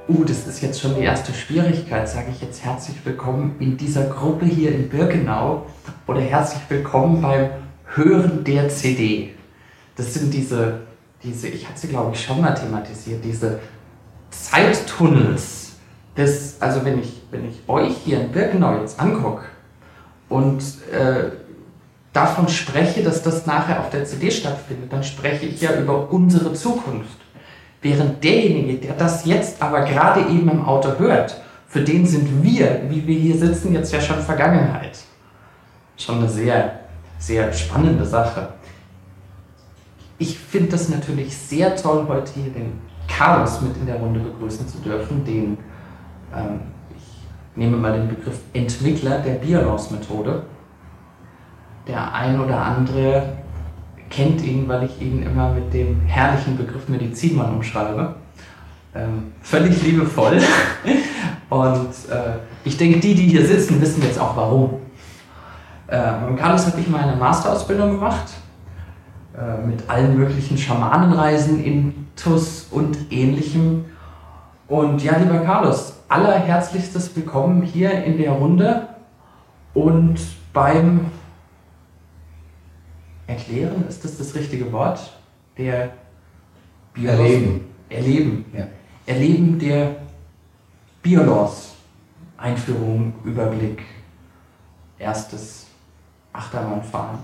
Das ist jetzt schon die erste Schwierigkeit. Sage ich jetzt herzlich willkommen in dieser Gruppe hier in Birkenau oder herzlich willkommen beim Hören der CD. Das sind diese ich hatte sie glaube ich schon mal thematisiert, diese Zeittunnels. Also wenn ich euch hier in Birkenau jetzt angucke und davon spreche, dass das nachher auf der CD stattfindet, dann spreche ich ja über unsere Zukunft. Während derjenige, der das jetzt aber gerade eben im Auto hört, für den sind wir, wie wir hier sitzen, jetzt ja schon Vergangenheit. Schon eine sehr, sehr spannende Sache. Ich finde das natürlich sehr toll, heute hier den Carlos mit in der Runde begrüßen zu dürfen, ich nehme mal den Begriff Entwickler der Biolance-Methode. Der ein oder andere kennt ihn, weil ich ihn immer mit dem herrlichen Begriff Medizinmann umschreibe. Völlig liebevoll. Und ich denke, die hier sitzen, wissen jetzt auch warum. Mit Carlos habe ich mal eine Masterausbildung gemacht, mit allen möglichen Schamanenreisen, Intus und ähnlichem. Und ja, lieber Carlos, allerherzlichstes Willkommen hier in der Runde und beim Erklären, ist das richtige Wort? Erleben. Ja. Erleben der Biolance. Einführung, Überblick, erstes Achterbahnfahren.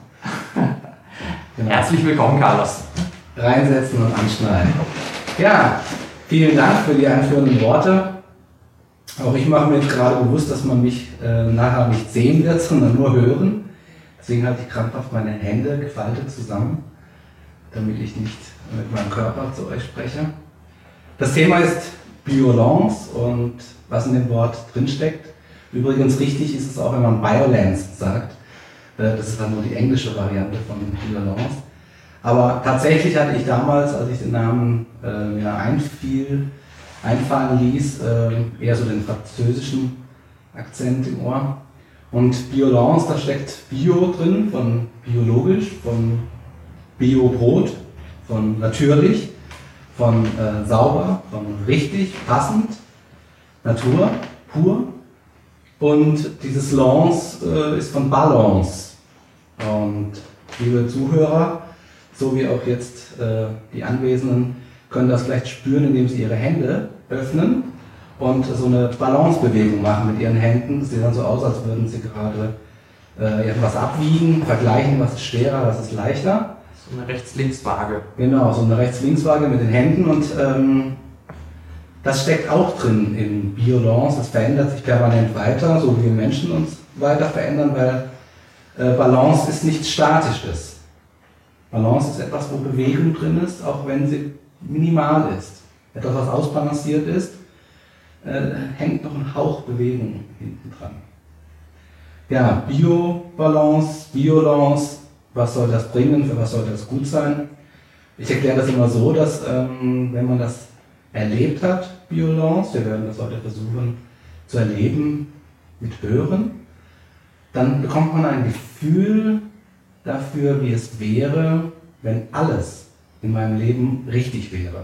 Genau. Herzlich willkommen, Carlos. Reinsetzen und anschneiden. Ja, vielen Dank für die einführenden Worte. Auch ich mache mir jetzt gerade bewusst, dass man mich nachher nicht sehen wird, sondern nur hören. Deswegen halte ich krampfhaft meine Hände gefaltet zusammen, damit ich nicht mit meinem Körper zu euch spreche. Das Thema ist Biolance und was in dem Wort drinsteckt. Übrigens richtig ist es auch, wenn man Biolance sagt. Das ist dann nur die englische Variante von Biolance. Aber tatsächlich hatte ich damals, als ich den Namen mir einfallen ließ, eher so den französischen Akzent im Ohr. Und Biolance, da steckt Bio drin, von biologisch, von Bio-Brot, von natürlich, von sauber, von richtig, passend, Natur, pur. Und dieses Lance ist von Balance. Und liebe Zuhörer, so wie auch jetzt die Anwesenden, können das vielleicht spüren, indem sie ihre Hände öffnen und so eine Balancebewegung machen mit ihren Händen. Das sieht dann so aus, als würden sie gerade etwas abwiegen, vergleichen, was ist schwerer, was ist leichter. So eine Rechts-Links-Waage. Genau, so eine Rechts-Links-Waage mit den Händen und das steckt auch drin in Biolance. Das verändert sich permanent weiter, so wie wir Menschen uns weiter verändern, weil Balance ist nichts Statisches. Balance ist etwas, wo Bewegung drin ist, auch wenn sie minimal ist. Etwas, was ausbalanciert ist, hängt noch ein Hauch Bewegung hinten dran. Ja, Biobalance, Biolance, was soll das bringen, für was soll das gut sein? Ich erkläre das immer so, dass wenn man das erlebt hat, Biolance, wir werden das heute versuchen zu erleben mit Hören, dann bekommt man ein Gefühl dafür, wie es wäre, wenn alles in meinem Leben richtig wäre.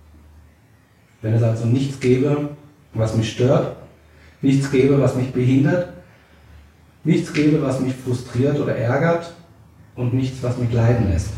Wenn es also nichts gäbe, was mich stört, nichts gäbe, was mich behindert, nichts gäbe, was mich frustriert oder ärgert und nichts, was mich leiden lässt.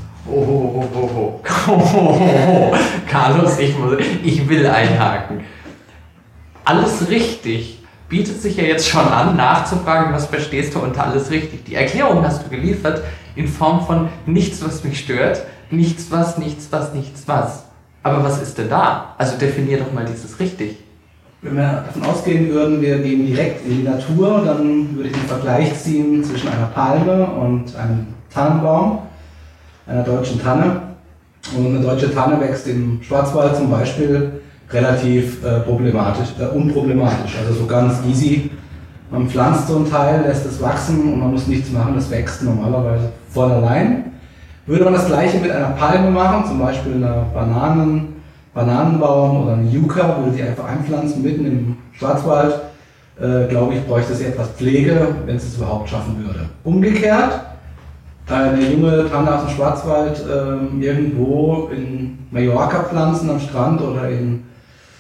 Carlos, ich will einhaken. Alles richtig bietet sich ja jetzt schon an, nachzufragen, was verstehst du unter alles richtig. Die Erklärung hast du geliefert in Form von nichts, was mich stört, nichts was. Aber was ist denn da? Also definier doch mal dieses richtig. Wenn wir davon ausgehen würden, wir gehen direkt in die Natur, dann würde ich den Vergleich ziehen zwischen einer Palme und einem Tannenbaum, einer deutschen Tanne. Und eine deutsche Tanne wächst im Schwarzwald zum Beispiel relativ unproblematisch, also so ganz easy. Man pflanzt so ein Teil, lässt es wachsen und man muss nichts machen, das wächst normalerweise von allein. Würde man das gleiche mit einer Palme machen, zum Beispiel einer Bananenbaum oder eine Yucca, würde sie einfach einpflanzen mitten im Schwarzwald, glaube ich, bräuchte sie etwas Pflege, wenn es überhaupt schaffen würde. Umgekehrt, eine junge Tanne aus dem Schwarzwald irgendwo in Mallorca pflanzen am Strand oder in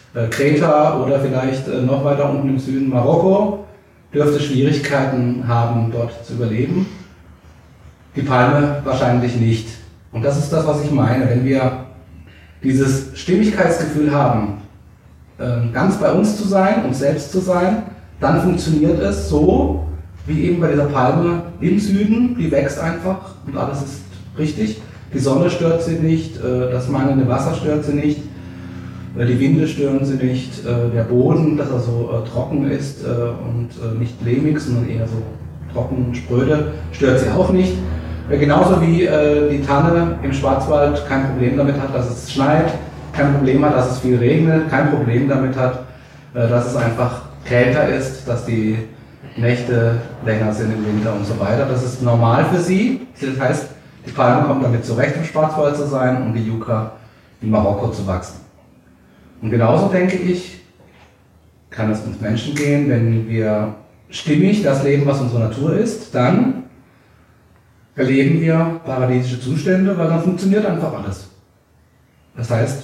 Kreta oder vielleicht noch weiter unten im Süden Marokko dürfte Schwierigkeiten haben, dort zu überleben. Die Palme wahrscheinlich nicht. Und das ist das, was ich meine. Wenn wir dieses Stimmigkeitsgefühl haben, ganz bei uns zu sein, uns selbst zu sein, dann funktioniert es so, wie eben bei dieser Palme im Süden, die wächst einfach und alles ist richtig. Die Sonne stört sie nicht, das mangelnde Wasser stört sie nicht, die Winde stören sie nicht, der Boden, dass er so trocken ist und nicht lehmig, sondern eher so trocken und spröde, stört sie auch nicht. Genauso wie die Tanne im Schwarzwald kein Problem damit hat, dass es schneit, kein Problem hat, dass es viel regnet, kein Problem damit hat, dass es einfach kälter ist, dass die Nächte länger sind im Winter und so weiter. Das ist normal für sie. Das heißt, die Palme kommt damit zurecht, im Schwarzwald zu sein und die Yucca in Marokko zu wachsen. Und genauso denke ich, kann es uns Menschen gehen, wenn wir stimmig das leben, was unsere Natur ist, dann erleben wir paradiesische Zustände, weil dann funktioniert einfach alles. Das heißt,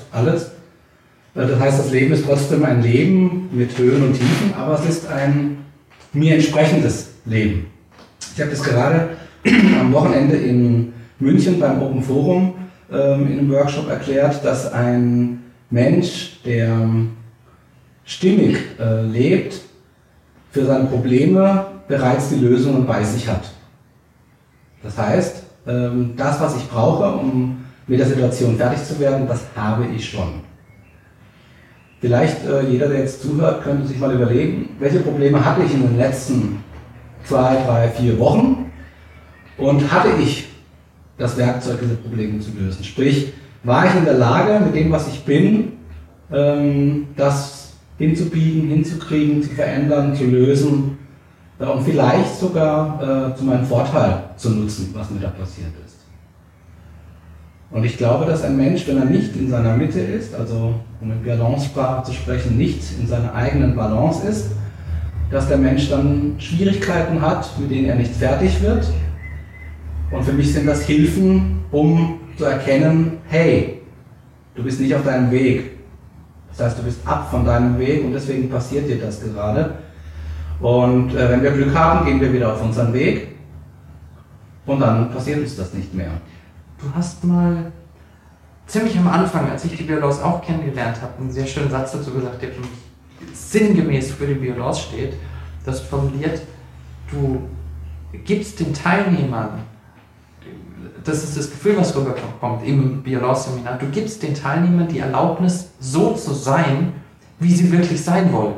das Leben ist trotzdem ein Leben mit Höhen und Tiefen, aber es ist ein mir entsprechendes Leben. Ich habe das gerade am Wochenende in München beim Open Forum in einem Workshop erklärt, dass ein Mensch, der stimmig lebt, für seine Probleme bereits die Lösungen bei sich hat. Das heißt, das, was ich brauche, um mit der Situation fertig zu werden, das habe ich schon. Vielleicht jeder, der jetzt zuhört, könnte sich mal überlegen, welche Probleme hatte ich in den letzten 2, 3, 4 Wochen und hatte ich das Werkzeug, diese Probleme zu lösen. Sprich, war ich in der Lage, mit dem, was ich bin, das hinzubiegen, hinzukriegen, zu verändern, zu lösen und vielleicht sogar zu meinem Vorteil zu nutzen, was mir da passiert ist. Und ich glaube, dass ein Mensch, wenn er nicht in seiner Mitte ist, also um in Balance-Sprache zu sprechen, nicht in seiner eigenen Balance ist, dass der Mensch dann Schwierigkeiten hat, mit denen er nicht fertig wird. Und für mich sind das Hilfen, um zu erkennen, hey, du bist nicht auf deinem Weg. Das heißt, du bist ab von deinem Weg und deswegen passiert dir das gerade. Und wenn wir Glück haben, gehen wir wieder auf unseren Weg und dann passiert uns das nicht mehr. Du hast mal ziemlich am Anfang, als ich die Biolaws auch kennengelernt habe, einen sehr schönen Satz dazu gesagt, der für mich sinngemäß für die Biolaws steht. Das formuliert, du gibst den Teilnehmern, das ist das Gefühl, was rüberkommt im Biolaws-Seminar, du gibst den Teilnehmern die Erlaubnis, so zu sein, wie sie wirklich sein wollen.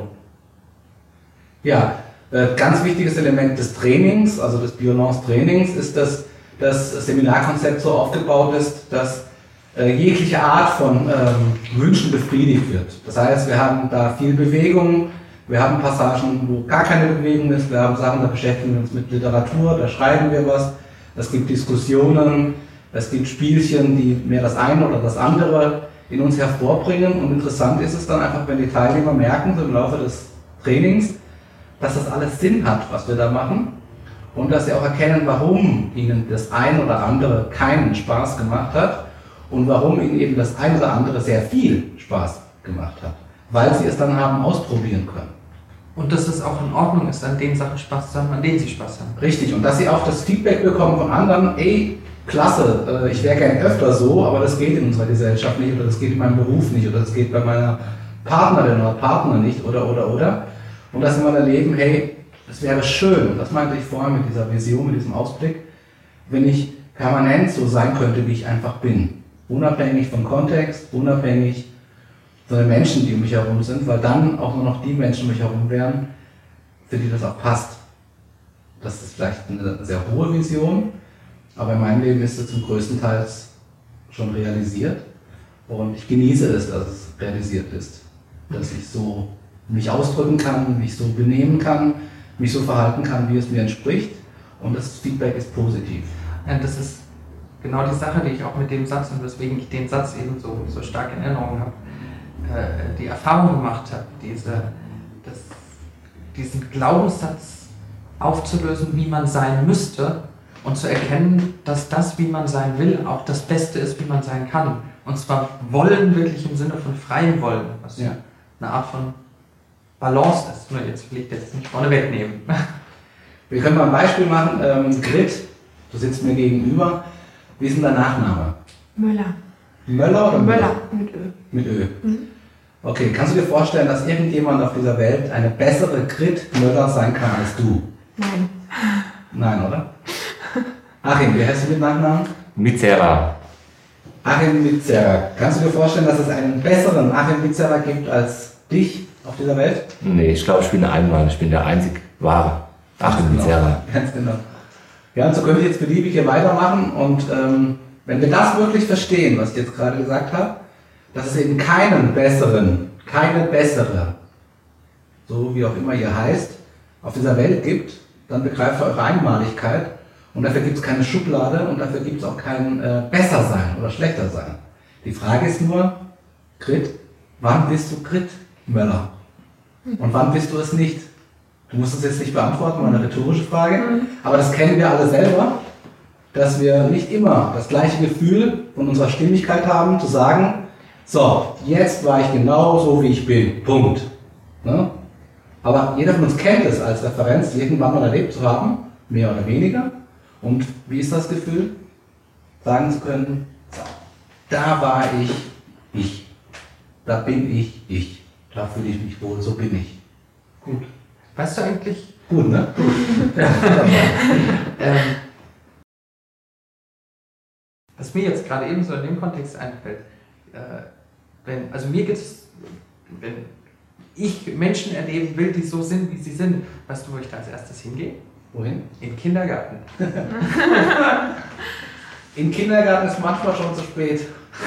Ja, ganz wichtiges Element des Trainings, also des Biolaws-Trainings, ist, dass das Seminarkonzept so aufgebaut ist, dass jegliche Art von Wünschen befriedigt wird. Das heißt, wir haben da viel Bewegung, wir haben Passagen, wo gar keine Bewegung ist, wir haben Sachen, da beschäftigen wir uns mit Literatur, da schreiben wir was, es gibt Diskussionen, es gibt Spielchen, die mehr das eine oder das andere in uns hervorbringen. Und interessant ist es dann einfach, wenn die Teilnehmer merken, so im Laufe des Trainings, dass das alles Sinn hat, was wir da machen. Und dass sie auch erkennen, warum ihnen das ein oder andere keinen Spaß gemacht hat und warum ihnen eben das ein oder andere sehr viel Spaß gemacht hat, weil sie es dann haben ausprobieren können. Und dass es auch in Ordnung ist, an den Sachen Spaß zu haben, an denen sie Spaß haben. Richtig, und dass sie auch das Feedback bekommen von anderen, ey, klasse, ich wäre gern öfter so, aber das geht in unserer Gesellschaft nicht oder das geht in meinem Beruf nicht oder das geht bei meiner Partnerin oder Partner nicht oder. Und dass sie mal erleben, hey, es wäre schön, und das meinte ich vorher mit dieser Vision, mit diesem Ausblick, wenn ich permanent so sein könnte, wie ich einfach bin. Unabhängig vom Kontext, unabhängig von den Menschen, die um mich herum sind, weil dann auch nur noch die Menschen um mich herum wären, für die das auch passt. Das ist vielleicht eine sehr hohe Vision, aber in meinem Leben ist es zum größten Teil schon realisiert und ich genieße es, dass es realisiert ist. Dass ich so mich ausdrücken kann, mich so benehmen kann, mich so verhalten kann, wie es mir entspricht und das Feedback ist positiv. Ja, das ist genau die Sache, die ich auch mit dem Satz und weswegen ich den Satz eben so stark in Erinnerung habe, die Erfahrung gemacht habe, diesen Glaubenssatz aufzulösen, wie man sein müsste und zu erkennen, dass das, wie man sein will, auch das Beste ist, wie man sein kann. Und zwar wollen wirklich im Sinne von freiem Wollen, was eine Art von Balance ist. Nur jetzt will ich das nicht vorne wegnehmen. Wir können mal ein Beispiel machen. Grit, du sitzt mir gegenüber. Wie ist denn dein Nachname? Möller. Möller oder Möller mit Ö. Mit Ö. Okay, kannst du dir vorstellen, dass irgendjemand auf dieser Welt eine bessere Grit Möller sein kann als du? Nein. Nein, oder? Achim, wie heißt du mit Nachnamen? Mizera. Achim Mizera. Kannst du dir vorstellen, dass es einen besseren Achim Mizera gibt als dich auf dieser Welt? Nee, ich glaube, ich bin der Einmal. Ich bin der einzig wahre Achim Mizera. Ganz genau. Ja, und so können wir jetzt beliebig hier weitermachen. Und wenn wir das wirklich verstehen, was ich jetzt gerade gesagt habe, dass es eben keinen besseren, keine bessere, so wie auch immer ihr heißt, auf dieser Welt gibt, dann begreift ihr eure Einmaligkeit. Und dafür gibt es keine Schublade und dafür gibt es auch kein besser sein oder schlechter sein. Die Frage ist nur, Grit, wann bist du Grit Möller? Und wann bist du es nicht? Du musst es jetzt nicht beantworten, war eine rhetorische Frage, aber das kennen wir alle selber, dass wir nicht immer das gleiche Gefühl von unserer Stimmigkeit haben, zu sagen, so, jetzt war ich genau so, wie ich bin, Punkt. Ne? Aber jeder von uns kennt es als Referenz, irgendwann mal erlebt zu haben, mehr oder weniger. Und wie ist das Gefühl? Sagen zu können, so, da war ich, da bin ich, da fühle ich mich wohl, so bin ich. Gut. Weißt du eigentlich? Gut, ne? Was mir jetzt gerade eben so in dem Kontext einfällt, also mir geht es, wenn ich Menschen erleben will, die so sind, wie sie sind, weißt du, wo ich da als erstes hingehe? Wohin? In den Kindergarten. Im Kindergarten ist manchmal schon zu spät.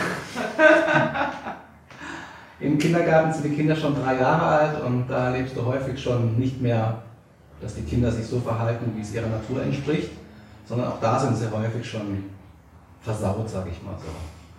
Im Kindergarten sind die Kinder schon 3 Jahre alt und da erlebst du häufig schon nicht mehr, dass die Kinder sich so verhalten, wie es ihrer Natur entspricht, sondern auch da sind sie häufig schon versaut, sage ich mal so.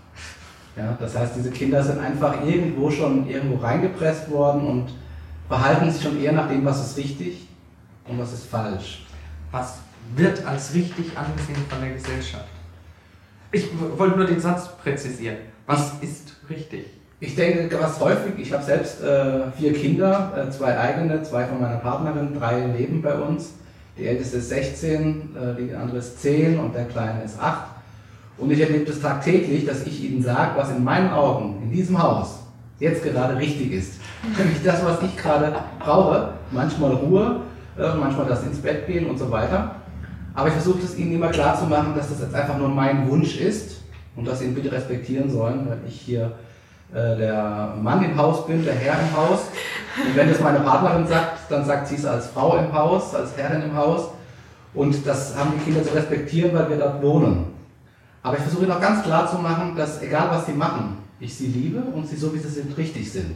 Ja, das heißt, diese Kinder sind einfach irgendwo reingepresst worden und verhalten sich schon eher nach dem, was ist richtig und was ist falsch. Was wird als richtig angesehen von der Gesellschaft? Ich wollte nur den Satz präzisieren. Was ist richtig? Ich denke, was häufig, ich habe selbst 4 Kinder, 2 eigene, 2 von meiner Partnerin, 3 leben bei uns. Die älteste ist 16, die andere ist 10 und der Kleine ist 8. Und ich erlebe das tagtäglich, dass ich ihnen sage, was in meinen Augen, in diesem Haus, jetzt gerade richtig ist. Nämlich das, was ich gerade brauche. Manchmal Ruhe, manchmal das ins Bett gehen und so weiter. Aber ich versuche es ihnen immer klar zu machen, dass das jetzt einfach nur mein Wunsch ist und dass sie ihn bitte respektieren sollen, weil ich hier der Mann im Haus bin, der Herr im Haus. Und wenn das meine Partnerin sagt, dann sagt sie es als Frau im Haus, als Herrin im Haus. Und das haben die Kinder zu respektieren, weil wir dort wohnen. Aber ich versuche ihnen auch ganz klar zu machen, dass egal was sie machen, ich sie liebe und sie so wie sie sind richtig sind.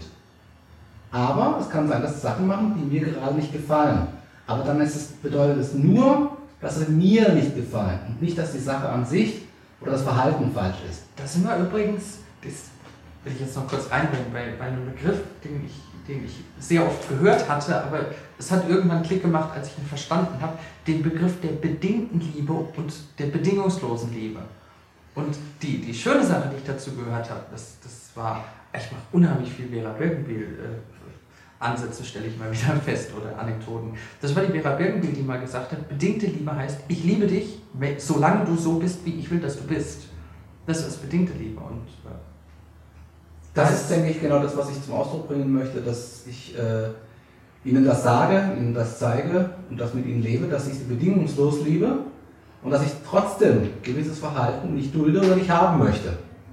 Aber es kann sein, dass sie Sachen machen, die mir gerade nicht gefallen. Aber dann bedeutet es nur, dass sie mir nicht gefallen und nicht, dass die Sache an sich oder das Verhalten falsch ist. Da sind wir übrigens, das will ich jetzt noch kurz reinbringen, bei einem Begriff, den ich sehr oft gehört hatte, aber es hat irgendwann Klick gemacht, als ich ihn verstanden habe, den Begriff der bedingten Liebe und der bedingungslosen Liebe. Und die schöne Sache, die ich dazu gehört habe, das war, ich mache unheimlich viel Vera Birkenbiel Ansätze, stelle ich mal wieder fest, oder Anekdoten. Das war die Vera Birkenbiel, die mal gesagt hat, bedingte Liebe heißt, ich liebe dich, solange du so bist, wie ich will, dass du bist. Das ist bedingte Liebe. Und das ist, denke ich, genau das, was ich zum Ausdruck bringen möchte, dass ich ihnen das sage, ihnen das zeige und das mit ihnen lebe, dass ich sie bedingungslos liebe und dass ich trotzdem gewisses Verhalten nicht dulde oder nicht haben möchte.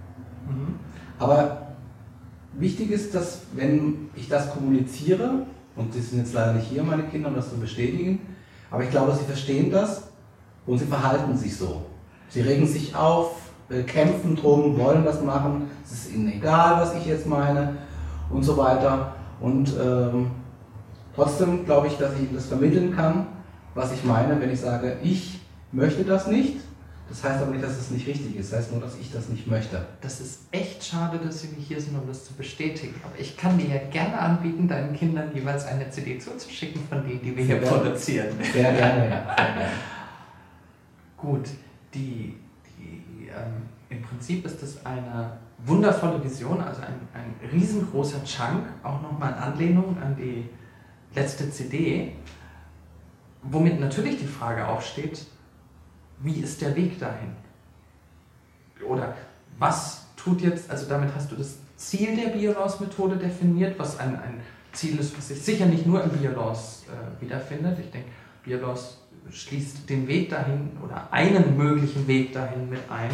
Aber wichtig ist, dass wenn ich das kommuniziere, und sie sind jetzt leider nicht hier, meine Kinder, um das zu bestätigen, aber ich glaube, sie verstehen das und sie verhalten sich so. Sie regen sich auf, kämpfen drum, wollen das machen, es ist ihnen egal, was ich jetzt meine und so weiter. Und trotzdem glaube ich, dass ich ihnen das vermitteln kann, was ich meine, wenn ich sage, ich möchte das nicht. Das heißt aber nicht, dass es nicht richtig ist, das heißt nur, dass ich das nicht möchte. Das ist echt schade, dass Sie nicht hier sind, um das zu bestätigen. Aber ich kann dir ja gerne anbieten, deinen Kindern jeweils eine CD zuzuschicken von denen, die wir hier produzieren. Sehr gerne, ja. Sehr gerne. Gut, im Prinzip ist es eine wundervolle Vision, also ein riesengroßer Chunk, auch nochmal in Anlehnung an die letzte CD, womit natürlich die Frage aufsteht, wie ist der Weg dahin? Oder was tut jetzt, also damit hast du das Ziel der Biolaws-Methode definiert, was ein Ziel ist, was sich sicher nicht nur im Biolaws wiederfindet. Ich denke, Biolaws schließt den Weg dahin oder einen möglichen Weg dahin mit ein.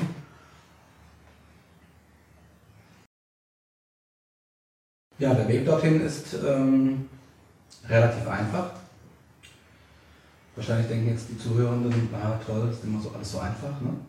Ja, der Weg dorthin ist relativ einfach. Wahrscheinlich denken jetzt die Zuhörenden, toll, ist immer so alles so einfach. Ne?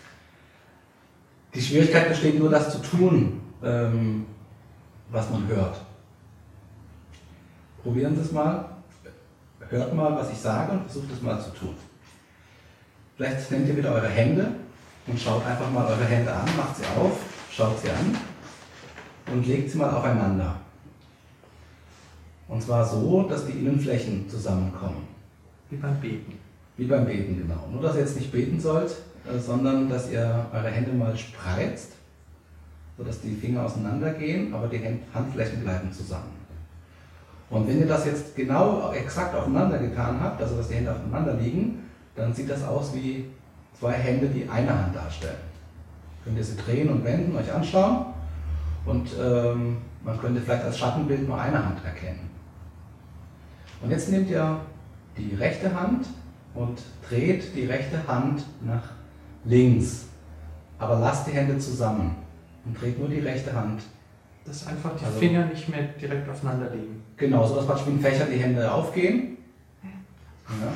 Die Schwierigkeit besteht nur, das zu tun, was man hört. Probieren Sie es mal, hört mal, was ich sage und versucht es mal zu tun. Vielleicht nehmt ihr wieder eure Hände und schaut einfach mal eure Hände an, macht sie auf, schaut sie an und legt sie mal aufeinander. Und zwar so, dass die Innenflächen zusammenkommen. Wie beim Beten. Wie beim Beten, genau. Nur, dass ihr jetzt nicht beten sollt, sondern dass ihr eure Hände mal spreizt, sodass die Finger auseinander gehen, aber die Handflächen bleiben zusammen. Und wenn ihr das jetzt genau, exakt aufeinander getan habt, also dass die Hände aufeinander liegen, dann sieht das aus wie zwei Hände, die eine Hand darstellen. Könnt ihr sie drehen und wenden, euch anschauen und man könnte vielleicht als Schattenbild nur eine Hand erkennen. Und jetzt nehmt ihr die rechte Hand und dreht die rechte Hand nach links, aber lasst die Hände zusammen und dreht nur die rechte Hand. Dass einfach die Finger nicht mehr direkt aufeinander liegen. Genau, so dass praktisch wie ein Fächer die Hände aufgehen. Ja.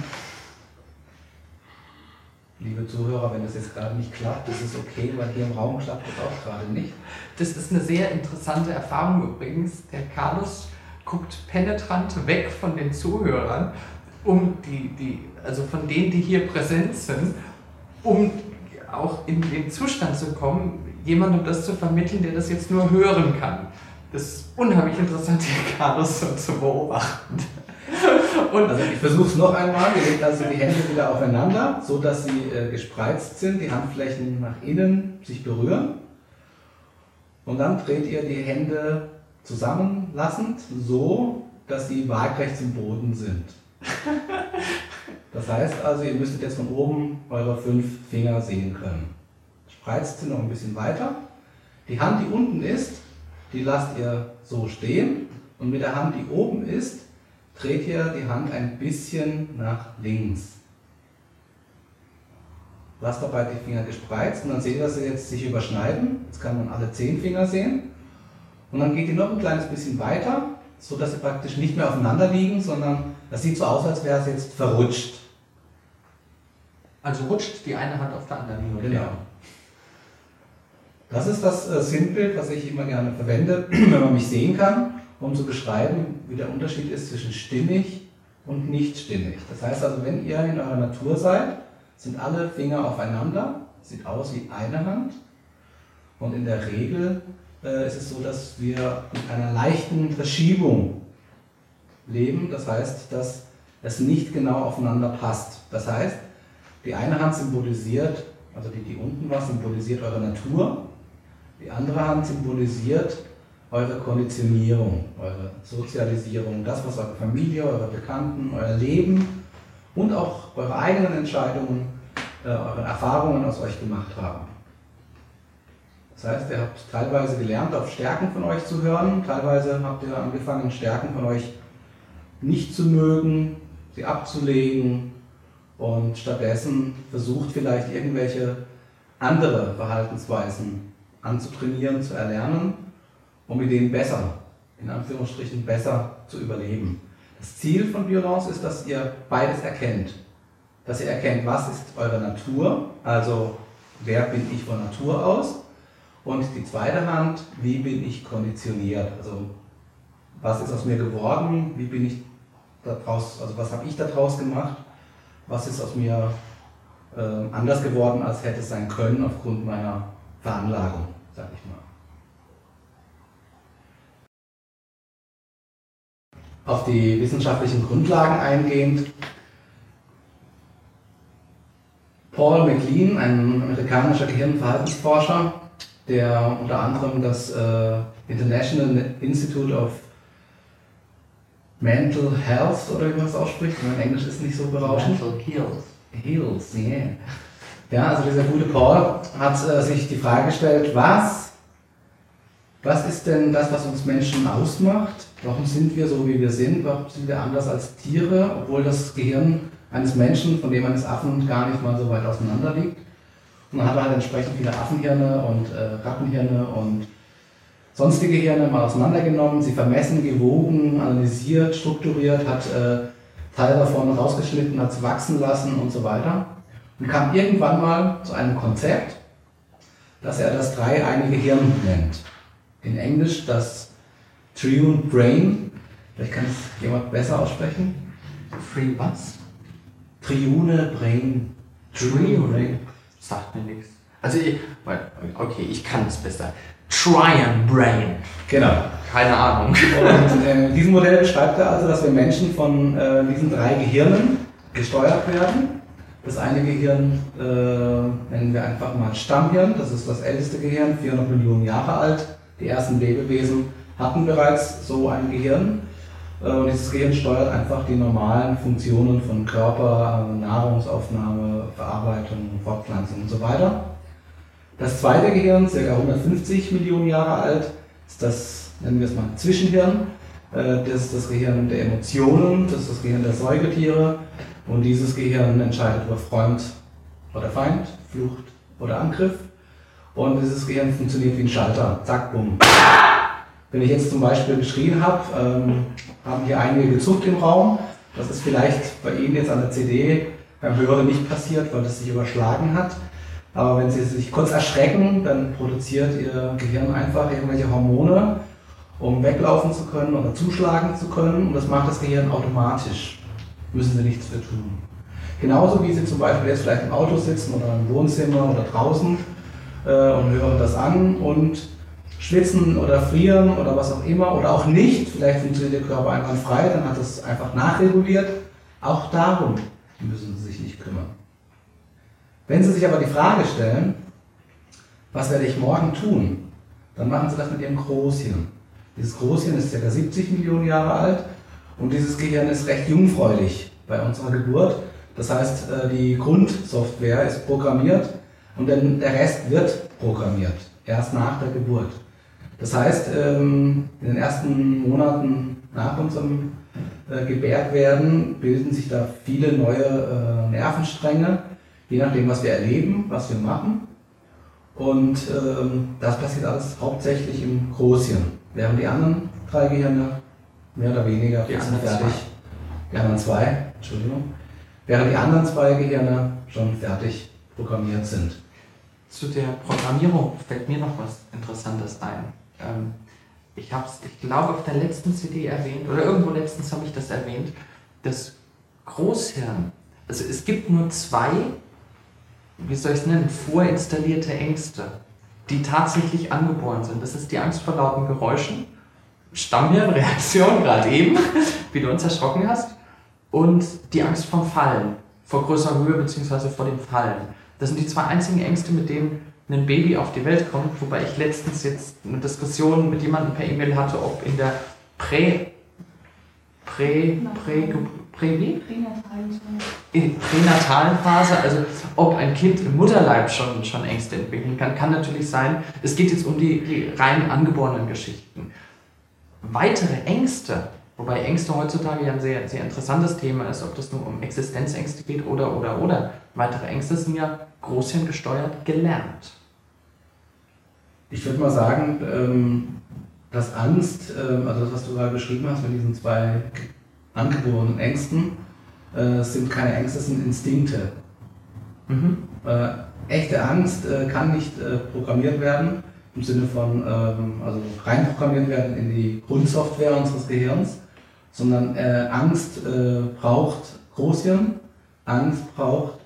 Liebe Zuhörer, wenn das jetzt gerade nicht klappt, das ist okay, weil hier im Raum klappt das auch gerade nicht. Das ist eine sehr interessante Erfahrung übrigens. Der Carlos guckt penetrant weg von den Zuhörern, also von denen, die hier präsent sind, um auch in den Zustand zu kommen, jemandem das zu vermitteln, der das jetzt nur hören kann. Das ist unheimlich interessant, hier Carlos so zu beobachten. Und also ich versuche es noch einmal. Ihr legt also die Hände wieder aufeinander, so dass sie gespreizt sind, die Handflächen nach innen sich berühren. Und dann dreht ihr die Hände zusammenlassend, so dass sie waagrecht zum Boden sind. Das heißt also, ihr müsstet jetzt von oben eure 5 Finger sehen können. Spreizt sie noch ein bisschen weiter. Die Hand, die unten ist, die lasst ihr so stehen. Und mit der Hand, die oben ist, dreht ihr die Hand ein bisschen nach links. Lasst dabei die Finger gespreizt und dann seht ihr, dass sie jetzt sich überschneiden. Jetzt kann man alle 10 Finger sehen. Und dann geht ihr noch ein kleines bisschen weiter, so dass sie praktisch nicht mehr aufeinander liegen, sondern das sieht so aus, als wäre es jetzt verrutscht. Also rutscht die eine Hand auf der anderen hin und Genau. her. Das ist das Sinnbild, was ich immer gerne verwende, wenn man mich sehen kann, um zu beschreiben, wie der Unterschied ist zwischen stimmig und nicht stimmig. Das heißt also, wenn ihr in eurer Natur seid, sind alle Finger aufeinander, sieht aus wie eine Hand. Und in der Regel ist es so, dass wir mit einer leichten Verschiebung leben. Das heißt, dass es nicht genau aufeinander passt. Das heißt, die eine Hand symbolisiert, also die unten war, symbolisiert eure Natur. Die andere Hand symbolisiert eure Konditionierung, eure Sozialisierung, das, was eure Familie, eure Bekannten, euer Leben und auch eure eigenen Entscheidungen, eure Erfahrungen aus euch gemacht haben. Das heißt, ihr habt teilweise gelernt, auf Stärken von euch zu hören, teilweise habt ihr angefangen, Stärken von euch nicht zu mögen, sie abzulegen und stattdessen versucht vielleicht irgendwelche andere Verhaltensweisen anzutrainieren, zu erlernen, um mit denen besser, in Anführungsstrichen besser zu überleben. Das Ziel von Biolaws ist, dass ihr beides erkennt. Dass ihr erkennt, was ist eure Natur, also wer bin ich von Natur aus, und die zweite Hand, wie bin ich konditioniert, also was ist aus mir geworden, wie bin ich daraus, also was habe ich daraus gemacht, was ist aus mir anders geworden, als hätte es sein können aufgrund meiner Veranlagung, sag ich mal. Auf die wissenschaftlichen Grundlagen eingehend. Paul Paul MacLean, ein amerikanischer Gehirnverhaltensforscher, der unter anderem das International Institute of Mental Health, oder wie man es ausspricht, mein Englisch ist nicht so berauschend. Mental Heals, yeah. Ja, also dieser gute Paul hat sich die Frage gestellt, was ist denn das, was uns Menschen ausmacht? Warum sind wir so, wie wir sind? Warum sind wir anders als Tiere, obwohl das Gehirn eines Menschen, von dem eines Affen, gar nicht mal so weit auseinander liegt? Und dann hat er halt entsprechend viele Affenhirne und Rattenhirne und sonstige Hirne mal auseinandergenommen, sie vermessen, gewogen, analysiert, strukturiert, hat Teile davon rausgeschnitten, hat sie wachsen lassen und so weiter. Und kam irgendwann mal zu einem Konzept, dass er das dreieinige Hirn nennt. In Englisch das Triune Brain. Vielleicht kann es jemand besser aussprechen. Free was? Triune Brain. Triune? Sagt mir nichts. Also, ich kann es besser. Triune Brain. Genau. Keine Ahnung. Und in diesem Modell beschreibt er also, dass wir Menschen von diesen drei Gehirnen gesteuert werden. Das eine Gehirn nennen wir einfach mal Stammhirn. Das ist das älteste Gehirn, 400 Millionen Jahre alt. Die ersten Lebewesen hatten bereits so ein Gehirn. Und dieses Gehirn steuert einfach die normalen Funktionen von Körper, Nahrungsaufnahme, Verarbeitung, Fortpflanzung und so weiter. Das zweite Gehirn, ca. 150 Millionen Jahre alt, ist das, nennen wir es mal Zwischenhirn. Das ist das Gehirn der Emotionen, das ist das Gehirn der Säugetiere. Und dieses Gehirn entscheidet über Freund oder Feind, Flucht oder Angriff. Und dieses Gehirn funktioniert wie ein Schalter. Zack, bumm. Wenn ich jetzt zum Beispiel geschrien habe, haben hier einige gezuckt im Raum. Das ist vielleicht bei Ihnen jetzt an der CD beim Hören nicht passiert, weil es sich überschlagen hat. Aber wenn Sie sich kurz erschrecken, dann produziert Ihr Gehirn einfach irgendwelche Hormone, um weglaufen zu können oder zuschlagen zu können. Und das macht das Gehirn automatisch. Müssen Sie nichts für tun. Genauso wie Sie zum Beispiel jetzt vielleicht im Auto sitzen oder im Wohnzimmer oder draußen und hören das an und schwitzen oder frieren oder was auch immer oder auch nicht. Vielleicht funktioniert der Körper einwandfrei, dann hat es einfach nachreguliert. Auch darum müssen Sie sich nicht kümmern. Wenn Sie sich aber die Frage stellen, was werde ich morgen tun, dann machen Sie das mit Ihrem Großhirn. Dieses Großhirn ist ca. 70 Millionen Jahre alt und dieses Gehirn ist recht jungfräulich bei unserer Geburt. Das heißt, die Grundsoftware ist programmiert und dann der Rest wird programmiert, erst nach der Geburt. Das heißt, in den ersten Monaten nach unserem Gebärtwerden bilden sich da viele neue Nervenstränge, je nachdem, was wir erleben, was wir machen. Und das passiert alles hauptsächlich im Großhirn, während die anderen drei Gehirne mehr oder weniger fertig. Die anderen zwei, Entschuldigung. Während die anderen zwei Gehirne schon fertig programmiert sind. Zu der Programmierung fällt mir noch was Interessantes ein. Ich glaube, auf der letzten CD erwähnt, oder irgendwo letztens habe ich das erwähnt, das Großhirn. Also es gibt nur zwei, wie soll ich es nennen, vorinstallierte Ängste, die tatsächlich angeboren sind. Das ist die Angst vor lauten Geräuschen, Stammhirnreaktion, gerade eben, wie du uns erschrocken hast, und die Angst vom Fallen, vor größerer Höhe bzw. vor dem Fallen. Das sind die zwei einzigen Ängste, mit denen ein Baby auf die Welt kommt, wobei ich letztens jetzt eine Diskussion mit jemandem per E-Mail hatte, ob in der pränatalen Phase, also ob ein Kind im Mutterleib schon Ängste entwickeln kann natürlich sein. Es geht jetzt um die rein angeborenen Geschichten. Weitere Ängste, wobei Ängste heutzutage ja ein sehr, sehr interessantes Thema ist, ob das nur um Existenzängste geht oder. Weitere Ängste sind ja großhirngesteuert gelernt. Ich würde mal sagen, dass Angst, also das, was du gerade beschrieben hast mit diesen zwei angeborenen Ängsten, sind keine Ängste, das sind Instinkte. Echte Angst kann nicht programmiert werden, im Sinne von, also reinprogrammiert werden in die Grundsoftware unseres Gehirns, sondern Angst braucht Großhirn, Angst braucht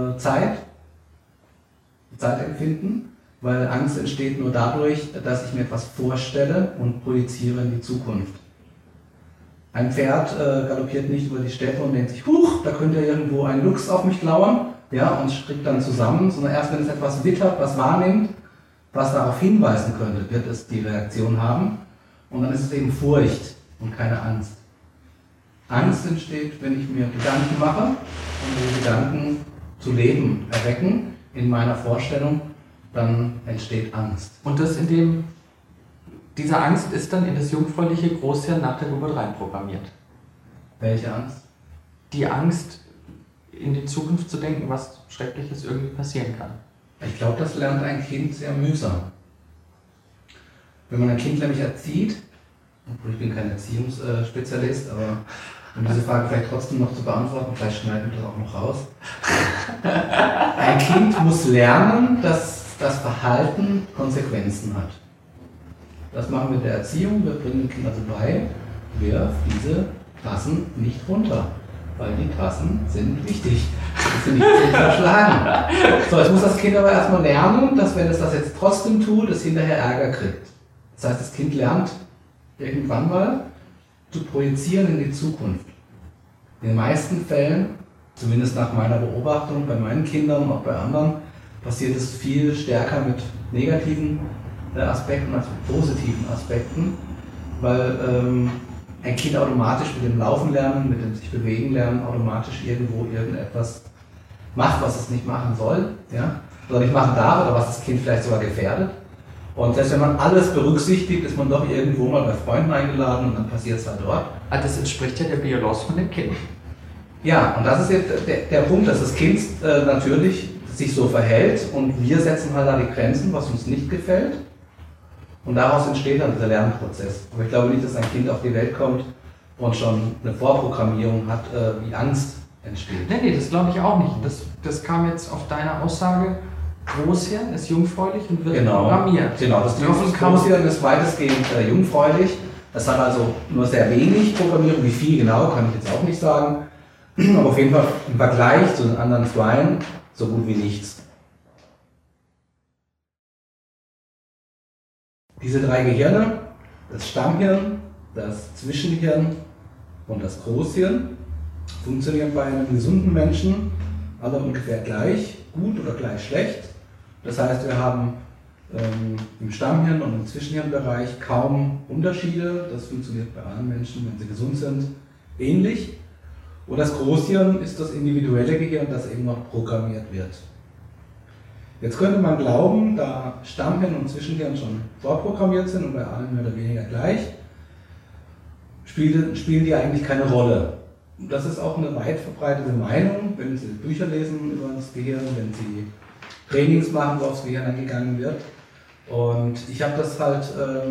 Zeitempfinden, weil Angst entsteht nur dadurch, dass ich mir etwas vorstelle und projiziere in die Zukunft. Ein Pferd galoppiert nicht über die Steppe und denkt sich, huch, da könnte ja irgendwo ein Luchs auf mich lauern, ja, und strickt dann zusammen, sondern erst wenn es etwas wittert, was wahrnimmt, was darauf hinweisen könnte, wird es die Reaktion haben. Und dann ist es eben Furcht und keine Angst. Angst entsteht, wenn ich mir Gedanken mache und diese Gedanken zu Leben erwecken in meiner Vorstellung, dann entsteht Angst. Und diese Angst ist dann in das jungfräuliche Großhirn nach der Geburt reinprogrammiert. Welche Angst? Die Angst, in die Zukunft zu denken, was Schreckliches irgendwie passieren kann. Ich glaube, das lernt ein Kind sehr mühsam. Wenn man ein Kind nämlich erzieht, obwohl ich bin kein Erziehungsspezialist, aber um diese Frage vielleicht trotzdem noch zu beantworten, vielleicht schneiden wir das auch noch raus. Ein Kind muss lernen, dass das Verhalten Konsequenzen hat. Das machen wir in der Erziehung, wir bringen dem Kind also bei, wirf diese Tassen nicht runter, weil die Tassen sind wichtig, die sind nicht zu verschlagen. So, jetzt muss das Kind aber erstmal lernen, dass wenn es das jetzt trotzdem tut, es hinterher Ärger kriegt. Das heißt, das Kind lernt irgendwann mal zu projizieren in die Zukunft. In den meisten Fällen, zumindest nach meiner Beobachtung bei meinen Kindern und auch bei anderen, passiert es viel stärker mit negativen Aspekten als mit positiven Aspekten, weil ein Kind automatisch mit dem Laufen lernen, mit dem sich bewegen lernen, automatisch irgendwo irgendetwas macht, was es nicht machen soll, ja? Oder nicht machen darf oder was das Kind vielleicht sogar gefährdet. Und selbst wenn man alles berücksichtigt, ist man doch irgendwo mal bei Freunden eingeladen und dann passiert es halt dort. Ah, das entspricht ja der Biologik von dem Kind. Ja, und das ist jetzt der Punkt, dass das Kind natürlich sich so verhält und wir setzen halt da die Grenzen, was uns nicht gefällt. Und daraus entsteht dann dieser Lernprozess. Aber ich glaube nicht, dass ein Kind auf die Welt kommt und schon eine Vorprogrammierung hat, wie Angst entsteht. Nee, das glaube ich auch nicht. Das kam jetzt auf deine Aussage, Großhirn ist jungfräulich und wird programmiert. Genau, das Großhirn ist weitestgehend jungfräulich. Das hat also nur sehr wenig Programmierung. Wie viel genau, kann ich jetzt auch nicht sagen. Aber auf jeden Fall im Vergleich zu den anderen Zweien so gut wie nichts. Diese drei Gehirne, das Stammhirn, das Zwischenhirn und das Großhirn, funktionieren bei einem gesunden Menschen alle ungefähr gleich gut oder gleich schlecht. Das heißt, wir haben im Stammhirn und im Zwischenhirnbereich kaum Unterschiede. Das funktioniert bei allen Menschen, wenn sie gesund sind, ähnlich. Und das Großhirn ist das individuelle Gehirn, das eben noch programmiert wird. Jetzt könnte man glauben, da Stammhirn und Zwischenhirn schon vorprogrammiert sind und bei allen mehr oder weniger gleich, spielen die eigentlich keine Rolle. Das ist auch eine weit verbreitete Meinung, wenn Sie Bücher lesen über das Gehirn, wenn Sie Trainings machen, wo aufs Gehirn eingegangen wird. Und ich habe das halt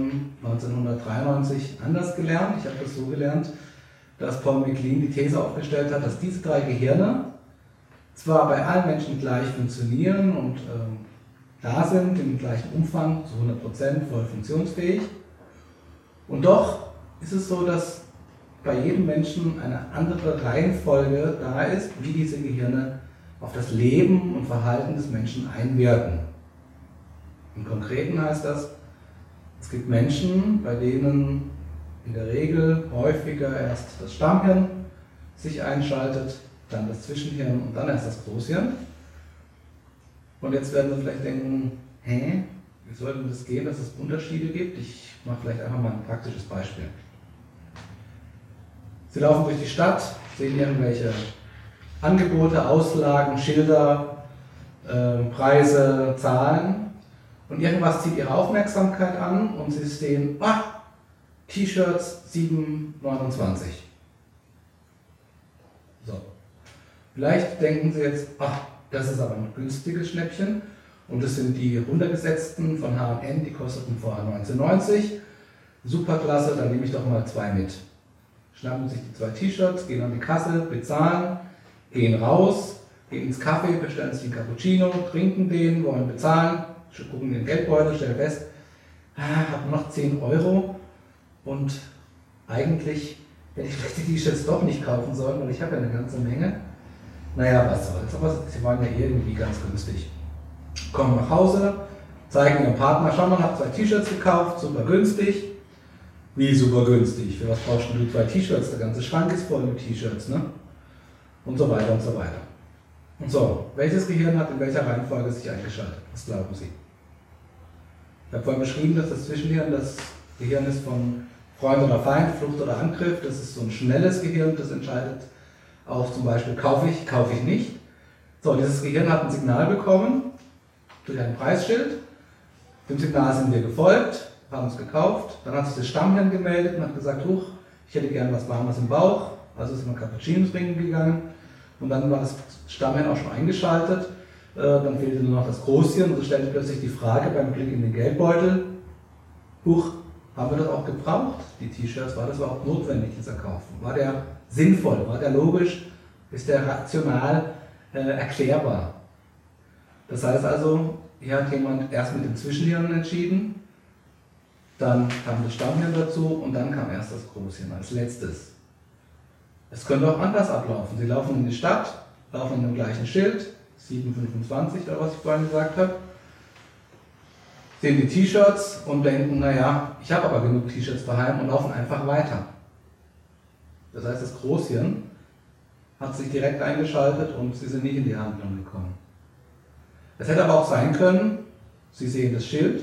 1993 anders gelernt. Ich habe das so gelernt, dass Paul MacLean die These aufgestellt hat, dass diese drei Gehirne zwar bei allen Menschen gleich funktionieren und da sind, im gleichen Umfang, zu 100% voll funktionsfähig. Und doch ist es so, dass bei jedem Menschen eine andere Reihenfolge da ist, wie diese Gehirne auf das Leben und Verhalten des Menschen einwirken. Im Konkreten heißt das, es gibt Menschen, bei denen in der Regel häufiger erst das Stammhirn sich einschaltet, dann das Zwischenhirn und dann erst das Großhirn. Und jetzt werden Sie vielleicht denken, wie soll denn das gehen, dass es Unterschiede gibt? Ich mache vielleicht einfach mal ein praktisches Beispiel. Sie laufen durch die Stadt, sehen irgendwelche Angebote, Auslagen, Schilder, Preise, Zahlen und irgendwas zieht Ihre Aufmerksamkeit an und Sie sehen, T-Shirts 7,29. So. Vielleicht denken Sie jetzt, das ist aber ein günstiges Schnäppchen und das sind die runtergesetzten von H&M, die kosteten vorher 19,90. Superklasse, dann nehme ich doch mal 2 mit. Schnappen sich die 2 T-Shirts, gehen an die Kasse, bezahlen, gehen raus, gehen ins Café, bestellen sich einen Cappuccino, trinken den, wollen bezahlen, gucken in den Geldbeutel, stellen fest, habe noch 10 Euro und eigentlich hätte ich vielleicht die T-Shirts doch nicht kaufen sollen, weil ich habe ja eine ganze Menge. Naja, was soll's, aber sie waren ja irgendwie ganz günstig. Kommen nach Hause, zeigen ihrem Partner, schau mal, habe 2 T-Shirts gekauft, super günstig. Wie super günstig? Für was brauchst du 2 T-Shirts? Der ganze Schrank ist voll mit T-Shirts, ne? Und so weiter und so weiter. So, welches Gehirn hat in welcher Reihenfolge sich eingeschaltet? Was glauben Sie? Ich habe vorhin beschrieben, dass das Zwischenhirn das Gehirn ist von Freund oder Feind, Flucht oder Angriff. Das ist so ein schnelles Gehirn, das entscheidet auch zum Beispiel, kaufe ich nicht. So, dieses Gehirn hat ein Signal bekommen durch ein Preisschild. Dem Signal sind wir gefolgt, haben es gekauft. Dann hat sich das Stammhirn gemeldet und hat gesagt, huch, ich hätte gern was Warmes im Bauch. Also ist man Cappuccino trinken gegangen. Und dann war das Stammhirn auch schon eingeschaltet. Dann fehlte nur noch das Großhirn und so stellte plötzlich die Frage beim Blick in den Geldbeutel, huch, haben wir das auch gebraucht, die T-Shirts? War das überhaupt notwendig, dieser Kauf? War der sinnvoll? War der logisch? Ist der rational erklärbar? Das heißt also, hier hat jemand erst mit dem Zwischenhirn entschieden, dann kam das Stammhirn dazu und dann kam erst das Großhirn als letztes. Es könnte auch anders ablaufen. Sie laufen in die Stadt, laufen in dem gleichen Schild, 7,25 oder was ich vorhin gesagt habe, sehen die T-Shirts und denken, naja, ich habe aber genug T-Shirts daheim und laufen einfach weiter. Das heißt, das Großhirn hat sich direkt eingeschaltet und sie sind nicht in die Handlung gekommen. Es hätte aber auch sein können, Sie sehen das Schild,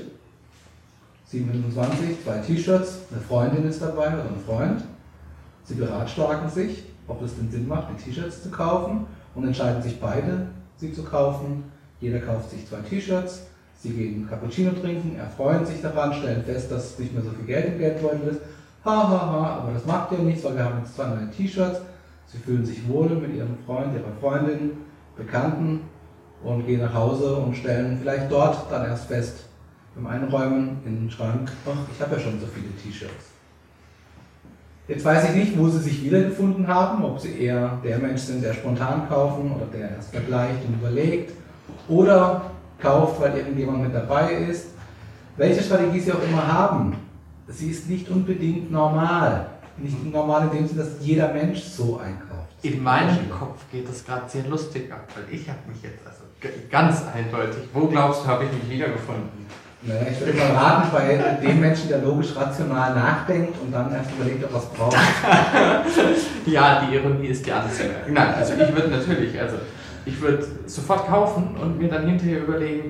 7,25, 2 T-Shirts, eine Freundin ist dabei oder ein Freund. Sie beratschlagen sich, ob es den Sinn macht, die T-Shirts zu kaufen und entscheiden sich beide, sie zu kaufen. Jeder kauft sich 2 T-Shirts, sie gehen Cappuccino trinken, erfreuen sich daran, stellen fest, dass nicht mehr so viel Geld im Geldbeutel ist. Aber das macht ja nichts, weil wir haben jetzt 2 neue T-Shirts. Sie fühlen sich wohl mit ihrem Freund, ihrer Freundin, Bekannten und gehen nach Hause und stellen vielleicht dort dann erst fest, beim Einräumen in den Schrank, ach, ich habe ja schon so viele T-Shirts. Jetzt weiß ich nicht, wo Sie sich wiedergefunden haben, ob Sie eher der Mensch sind, der spontan kaufen oder der erst vergleicht und überlegt oder kauft, weil irgendjemand mit dabei ist. Welche Strategie Sie auch immer haben, sie ist nicht unbedingt normal. Nicht normal in dem Sinne, dass jeder Mensch so einkauft. In meinem Kopf geht es gerade sehr lustig ab, weil ich habe mich jetzt also ganz eindeutig, wo glaubst du, habe ich mich wiedergefunden? Naja, ich würde mal raten, bei dem Menschen, der logisch rational nachdenkt und dann erst überlegt, ob er was braucht. Ja, die Ironie ist die Anzeige. Nein, also ich würde natürlich, ich würde sofort kaufen und mir dann hinterher überlegen,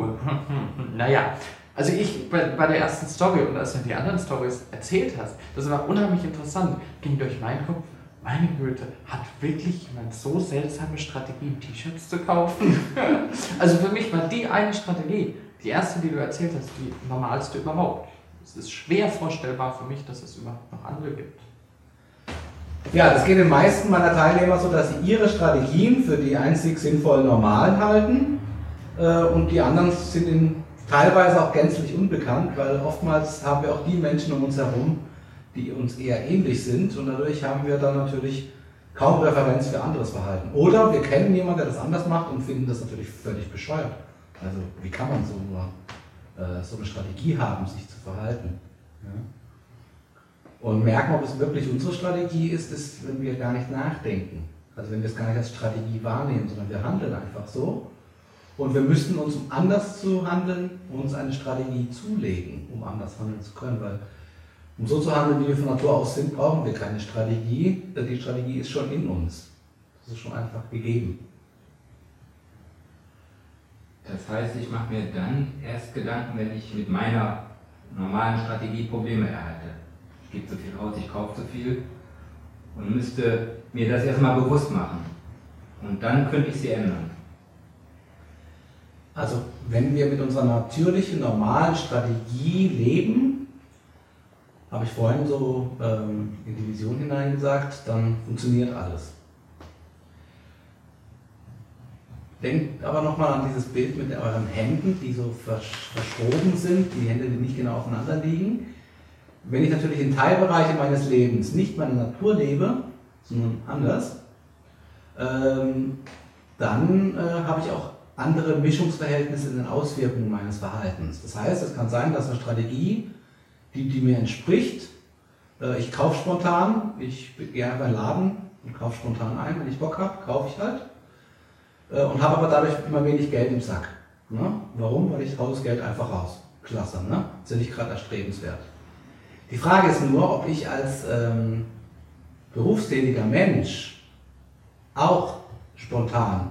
naja. Also bei der ersten Story und als du die anderen Stories erzählt hast, das war unheimlich interessant, ging durch meinen Kopf, meine Güte, hat wirklich jemand so seltsame Strategien, T-Shirts zu kaufen? Also für mich war die eine Strategie, die erste, die du erzählt hast, die normalste überhaupt. Es ist schwer vorstellbar für mich, dass es überhaupt noch andere gibt. Ja, das geht den meisten meiner Teilnehmer so, dass sie ihre Strategien für die einzig sinnvollen normalen halten und die anderen sind ihnen teilweise auch gänzlich unbekannt, weil oftmals haben wir auch die Menschen um uns herum, die uns eher ähnlich sind und dadurch haben wir dann natürlich kaum Referenz für anderes Verhalten. Oder wir kennen jemanden, der das anders macht und finden das natürlich völlig bescheuert. Also wie kann man so eine Strategie haben, sich zu verhalten? Ja? Und merken, ob es wirklich unsere Strategie ist, ist, wenn wir gar nicht nachdenken. Also wenn wir es gar nicht als Strategie wahrnehmen, sondern wir handeln einfach so. Und wir müssten uns, um anders zu handeln, uns eine Strategie zulegen, um anders handeln zu können. Weil um so zu handeln, wie wir von Natur aus sind, brauchen wir keine Strategie. Die Strategie ist schon in uns. Das ist schon einfach gegeben. Das heißt, ich mache mir dann erst Gedanken, wenn ich mit meiner normalen Strategie Probleme erhalte. Ich gebe zu viel aus, ich kaufe zu viel und müsste mir das erstmal bewusst machen. Und dann könnte ich sie ändern. Also wenn wir mit unserer natürlichen, normalen Strategie leben, habe ich vorhin so in die Vision hineingesagt, dann funktioniert alles. Denkt aber nochmal an dieses Bild mit euren Händen, die so verschoben sind, die Hände, die nicht genau aufeinander liegen. Wenn ich natürlich in Teilbereichen meines Lebens nicht meine Natur lebe, sondern anders, dann habe ich auch andere Mischungsverhältnisse in den Auswirkungen meines Verhaltens. Das heißt, es kann sein, dass eine Strategie, die mir entspricht, ich kaufe spontan, ich gehe einfach in den Laden und kaufe spontan ein, wenn ich Bock habe, kaufe ich halt. Und habe aber dadurch immer wenig Geld im Sack. Ne? Warum? Weil ich hau das Geld einfach raus. Klasse, ne? Ist ja nicht gerade erstrebenswert. Die Frage ist nur, ob ich als berufstätiger Mensch auch spontan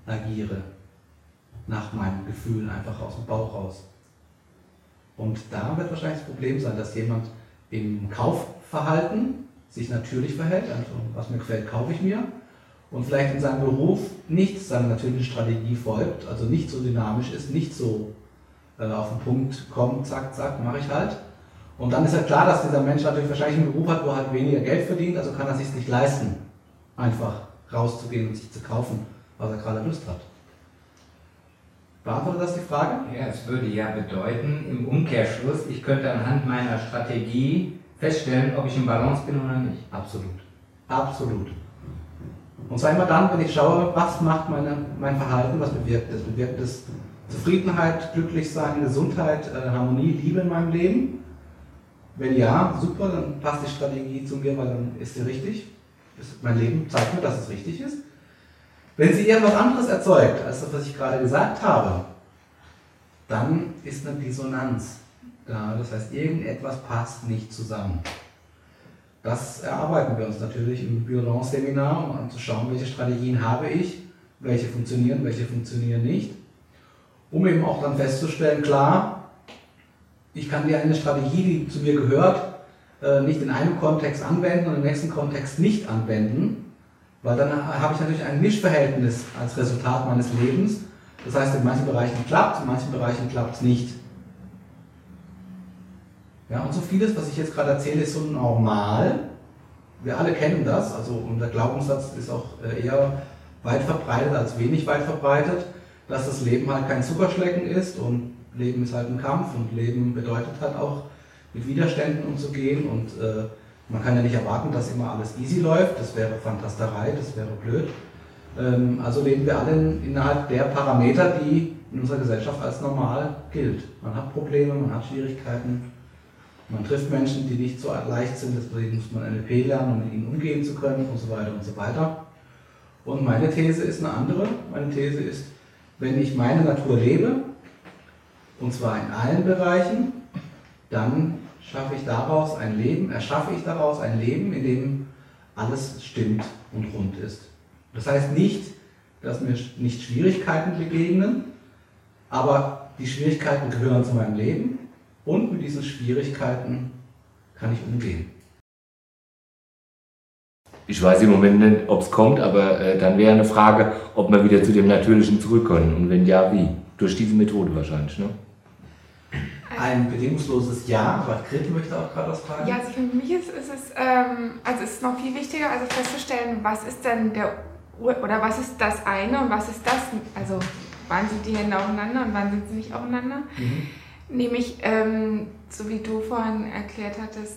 agiere. Nach meinem Gefühl, einfach aus dem Bauch raus. Und da wird wahrscheinlich das Problem sein, dass jemand im Kaufverhalten sich natürlich verhält, also was mir gefällt, kaufe ich mir, und vielleicht in seinem Beruf nicht seiner natürlichen Strategie folgt, also nicht so dynamisch ist, nicht so auf den Punkt kommt, zack, zack, mache ich halt. Und dann ist ja klar, dass dieser Mensch natürlich wahrscheinlich einen Beruf hat, wo er halt weniger Geld verdient, also kann er sich nicht leisten, einfach rauszugehen und sich zu kaufen, was er gerade Lust hat. Beantwortet das die Frage? Ja, es würde ja bedeuten, im Umkehrschluss, ich könnte anhand meiner Strategie feststellen, ob ich im Balance bin oder nicht. Absolut. Absolut. Und zwar immer dann, wenn ich schaue, was macht mein Verhalten, was bewirkt es. Bewirkt es Zufriedenheit, Glücklichsein, Gesundheit, Harmonie, Liebe in meinem Leben? Wenn ja, super, dann passt die Strategie zu mir, weil dann ist sie richtig. Mein Leben zeigt mir, dass es richtig ist. Wenn sie irgendwas anderes erzeugt, als das, was ich gerade gesagt habe, dann ist eine Dissonanz da. Das heißt, irgendetwas passt nicht zusammen. Das erarbeiten wir uns natürlich im Biolance-Seminar, um anzuschauen, welche Strategien habe ich, welche funktionieren nicht. Um eben auch dann festzustellen, klar, ich kann dir eine Strategie, die zu mir gehört, nicht in einem Kontext anwenden und im nächsten Kontext nicht anwenden, weil dann habe ich natürlich ein Mischverhältnis als Resultat meines Lebens. Das heißt, in manchen Bereichen klappt es, in manchen Bereichen klappt es nicht. Ja, und so vieles, was ich jetzt gerade erzähle, ist so normal. Wir alle kennen das, also unser Glaubenssatz ist auch eher weit verbreitet als wenig weit verbreitet, dass das Leben halt kein Zuckerschlecken ist und Leben ist halt ein Kampf und Leben bedeutet halt auch mit Widerständen umzugehen und man kann ja nicht erwarten, dass immer alles easy läuft, das wäre Fantasterei, das wäre blöd. Also leben wir alle innerhalb der Parameter, die in unserer Gesellschaft als normal gilt. Man hat Probleme, man hat Schwierigkeiten, man trifft Menschen, die nicht so leicht sind, deswegen muss man NLP lernen, um mit ihnen umgehen zu können und so weiter und so weiter. Und meine These ist eine andere. Meine These ist, wenn ich meine Natur lebe, und zwar in allen Bereichen, dann erschaffe ich daraus ein Leben, in dem alles stimmt und rund ist. Das heißt nicht, dass mir nicht Schwierigkeiten begegnen, aber die Schwierigkeiten gehören zu meinem Leben und mit diesen Schwierigkeiten kann ich umgehen. Ich weiß im Moment nicht, ob es kommt, aber dann wäre eine Frage, ob wir wieder zu dem Natürlichen zurückkommen und wenn ja, wie? Durch diese Methode wahrscheinlich, ne? Ein bedingungsloses Ja, aber Gretel möchte auch gerade was fragen. Ja, also für mich ist es noch viel wichtiger, also festzustellen, was ist denn oder was ist das eine und was ist das, also wann sind die Hände aufeinander und wann sind sie nicht aufeinander. Nämlich, so wie du vorhin erklärt hattest,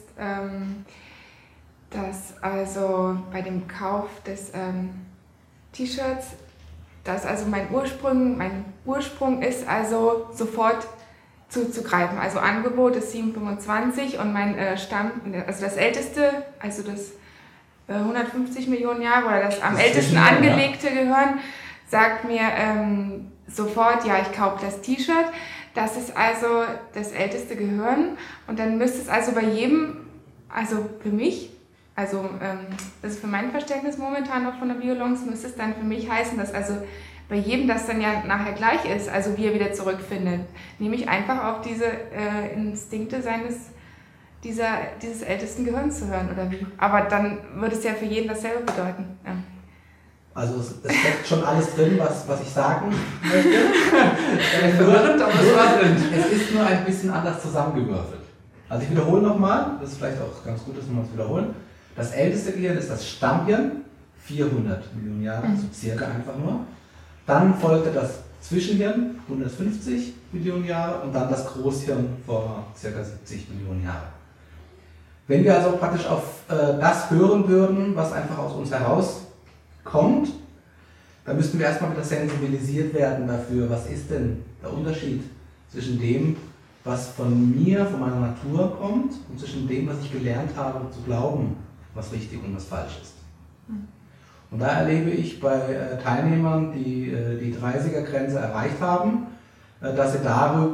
dass also bei dem Kauf des T-Shirts, dass also mein Ursprung ist, also sofort zuzugreifen. Also Angebot ist 7,25 und mein also das älteste, also das 150 Millionen Jahre oder das am ältesten angelegte Gehirn, sagt mir sofort, ja, ich kaufe das T-Shirt. Das ist also das älteste Gehirn und dann müsste es also bei jedem, also für mich, also das ist für mein Verständnis momentan noch von der Biolance, müsste es dann für mich heißen, dass also bei jedem das dann ja nachher gleich ist, also wie er wieder zurückfindet, nämlich einfach auf diese Instinkte dieses ältesten Gehirns zu hören oder wie. Aber dann würde es ja für jeden dasselbe bedeuten. Ja. Also es steckt schon alles drin, was ich sagen möchte. Verwirrend, aber es war drin. Es ist nur ein bisschen anders zusammengewürfelt. Also ich wiederhole nochmal, das ist vielleicht auch ganz gut, dass wir es wiederholen. Das älteste Gehirn ist das Stammhirn, 400 Millionen Jahre, so circa einfach nur. Dann folgte das Zwischenhirn, 150 Millionen Jahre und dann das Großhirn vor ca. 70 Millionen Jahren. Wenn wir also praktisch auf das hören würden, was einfach aus uns herauskommt, dann müssten wir erstmal wieder sensibilisiert werden dafür, was ist denn der Unterschied zwischen dem, was von mir, von meiner Natur kommt und zwischen dem, was ich gelernt habe zu glauben, was richtig und was falsch ist. Und da erlebe ich bei Teilnehmern, die die 30er-Grenze erreicht haben, dass sie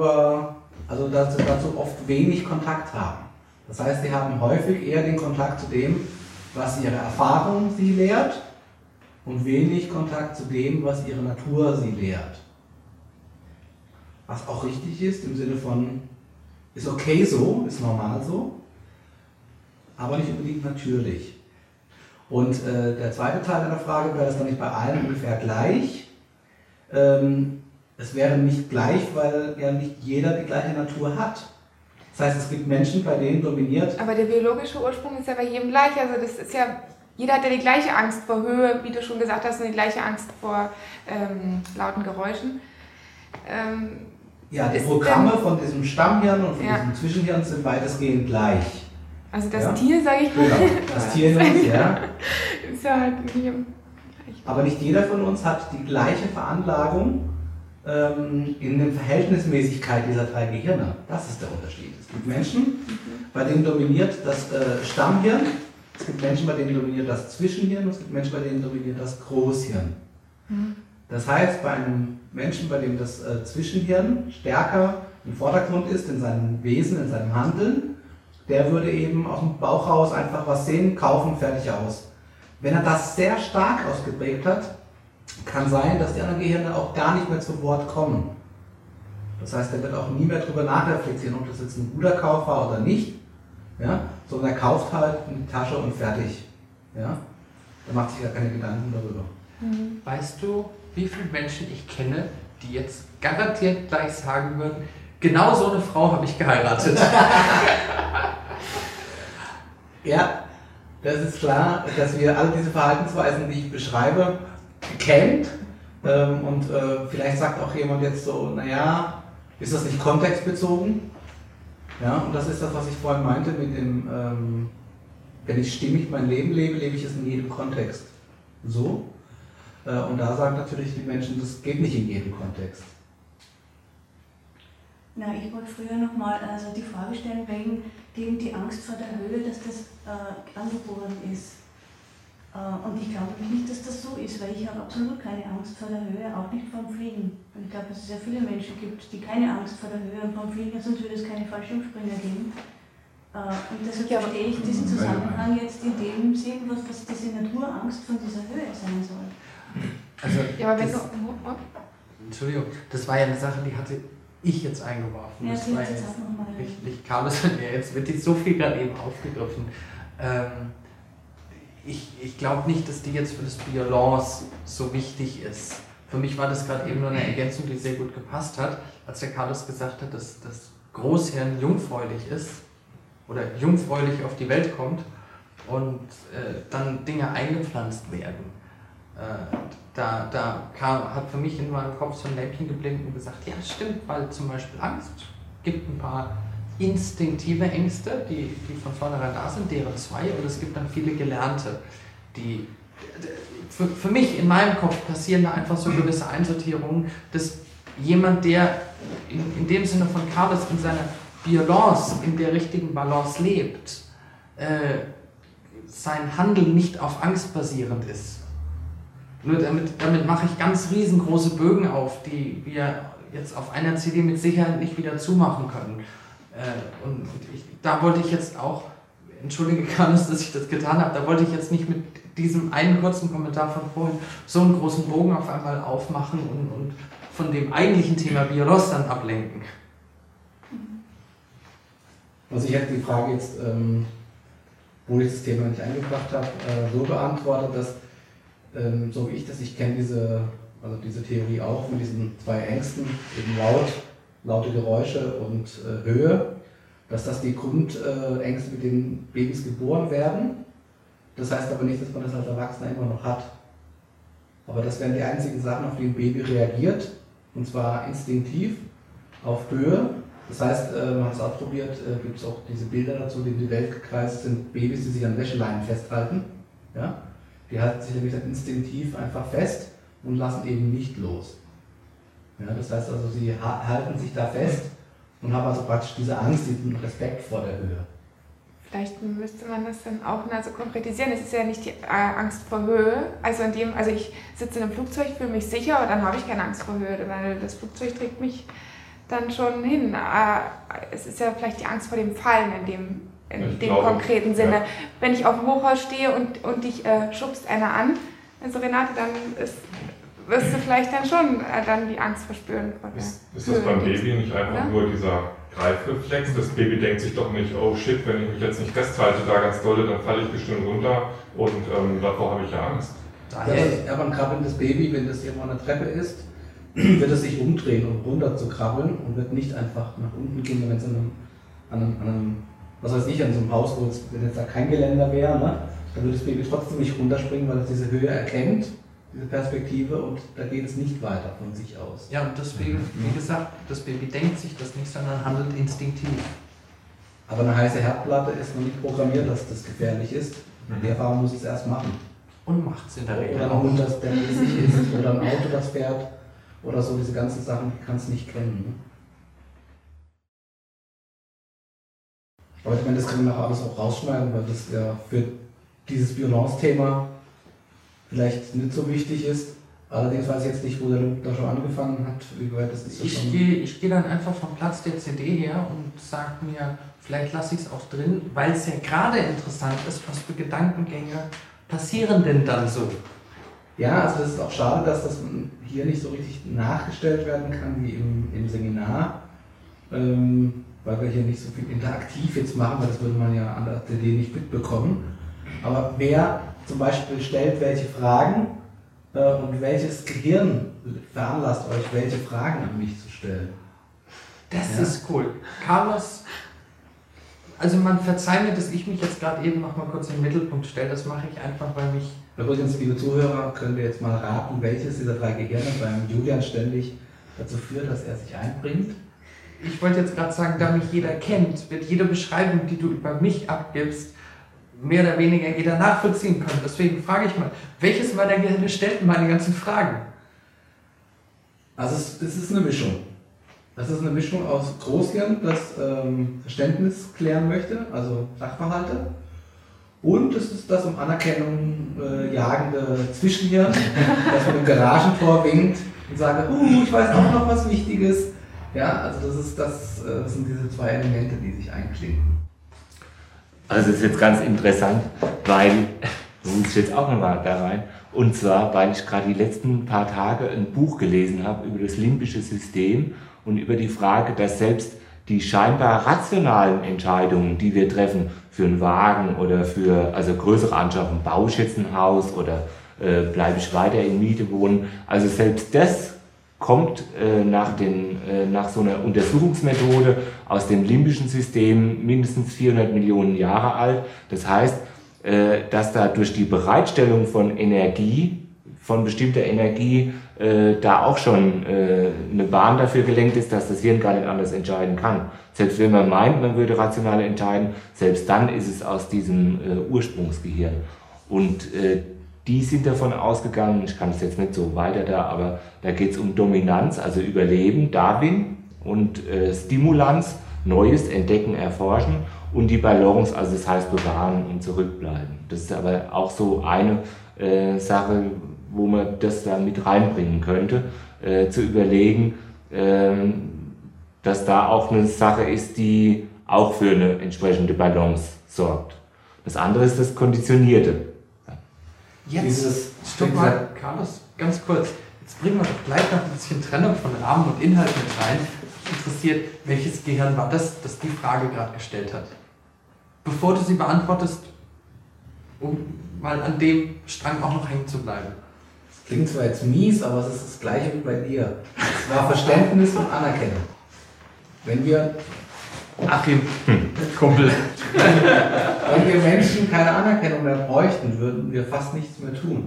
dazu oft wenig Kontakt haben. Das heißt, sie haben häufig eher den Kontakt zu dem, was ihre Erfahrung sie lehrt, und wenig Kontakt zu dem, was ihre Natur sie lehrt. Was auch richtig ist, im Sinne von, ist okay so, ist normal so, aber nicht unbedingt natürlich. Und der zweite Teil der Frage wäre das dann nicht bei allen ungefähr gleich. Es wäre nicht gleich, weil ja nicht jeder die gleiche Natur hat. Das heißt, es gibt Menschen, bei denen dominiert... Aber der biologische Ursprung ist ja bei jedem gleich. Also das ist ja, jeder hat ja die gleiche Angst vor Höhe, wie du schon gesagt hast, und die gleiche Angst vor lauten Geräuschen. Ja, die Programme von diesem Stammhirn und von diesem Zwischenhirn sind weitestgehend gleich. Also das Tier, sage ich mal. Genau, das Tier in uns, ja. Ist ja halt nicht aber nicht jeder von uns hat die gleiche Veranlagung in der Verhältnismäßigkeit dieser drei Gehirne. Das ist der Unterschied. Es gibt Menschen, bei denen dominiert das Stammhirn, es gibt Menschen, bei denen dominiert das Zwischenhirn und es gibt Menschen, bei denen dominiert das Großhirn. Das heißt, bei einem Menschen, bei dem das Zwischenhirn stärker im Vordergrund ist, in seinem Wesen, in seinem Handeln, der würde eben aus dem Bauch raus einfach was sehen, kaufen, fertig aus. Wenn er das sehr stark ausgeprägt hat, kann sein, dass die anderen Gehirne auch gar nicht mehr zu Wort kommen. Das heißt, er wird auch nie mehr darüber nachreflektieren, ob das jetzt ein guter Kauf war oder nicht, ja? Sondern er kauft halt in die Tasche und fertig. Ja? Er macht sich ja keine Gedanken darüber. Weißt du, wie viele Menschen ich kenne, die jetzt garantiert gleich sagen würden, genau so eine Frau habe ich geheiratet? Ja, das ist klar, dass wir alle diese Verhaltensweisen, die ich beschreibe, kennt. Und vielleicht sagt auch jemand jetzt so, naja, ist das nicht kontextbezogen? Ja, und das ist das, was ich vorhin meinte mit dem, wenn ich stimmig mein Leben lebe, lebe ich es in jedem Kontext. So. Und da sagen natürlich die Menschen, das geht nicht in jedem Kontext. Na, ich wollte früher nochmal die Frage stellen, wegen die Angst vor der Höhe, dass das angeboren ist. Und ich glaube nicht, dass das so ist, weil ich habe absolut keine Angst vor der Höhe, auch nicht vom Fliegen. Und ich glaube, dass es sehr viele Menschen gibt, die keine Angst vor der Höhe und vom Fliegen, sonst würde es keine Fallschirmspringer geben. Und deshalb verstehe ich diesen Zusammenhang jetzt in dem Sinn, was diese Naturangst von dieser Höhe sein soll. Also, Ja, aber wenn das, Entschuldigung, das war ja eine Sache, die hatte ich jetzt eingeworfen. Ja, das war jetzt nicht Carlos und mir. Jetzt wird die so viel gerade eben aufgegriffen. Ich glaube nicht, dass die jetzt für das Biolance so wichtig ist. Für mich war das gerade eben nur eine Ergänzung, die sehr gut gepasst hat, als der Carlos gesagt hat, dass das Großhirn jungfräulich ist oder jungfräulich auf die Welt kommt und dann Dinge eingepflanzt werden. Hat für mich in meinem Kopf so ein Lämpchen geblinkt und gesagt, ja stimmt, weil zum Beispiel Angst gibt ein paar instinktive Ängste, die von vornherein da sind, deren zwei, und es gibt dann viele gelernte, die für mich in meinem Kopf passieren da einfach so gewisse Einsortierungen, dass jemand, der in dem Sinne von Carlos in seiner Biolance, in der richtigen Balance lebt, sein Handeln nicht auf Angst basierend ist. Nur damit mache ich ganz riesengroße Bögen auf, die wir jetzt auf einer CD mit Sicherheit nicht wieder zumachen können. Da wollte ich jetzt auch, entschuldige Carlos, dass ich das getan habe, da wollte ich jetzt nicht mit diesem einen kurzen Kommentar von vorhin so einen großen Bogen auf einmal aufmachen und von dem eigentlichen Thema Biolance dann ablenken. Also ich hätte die Frage jetzt, wo ich das Thema nicht eingebracht habe, so beantwortet, dass so wie ich kenne diese Theorie auch mit diesen zwei Ängsten, eben laute Geräusche und Höhe, dass das die Grundängste, mit denen Babys geboren werden. Das heißt aber nicht, dass man das als Erwachsener immer noch hat. Aber das wären die einzigen Sachen, auf die ein Baby reagiert, und zwar instinktiv auf Höhe. Das heißt, man hat es ausprobiert, gibt es auch diese Bilder dazu, die in die Welt gekreist sind, Babys, die sich an Wäscheleinen festhalten. Ja? Die halten sich nämlich instinktiv einfach fest und lassen eben nicht los. Ja, das heißt also, sie halten sich da fest und haben also praktisch diese Angst, diesen Respekt vor der Höhe. Vielleicht müsste man das dann auch so konkretisieren. Es ist ja nicht die Angst vor Höhe. Also ich sitze in einem Flugzeug, fühle mich sicher, aber dann habe ich keine Angst vor Höhe, weil das Flugzeug trägt mich dann schon hin. Es ist ja vielleicht die Angst vor dem Fallen in dem konkreten Sinne. Ja. Wenn ich auf dem Hochhaus stehe und dich schubst einer an, Also Renate, dann wirst du vielleicht dann schon dann die Angst verspüren. Ist das beim Baby nicht einfach nur dieser Greifreflex? Das Baby denkt sich doch nicht, oh shit, wenn ich mich jetzt nicht festhalte da ganz dolle, dann falle ich bestimmt runter und davor habe ich ja Angst. Ja, aber ein krabbelndes Baby, wenn das irgendwo an der Treppe ist, wird es sich umdrehen und runter zu krabbeln und wird nicht einfach nach unten gehen, wenn es an einem, was weiß ich, an so einem Haus, wenn jetzt da kein Geländer wäre, ne, dann würde das Baby trotzdem nicht runterspringen, weil es diese Höhe erkennt, diese Perspektive, und da geht es nicht weiter von sich aus. Ja, und deswegen, wie gesagt, das Baby denkt sich das nicht, sondern handelt instinktiv. Aber eine heiße Herdplatte ist noch nicht programmiert, dass das gefährlich ist. Die Erfahrung muss es erst machen. Und macht es in der Regel Oder ein auch. Hund, der riesig ist, oder ein Auto, das fährt, oder so, diese ganzen Sachen, die kannst du nicht kennen. Ne? Aber ich meine, das können wir nachher alles auch rausschneiden, weil das ja für dieses Violence-Thema vielleicht nicht so wichtig ist. Allerdings weiß ich jetzt nicht, wo der Luke da schon angefangen hat, wie weit das ist. Ich gehe dann einfach vom Platz der CD her und sage mir, vielleicht lasse ich es auch drin, weil es ja gerade interessant ist, was für Gedankengänge passieren denn dann so. Ja, also das ist auch schade, dass das hier nicht so richtig nachgestellt werden kann wie im Seminar, weil wir hier nicht so viel interaktiv jetzt machen, weil das würde man ja an der CD nicht mitbekommen. Aber wer zum Beispiel stellt welche Fragen und welches Gehirn veranlasst euch, welche Fragen an mich zu stellen? Das ist cool. Carlos, also man verzeiht mir, dass ich mich jetzt gerade eben noch mal kurz in den Mittelpunkt stelle. Das mache ich einfach, weil mich... Übrigens, liebe Zuhörer, könnt ihr jetzt mal raten, welches dieser 3 Gehirne beim Julian ständig dazu führt, dass er sich einbringt? Ich wollte jetzt gerade sagen, da mich jeder kennt, wird jede Beschreibung, die du über mich abgibst, mehr oder weniger jeder nachvollziehen können. Deswegen frage ich mal, welches meiner Gehirne stellt meine ganzen Fragen? Also es ist eine Mischung. Das ist eine Mischung aus Großhirn, das Verständnis klären möchte, also Sachverhalte. Und es ist das um Anerkennung jagende Zwischenhirn, das mit dem Garagentor winkt und sagt, ich weiß auch noch was Wichtiges. Ja, also das sind diese 2 Elemente, die sich einklinken. Also das ist jetzt ganz interessant, weil, da muss ich jetzt auch nochmal da rein, und zwar, weil ich gerade die letzten paar Tage ein Buch gelesen habe über das limbische System und über die Frage, dass selbst die scheinbar rationalen Entscheidungen, die wir treffen für einen Wagen oder für also größere Anschaffungen, baue ich jetzt ein Haus oder bleibe ich weiter in Miete wohnen, also selbst das kommt nach so einer Untersuchungsmethode aus dem limbischen System mindestens 400 Millionen Jahre alt. Das heißt, dass da durch die Bereitstellung von Energie, von bestimmter Energie, da auch schon eine Bahn dafür gelenkt ist, dass das Hirn gar nicht anders entscheiden kann. Selbst wenn man meint, man würde rational entscheiden, selbst dann ist es aus diesem Ursprungsgehirn. Und die sind davon ausgegangen, ich kann es jetzt nicht so weiter da, aber da geht es um Dominanz, also Überleben, Darwin, und Stimulanz, Neues, Entdecken, Erforschen, und die Balance, also das heißt bewahren und zurückbleiben. Das ist aber auch so eine Sache, wo man das da mit reinbringen könnte, zu überlegen, dass da auch eine Sache ist, die auch für eine entsprechende Balance sorgt. Das andere ist das Konditionierte. Jetzt, stopp mal, Carlos, ganz kurz. Jetzt bringen wir doch gleich noch ein bisschen Trennung von Rahmen und Inhalt mit rein. Mich interessiert, welches Gehirn war das die Frage gerade gestellt hat. Bevor du sie beantwortest, um mal an dem Strang auch noch hängen zu bleiben. Das klingt zwar jetzt mies, aber es ist das Gleiche wie bei dir. Es war Verständnis und Anerkennung. Wenn wir Achim, Kumpel. Wenn wir Menschen keine Anerkennung mehr bräuchten, würden wir fast nichts mehr tun.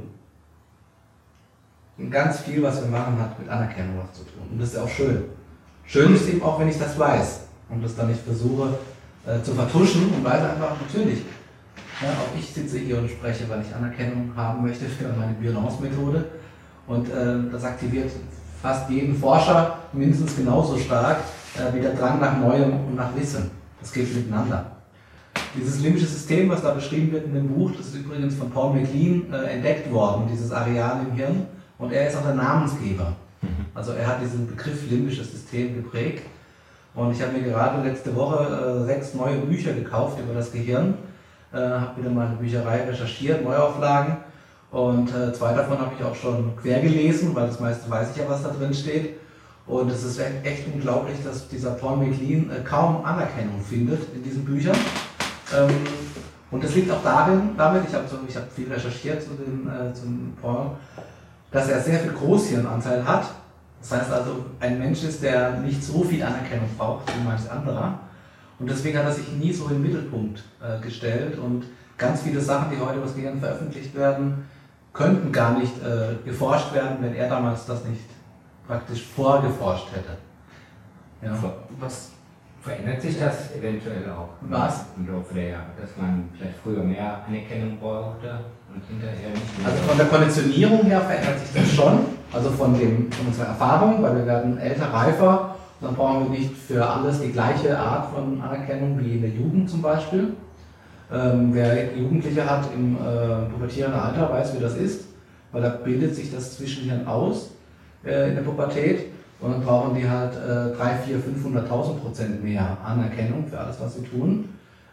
Und ganz viel, was wir machen, hat mit Anerkennung was zu tun. Und das ist ja auch schön. Schön ist eben auch, wenn ich das weiß und das dann nicht versuche zu vertuschen und weiß einfach, natürlich, ja, auch ich sitze hier und spreche, weil ich Anerkennung haben möchte für meine Violence-Methode. Und das aktiviert fast jeden Forscher mindestens genauso stark wie der Drang nach Neuem und nach Wissen. Das geht miteinander. Dieses limbische System, was da beschrieben wird in dem Buch, das ist übrigens von Paul MacLean entdeckt worden, dieses Areal im Hirn. Und er ist auch der Namensgeber. Also er hat diesen Begriff limbisches System geprägt. Und ich habe mir gerade letzte Woche 6 neue Bücher gekauft über das Gehirn. Habe wieder mal eine Bücherei recherchiert, Neuauflagen. Und zwei davon habe ich auch schon quer gelesen, weil das meiste weiß ich ja, was da drin steht. Und es ist echt unglaublich, dass dieser Paul MacLean kaum Anerkennung findet in diesen Büchern. Und das liegt auch damit, ich habe viel recherchiert zum Paul, dass er sehr viel Großhirnanteil hat. Das heißt also, ein Mensch ist, der nicht so viel Anerkennung braucht wie manch anderer. Und deswegen hat er sich nie so im Mittelpunkt gestellt. Und ganz viele Sachen, die heute über das Gehirn veröffentlicht werden, könnten gar nicht geforscht werden, wenn er damals das nicht praktisch vorgeforscht hätte. Ja. Was verändert sich das eventuell auch? Was? Im Laufe der Jahre, dass man vielleicht früher mehr Anerkennung brauchte und hinterher nicht mehr. Also von der Konditionierung her verändert sich das schon, also von unserer Erfahrung, weil wir werden älter, reifer, und dann brauchen wir nicht für alles die gleiche Art von Anerkennung wie in der Jugend zum Beispiel. Wer Jugendliche hat im pubertierenden Alter, weiß, wie das ist, weil da bildet sich das Zwischenhirn aus in der Pubertät und dann brauchen die halt 300.000, 400.000, 500.000% mehr Anerkennung für alles, was sie tun.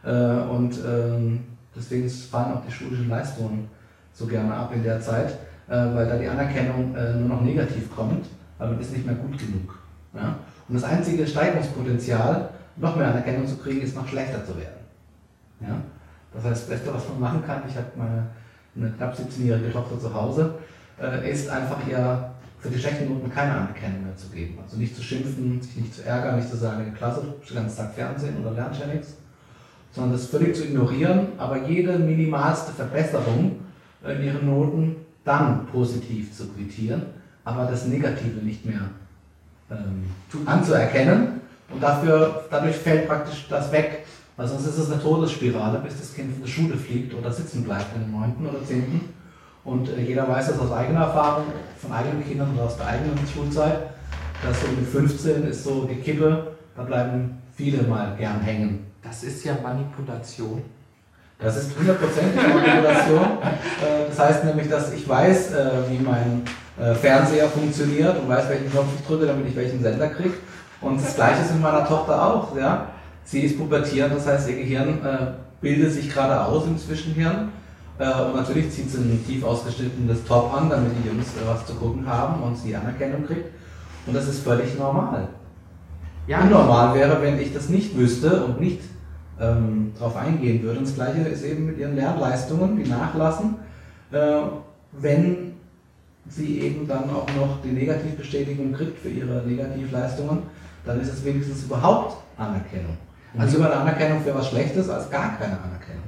Deswegen fallen auch die schulischen Leistungen so gerne ab in der Zeit, weil da die Anerkennung nur noch negativ kommt, weil man ist nicht mehr gut genug. Ja? Und das einzige Steigerungspotenzial, noch mehr Anerkennung zu kriegen, ist noch schlechter zu werden. Ja? Das heißt, das Beste, was man machen kann, ich habe eine knapp 17-jährige Tochter zu Hause, ist einfach ihr für die schlechten Noten keine Anerkennung mehr zu geben. Also nicht zu schimpfen, sich nicht zu ärgern, nicht zu sagen, in der Klasse, du den ganzen Tag Fernsehen oder lernst ja nichts, sondern das völlig zu ignorieren, aber jede minimalste Verbesserung in ihren Noten dann positiv zu quittieren, aber das Negative nicht mehr anzuerkennen und dadurch fällt praktisch das weg. Weil sonst ist es eine Todesspirale, bis das Kind von der Schule fliegt oder sitzen bleibt in den 9. oder 10. Und jeder weiß das aus eigener Erfahrung, von eigenen Kindern oder aus der eigenen Schulzeit, dass so mit 15 ist so die Kippe, da bleiben viele mal gern hängen. Das ist ja Manipulation. Das ist 100% Manipulation. Das heißt nämlich, dass ich weiß, wie mein Fernseher funktioniert und weiß, welchen Knopf ich drücke, damit ich welchen Sender kriege. Und das Gleiche ist mit meiner Tochter auch. Ja? Sie ist pubertierend, das heißt, ihr Gehirn bildet sich gerade aus im Zwischenhirn. Und natürlich zieht sie ein tief ausgeschnittenes Top an, damit die Jungs was zu gucken haben und sie Anerkennung kriegt. Und das ist völlig normal. Ja, unnormal wäre, wenn ich das nicht wüsste und nicht darauf eingehen würde. Und das Gleiche ist eben mit ihren Lernleistungen, die nachlassen, wenn sie eben dann auch noch die Negativbestätigung kriegt für ihre Negativleistungen, dann ist es wenigstens überhaupt Anerkennung. Und also lieber eine Anerkennung für was Schlechtes als gar keine Anerkennung.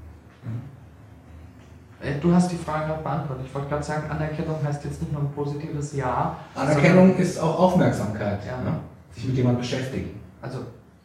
Du hast die Frage beantwortet. Ich wollte gerade sagen, Anerkennung heißt jetzt nicht nur ein positives Ja. Anerkennung ist auch Aufmerksamkeit, ja, ne? Sich mit jemandem beschäftigen. Also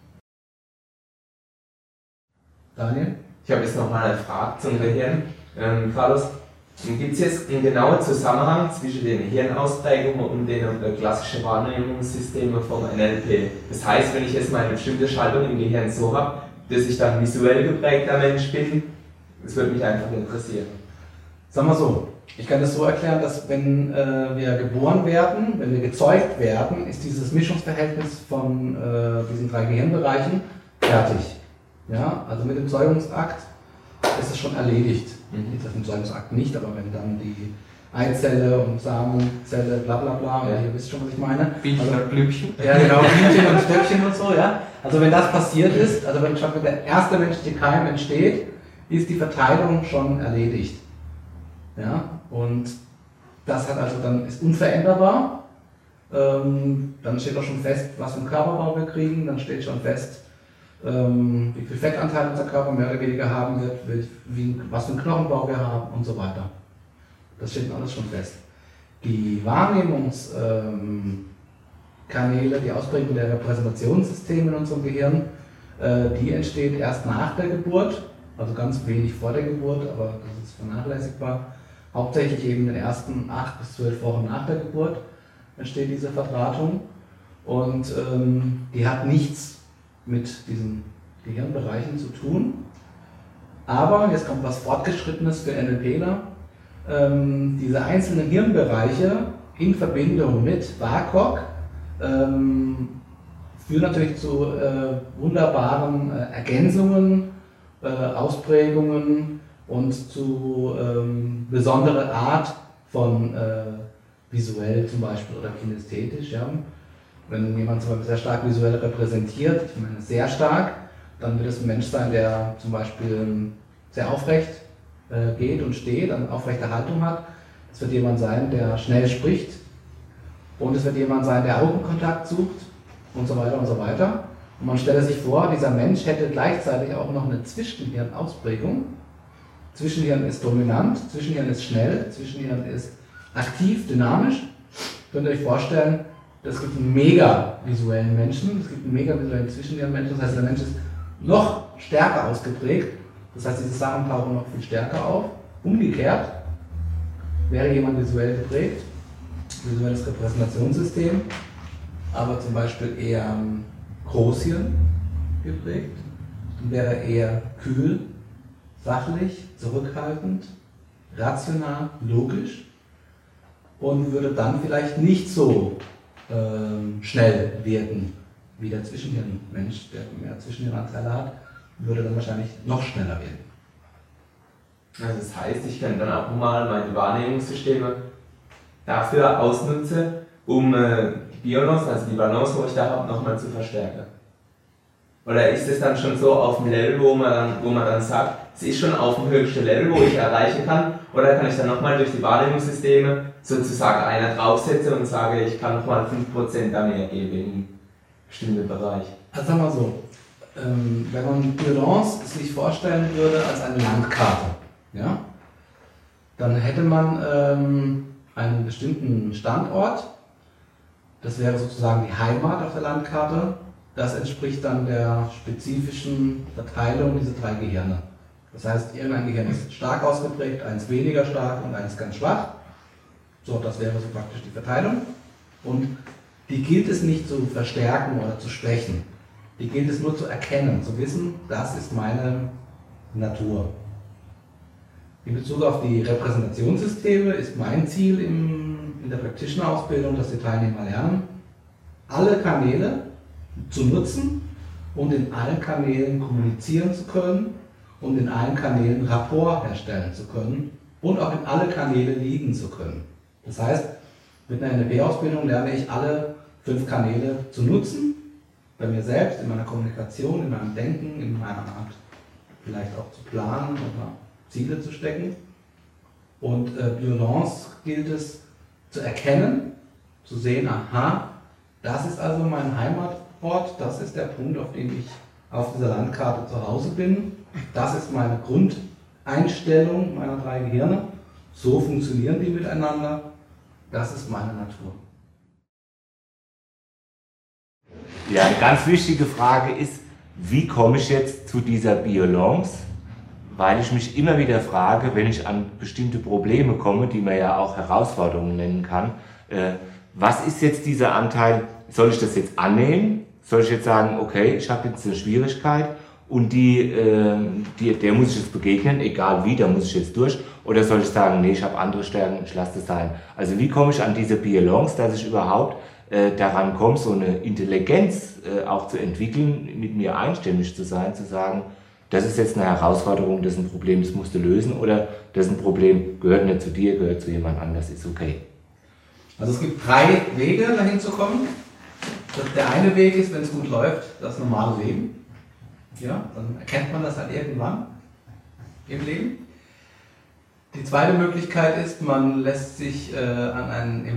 Daniel? Ich habe jetzt nochmal eine Frage zum Gehirn. Carlos, gibt es jetzt einen genauen Zusammenhang zwischen den Hirnausprägungen und den klassischen Wahrnehmungssystemen vom NLP? Das heißt, wenn ich jetzt mal eine bestimmte Schaltung im Gehirn so habe, dass ich dann visuell geprägter Mensch bin, das würde mich einfach interessieren. Sagen wir so, ich kann das so erklären, dass wenn wir geboren werden, wenn wir gezeugt werden, ist dieses Mischungsverhältnis von diesen 3 Gehirnbereichen fertig. Ja, also mit dem Zeugungsakt ist es schon erledigt. Das im Zeugungsakt nicht, aber wenn dann die Eizelle und Samenzelle, bla bla bla, ja. Ihr wisst schon, was ich meine. Bienchen und Blümchen. Ja, genau, Bienchen und Stöckchen und so, ja. Also wenn das passiert ist, also wenn schon der erste menschliche Keim entsteht, ist die Verteilung schon erledigt. Ja, und das hat also dann, ist unveränderbar. Dann steht auch schon fest, was für einen Körperbau wir kriegen, dann steht schon fest, wie viel Fettanteil unser Körper mehr oder weniger haben wird, was für einen Knochenbau wir haben und so weiter. Das steht alles schon fest. Die Wahrnehmungskanäle, die Ausprägung der Repräsentationssysteme in unserem Gehirn, die entsteht erst nach der Geburt, also ganz wenig vor der Geburt, aber das ist vernachlässigbar. Hauptsächlich eben in den ersten 8 bis 12 Wochen nach der Geburt entsteht diese Verdrahtung und die hat nichts mit diesen Gehirnbereichen zu tun. Aber, jetzt kommt was Fortgeschrittenes für NLPler, diese einzelnen Hirnbereiche in Verbindung mit WAKOK führen natürlich zu wunderbaren Ergänzungen, Ausprägungen und zu besondere Art von visuell zum Beispiel oder kinästhetisch. Ja. Wenn jemand zum Beispiel sehr stark visuell repräsentiert, ich meine sehr stark, dann wird es ein Mensch sein, der zum Beispiel sehr aufrecht geht und steht, eine aufrechte Haltung hat. Es wird jemand sein, der schnell spricht und es wird jemand sein, der Augenkontakt sucht und so weiter und so weiter. Und man stelle sich vor, dieser Mensch hätte gleichzeitig auch noch eine Zwischenhirnausprägung. Zwischenhirn ist dominant, Zwischenhirn ist schnell, Zwischenhirn ist aktiv, dynamisch. Könnt ihr euch vorstellen, es gibt einen mega visuellen Menschen, es gibt einen mega visuellen Zwischenhirnmenschen, das heißt, der Mensch ist noch stärker ausgeprägt. Das heißt, diese Sachen tauchen noch viel stärker auf. Umgekehrt wäre jemand visuell geprägt, visuelles Repräsentationssystem, aber zum Beispiel eher Großhirn geprägt, dann wäre eher kühl, sachlich, zurückhaltend, rational, logisch und würde dann vielleicht nicht so schnell wirken wie der Zwischenhirnmensch, der mehr Zwischenhirnanteile hat, würde dann wahrscheinlich noch schneller werden. Also das heißt, ich kann dann auch mal meine Wahrnehmungssysteme dafür ausnutzen, um die Balance, also die Balance, wo ich da habe, nochmal zu verstärken. Oder ist es dann schon so auf dem Level, wo man dann sagt, es ist schon auf dem höchsten Level, wo ich erreichen kann, oder kann ich dann nochmal durch die Wahrnehmungssysteme sozusagen einer draufsetzen und sage, ich kann nochmal 5% da mehr geben in einem bestimmten Bereich? Also sagen wir so, wenn man Balance sich vorstellen würde als eine Landkarte, ja, dann hätte man einen bestimmten Standort, das wäre sozusagen die Heimat auf der Landkarte, das entspricht dann der spezifischen Verteilung dieser 3 Gehirne. Das heißt, irgendein Gehirn ist stark ausgeprägt, eins weniger stark und eins ganz schwach. So, das wäre so praktisch die Verteilung. Und die gilt es nicht zu verstärken oder zu schwächen. Die gilt es nur zu erkennen, zu wissen, das ist meine Natur. In Bezug auf die Repräsentationssysteme ist mein Ziel in der Practitioner-Ausbildung, dass die Teilnehmer lernen, alle Kanäle zu nutzen und in allen Kanälen kommunizieren zu können und in allen Kanälen Rapport herstellen zu können und auch in alle Kanäle liegen zu können. Das heißt, mit einer NLP-Ausbildung lerne ich alle 5 Kanäle zu nutzen, bei mir selbst, in meiner Kommunikation, in meinem Denken, in meiner Art vielleicht auch zu planen oder Ziele zu stecken. Und Balance gilt es zu erkennen, zu sehen, aha, das ist also mein Heimatort, das ist der Punkt, auf dem ich auf dieser Landkarte zu Hause bin, das ist meine Grundeinstellung meiner 3 Gehirne, so funktionieren die miteinander, das ist meine Natur. Ja, eine ganz wichtige Frage ist, wie komme ich jetzt zu dieser Balance? Weil ich mich immer wieder frage, wenn ich an bestimmte Probleme komme, die man ja auch Herausforderungen nennen kann, was ist jetzt dieser Anteil, soll ich das jetzt annehmen? Soll ich jetzt sagen, okay, ich habe jetzt eine Schwierigkeit und der muss ich jetzt begegnen, egal wie, da muss ich jetzt durch? Oder soll ich sagen, nee, ich habe andere Stärken, ich lasse das sein? Also wie komme ich an diese Balance, dass ich überhaupt daran komme, so eine Intelligenz auch zu entwickeln, mit mir einstimmig zu sein, zu sagen, das ist jetzt eine Herausforderung, das ist ein Problem, das musst du lösen, oder das ist ein Problem, gehört nicht zu dir, gehört zu jemand anders, ist okay. Also es gibt 3 Wege, dahin zu kommen. Der eine Weg ist, wenn es gut läuft, das normale Leben. Ja, dann erkennt man das halt irgendwann im Leben. Die zweite Möglichkeit ist, man lässt sich an einen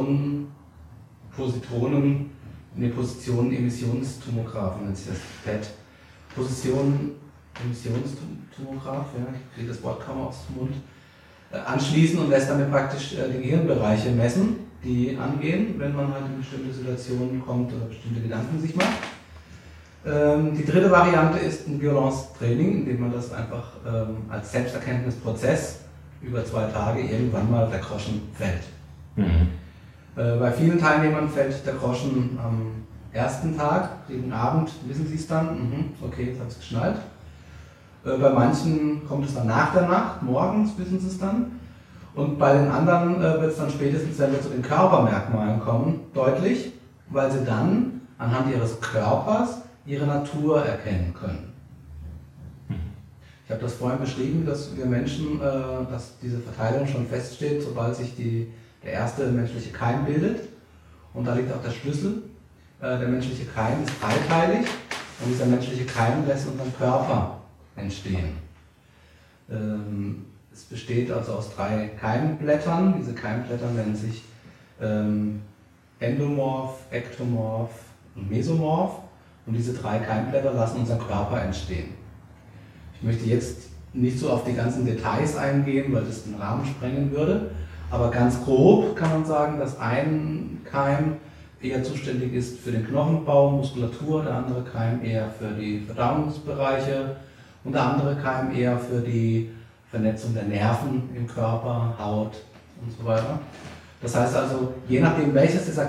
Emissionstomographen, nennt sich das PET. Emissionstomograph, ja, ich kriege das Wort kaum aus dem Mund, anschließen und lässt damit praktisch die Gehirnbereiche messen, die angehen, wenn man halt in bestimmte Situationen kommt oder bestimmte Gedanken sich macht. Die dritte Variante ist ein Balance-Training, indem man das einfach als Selbsterkenntnisprozess über 2 Tage irgendwann mal der Groschen fällt. Mhm. Bei vielen Teilnehmern fällt der Groschen am ersten Tag, gegen Abend wissen sie es dann, okay, jetzt hat es geschnallt. Bei manchen kommt es dann nach der Nacht, morgens wissen sie es dann. Und bei den anderen wird es dann spätestens, wenn wir zu den Körpermerkmalen kommen, deutlich, weil sie dann anhand ihres Körpers ihre Natur erkennen können. Ich habe das vorhin beschrieben, dass wir Menschen, dass diese Verteilung schon feststeht, sobald sich der erste menschliche Keim bildet. Und da liegt auch der Schlüssel. Der menschliche Keim ist dreiteilig und dieser menschliche Keim lässt unseren Körper entstehen. Es besteht also aus 3 Keimblättern. Diese Keimblätter nennen sich Endomorph, Ektomorph und Mesomorph. Und diese 3 Keimblätter lassen unseren Körper entstehen. Ich möchte jetzt nicht so auf die ganzen Details eingehen, weil das den Rahmen sprengen würde. Aber ganz grob kann man sagen, dass ein Keim eher zuständig ist für den Knochenbau, Muskulatur, der andere Keim eher für die Verdauungsbereiche und der andere Keim eher für die Vernetzung der Nerven im Körper, Haut und so weiter. Das heißt also, je nachdem welches dieser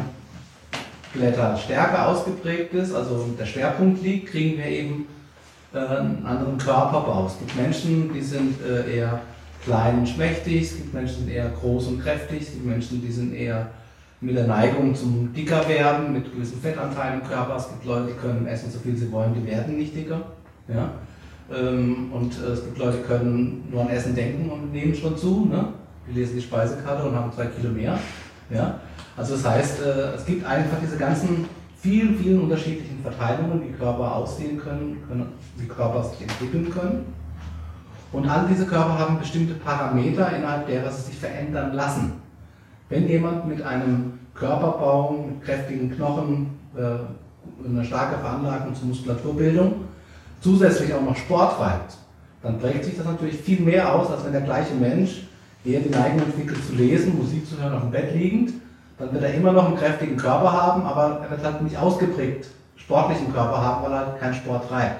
Keimblätter stärker ausgeprägt ist, also der Schwerpunkt liegt, kriegen wir eben einen anderen Körperbau. Es gibt Menschen, die sind eher klein und schmächtig, es gibt Menschen, die sind eher groß und kräftig, es gibt Menschen, die sind eher mit der Neigung zum dicker werden, mit gewissen Fettanteilen im Körper. Es gibt Leute, die können essen so viel sie wollen, die werden nicht dicker. Ja? Und es gibt Leute, die können nur an Essen denken und nehmen schon zu. Ne? Die lesen die Speisekarte und haben 2 Kilo mehr. Ja? Also das heißt, es gibt einfach diese ganzen vielen unterschiedlichen Verteilungen, wie Körper aussehen können, wie Körper sich entwickeln können. Und all diese Körper haben bestimmte Parameter, innerhalb derer sie sich verändern lassen. Wenn jemand mit einem Körperbau, mit kräftigen Knochen, einer starken Veranlagung zur Muskulaturbildung, zusätzlich auch noch Sport treibt, dann prägt sich das natürlich viel mehr aus, als wenn der gleiche Mensch eher die Neigung entwickelt zu lesen, Musik zu hören auf dem Bett liegend. Dann wird er immer noch einen kräftigen Körper haben, aber er wird halt nicht ausgeprägt sportlichen Körper haben, weil er halt keinen Sport treibt.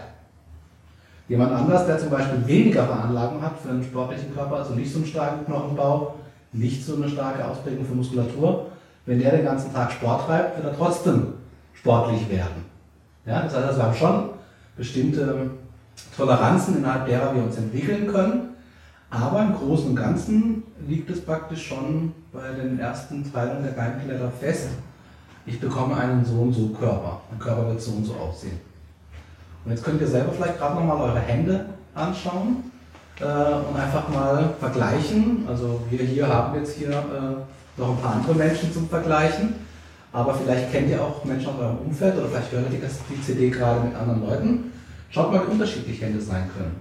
Jemand anders, der zum Beispiel weniger Veranlagung hat für einen sportlichen Körper, also nicht so einen starken Knochenbau, nicht so eine starke Ausprägung für Muskulatur, wenn der den ganzen Tag Sport treibt, wird er trotzdem sportlich werden. Ja, das heißt, wir haben schon bestimmte Toleranzen, innerhalb derer wir uns entwickeln können, aber im Großen und Ganzen liegt es praktisch schon bei den ersten Teilungen der Keimblätter fest, ich bekomme einen so und so Körper, mein Körper wird so und so aussehen. Und jetzt könnt ihr selber vielleicht gerade nochmal eure Hände anschauen und einfach mal vergleichen. Also wir hier haben jetzt hier noch ein paar andere Menschen zum Vergleichen, aber vielleicht kennt ihr auch Menschen aus eurem Umfeld oder vielleicht hört ihr die CD gerade mit anderen Leuten. Schaut mal, wie unterschiedlich Hände sein können.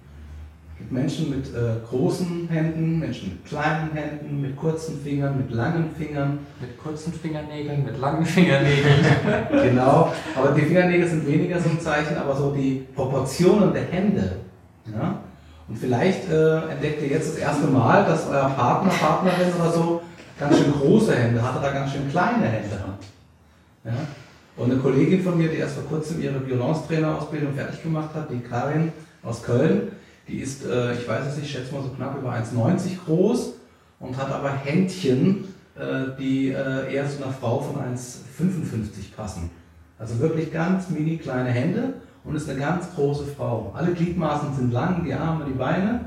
Es gibt Menschen mit großen Händen, Menschen mit kleinen Händen, mit kurzen Fingern, mit langen Fingern. Mit kurzen Fingernägeln, mit langen Fingernägeln. Genau, aber die Fingernägel sind weniger so ein Zeichen, aber so die Proportionen der Hände. Ja? Und vielleicht entdeckt ihr jetzt das erste Mal, dass euer Partner, Partnerin oder so ganz schön große Hände hat oder ganz schön kleine Hände hat. Ja? Und eine Kollegin von mir, die erst vor kurzem ihre Violonstrainerausbildung fertig gemacht hat, die Karin aus Köln, die ist, ich weiß es nicht, ich schätze mal so knapp über 1,90 groß und hat aber Händchen, die eher zu einer Frau von 1,55 passen. Also wirklich ganz mini kleine Hände und ist eine ganz große Frau. Alle Gliedmaßen sind lang, die Arme, die Beine,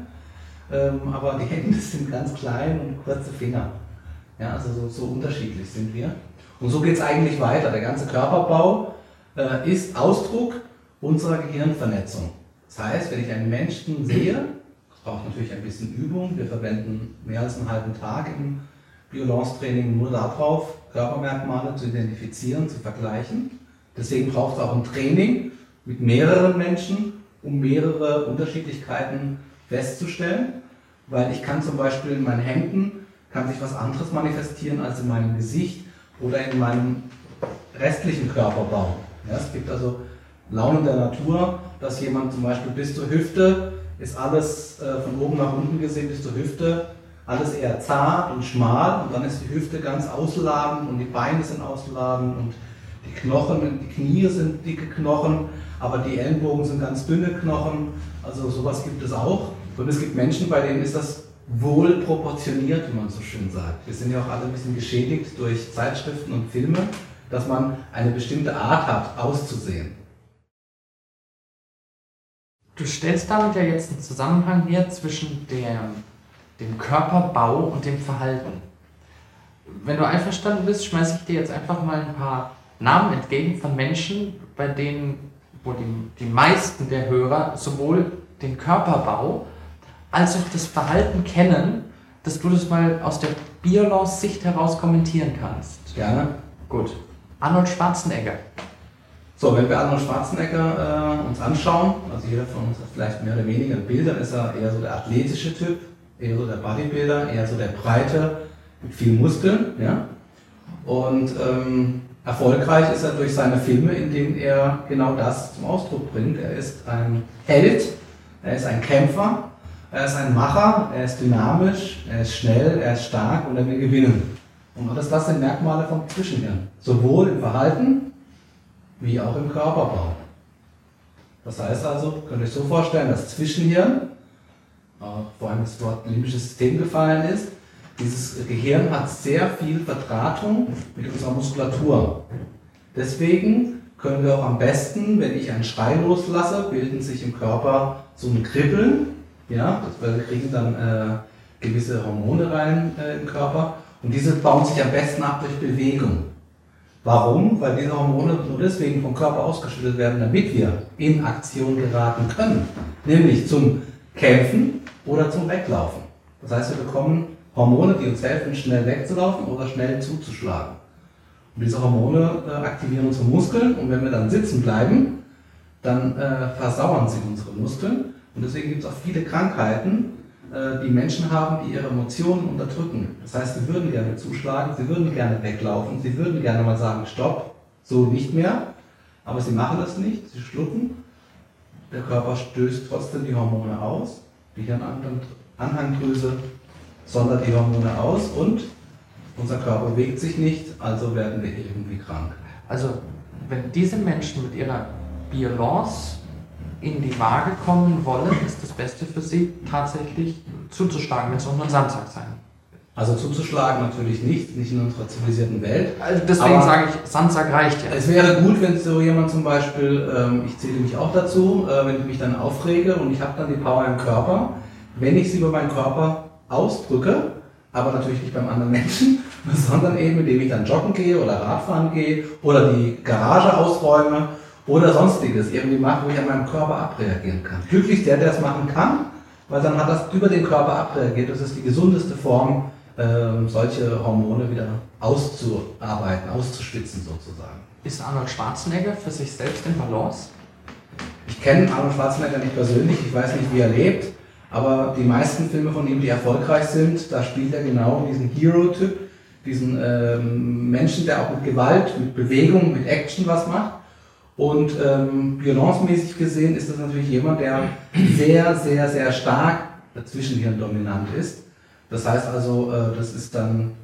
aber die Hände sind ganz klein und kurze Finger. Ja, also so unterschiedlich sind wir. Und so geht es eigentlich weiter. Der ganze Körperbau ist Ausdruck unserer Gehirnvernetzung. Das heißt, wenn ich einen Menschen sehe, das braucht natürlich ein bisschen Übung, wir verwenden mehr als einen halben Tag im Violonstraining nur darauf, Körpermerkmale zu identifizieren, zu vergleichen. Deswegen braucht es auch ein Training mit mehreren Menschen, um mehrere Unterschiedlichkeiten festzustellen, weil ich kann zum Beispiel in meinen Händen kann sich was anderes manifestieren als in meinem Gesicht oder in meinem restlichen Körperbau. Ja, es gibt also Launen der Natur, dass jemand zum Beispiel bis zur Hüfte ist alles von oben nach unten gesehen bis zur Hüfte alles eher zart und schmal und dann ist die Hüfte ganz ausladend und die Beine sind ausladend und die Knochen und die Knie sind dicke Knochen, aber die Ellenbogen sind ganz dünne Knochen, also sowas gibt es auch. Und es gibt Menschen, bei denen ist das wohl proportioniert, wie man so schön sagt. Wir sind ja auch alle ein bisschen geschädigt durch Zeitschriften und Filme, dass man eine bestimmte Art hat, auszusehen. Du stellst damit ja jetzt einen Zusammenhang her zwischen dem Körperbau und dem Verhalten. Wenn du einverstanden bist, schmeiße ich dir jetzt einfach mal ein paar Namen entgegen von Menschen, bei denen, wo die meisten der Hörer sowohl den Körperbau als auch das Verhalten kennen, dass du das mal aus der Biolance-Sicht heraus kommentieren kannst. Gerne. Gut. Arnold Schwarzenegger. So, wenn wir Arnold Schwarzenegger uns anschauen, also jeder von uns hat vielleicht mehr oder weniger ein Bild, dann ist er eher so der athletische Typ, eher so der Bodybuilder, eher so der Breite mit vielen Muskeln. Ja? Und erfolgreich ist er durch seine Filme, in denen er genau das zum Ausdruck bringt. Er ist ein Held, er ist ein Kämpfer, er ist ein Macher, er ist dynamisch, er ist schnell, er ist stark und er will gewinnen. Und alles das sind Merkmale vom Zwischenhirn, sowohl im Verhalten wie auch im Körperbau. Das heißt also, könnt ihr euch so vorstellen, das Zwischenhirn, vor allem das Wort limbisches System gefallen ist, dieses Gehirn hat sehr viel Verdrahtung mit unserer Muskulatur. Deswegen können wir auch am besten, wenn ich einen Schrei loslasse, bilden sich im Körper so ein Kribbeln. Ja, weil wir kriegen dann gewisse Hormone rein im Körper und diese bauen sich am besten ab durch Bewegung. Warum? Weil diese Hormone nur deswegen vom Körper ausgeschüttet werden, damit wir in Aktion geraten können. Nämlich zum Kämpfen oder zum Weglaufen. Das heißt, wir bekommen Hormone, die uns helfen, schnell wegzulaufen oder schnell zuzuschlagen. Und diese Hormone aktivieren unsere Muskeln und wenn wir dann sitzen bleiben, dann versauern sie unsere Muskeln. Und deswegen gibt es auch viele Krankheiten, die Menschen haben, die ihre Emotionen unterdrücken. Das heißt, sie würden gerne zuschlagen, sie würden gerne weglaufen, sie würden gerne mal sagen, stopp, so nicht mehr. Aber sie machen das nicht, sie schlucken. Der Körper stößt trotzdem die Hormone aus. Die Hirnanhangdrüse sondert die Hormone aus und unser Körper bewegt sich nicht, also werden wir irgendwie krank. Also, wenn diese Menschen mit ihrer Biolance in die Waage kommen wollen, ist das Beste für sie tatsächlich zuzuschlagen, wenn es auch nur ein Samstag sein. Also zuzuschlagen natürlich nicht in unserer zivilisierten Welt. Also deswegen sage ich, Samstag reicht ja. Es wäre gut, wenn so jemand zum Beispiel, ich zähle mich auch dazu, wenn ich mich dann aufrege und ich habe dann die Power im Körper, wenn ich sie über meinen Körper ausdrücke, aber natürlich nicht beim anderen Menschen, sondern eben indem ich dann joggen gehe oder Radfahren gehe oder die Garage ausräume oder sonstiges irgendwie mache, wo ich an meinem Körper abreagieren kann. Glücklich der es machen kann, weil dann hat das über den Körper abreagiert. Das ist die gesundeste Form, solche Hormone wieder auszuarbeiten, auszuschwitzen sozusagen. Ist Arnold Schwarzenegger für sich selbst in Balance? Ich kenne Arnold Schwarzenegger nicht persönlich, ich weiß nicht, wie er lebt, aber die meisten Filme von ihm, die erfolgreich sind, da spielt er genau diesen Hero-Typ, diesen Menschen, der auch mit Gewalt, mit Bewegung, mit Action was macht. Und bilancemäßig gesehen ist das natürlich jemand, der sehr, sehr, sehr stark zwischenhirndominant ist. Das heißt also, das ist dann,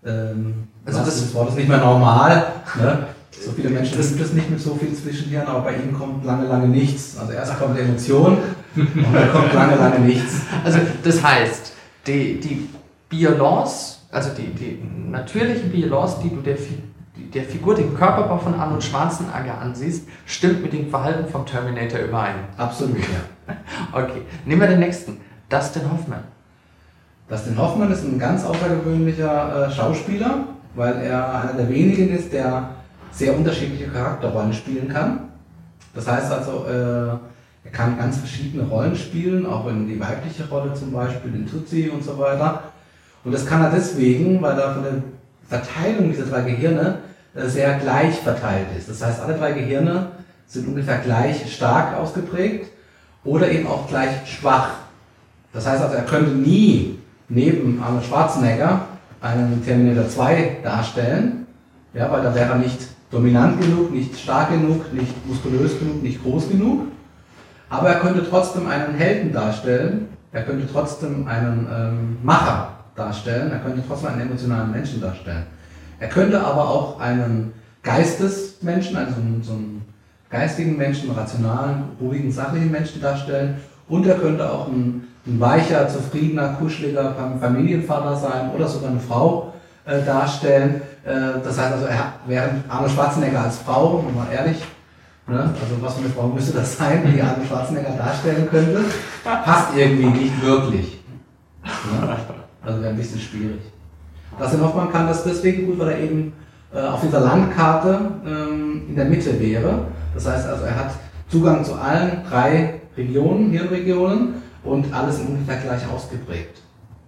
also das Wort ist nicht mehr normal. Ne? So viele Menschen sind das nicht mit so viel Zwischenhirn, aber bei ihm kommt lange, lange nichts. Also erst kommt Emotion und dann kommt lange, lange nichts. Also das heißt, die Biolance, also die natürliche Biolance, die du der Figur, den Körperbau von Arnold Schwarzenegger ansiehst, stimmt mit dem Verhalten vom Terminator überein. Absolut, ja. Okay, nehmen wir den nächsten. Dustin Hoffman. Dustin Hoffman ist ein ganz außergewöhnlicher Schauspieler, weil er einer der wenigen ist, der sehr unterschiedliche Charakterrollen spielen kann. Das heißt also, er kann ganz verschiedene Rollen spielen, auch in die weibliche Rolle zum Beispiel, in Tutsi und so weiter. Und das kann er deswegen, weil er von der Verteilung dieser drei Gehirne sehr gleich verteilt ist. Das heißt, alle drei Gehirne sind ungefähr gleich stark ausgeprägt oder eben auch gleich schwach. Das heißt also, er könnte nie neben Arnold Schwarzenegger einen Terminator 2 darstellen, ja, weil da wäre er nicht dominant genug, nicht stark genug, nicht muskulös genug, nicht groß genug. Aber er könnte trotzdem einen Helden darstellen, er könnte trotzdem einen Macher darstellen, er könnte trotzdem einen emotionalen Menschen darstellen. Er könnte aber auch einen Geistesmenschen, also so einen geistigen Menschen, einen rationalen, ruhigen, sachlichen Menschen darstellen und er könnte auch ein weicher, zufriedener, kuscheliger Familienvater sein oder sogar eine Frau darstellen. Das heißt also, während Arnold Schwarzenegger als Frau, mal ehrlich, ne, also was für eine Frau müsste das sein, die Arnold Schwarzenegger darstellen könnte, passt irgendwie nicht wirklich. Ne? Also wäre ein bisschen schwierig. Dustin Hoffman kann das deswegen gut, weil er eben auf dieser Landkarte in der Mitte wäre. Das heißt also, er hat Zugang zu allen drei Regionen, Hirnregionen und alles ungefähr gleich ausgeprägt.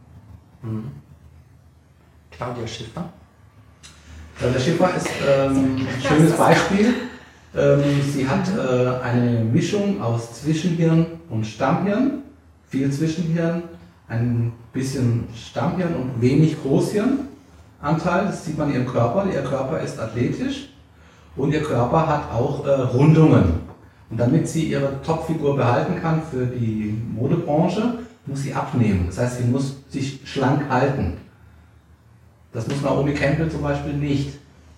Claudia Schiffer. Claudia Schiffer ist ein schönes Beispiel. Sie hat eine Mischung aus Zwischenhirn und Stammhirn, viel Zwischenhirn, ein bisschen Stammhirn und wenig Großhirnanteil. Das sieht man in ihrem Körper. Ihr Körper ist athletisch und ihr Körper hat auch Rundungen. Und damit sie ihre Topfigur behalten kann für die Modebranche, muss sie abnehmen. Das heißt, sie muss sich schlank halten. Das muss Naomi Campbell zum Beispiel nicht.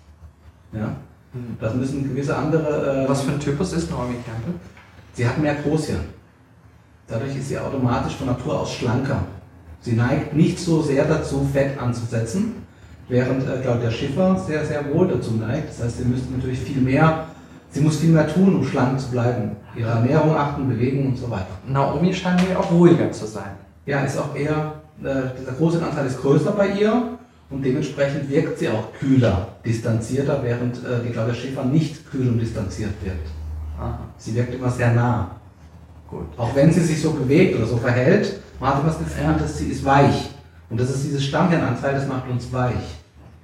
Ja? Das müssen gewisse andere... Was für ein Typus ist Naomi Campbell? Sie hat mehr Großhirn. Dadurch ist sie automatisch von Natur aus schlanker. Sie neigt nicht so sehr dazu, Fett anzusetzen, während Claudia Schiffer sehr, sehr wohl dazu neigt. Das heißt, sie müsste natürlich sie muss viel mehr tun, um schlank zu bleiben. Ihre Ernährung achten, Bewegung und so weiter. Naomi scheint mir auch ruhiger zu sein. Ja, ist auch eher, dieser Großhirnanteil ist größer bei ihr. Und dementsprechend wirkt sie auch kühler, distanzierter, während die Claudia Schiffer nicht kühl und distanziert wirkt. Aha. Sie wirkt immer sehr nah. Gut. Auch wenn sie sich so bewegt oder so verhält, man hat immer das Gefühl, dass sie ist weich. Und das ist dieses Stammhirnanteil, das macht uns weich.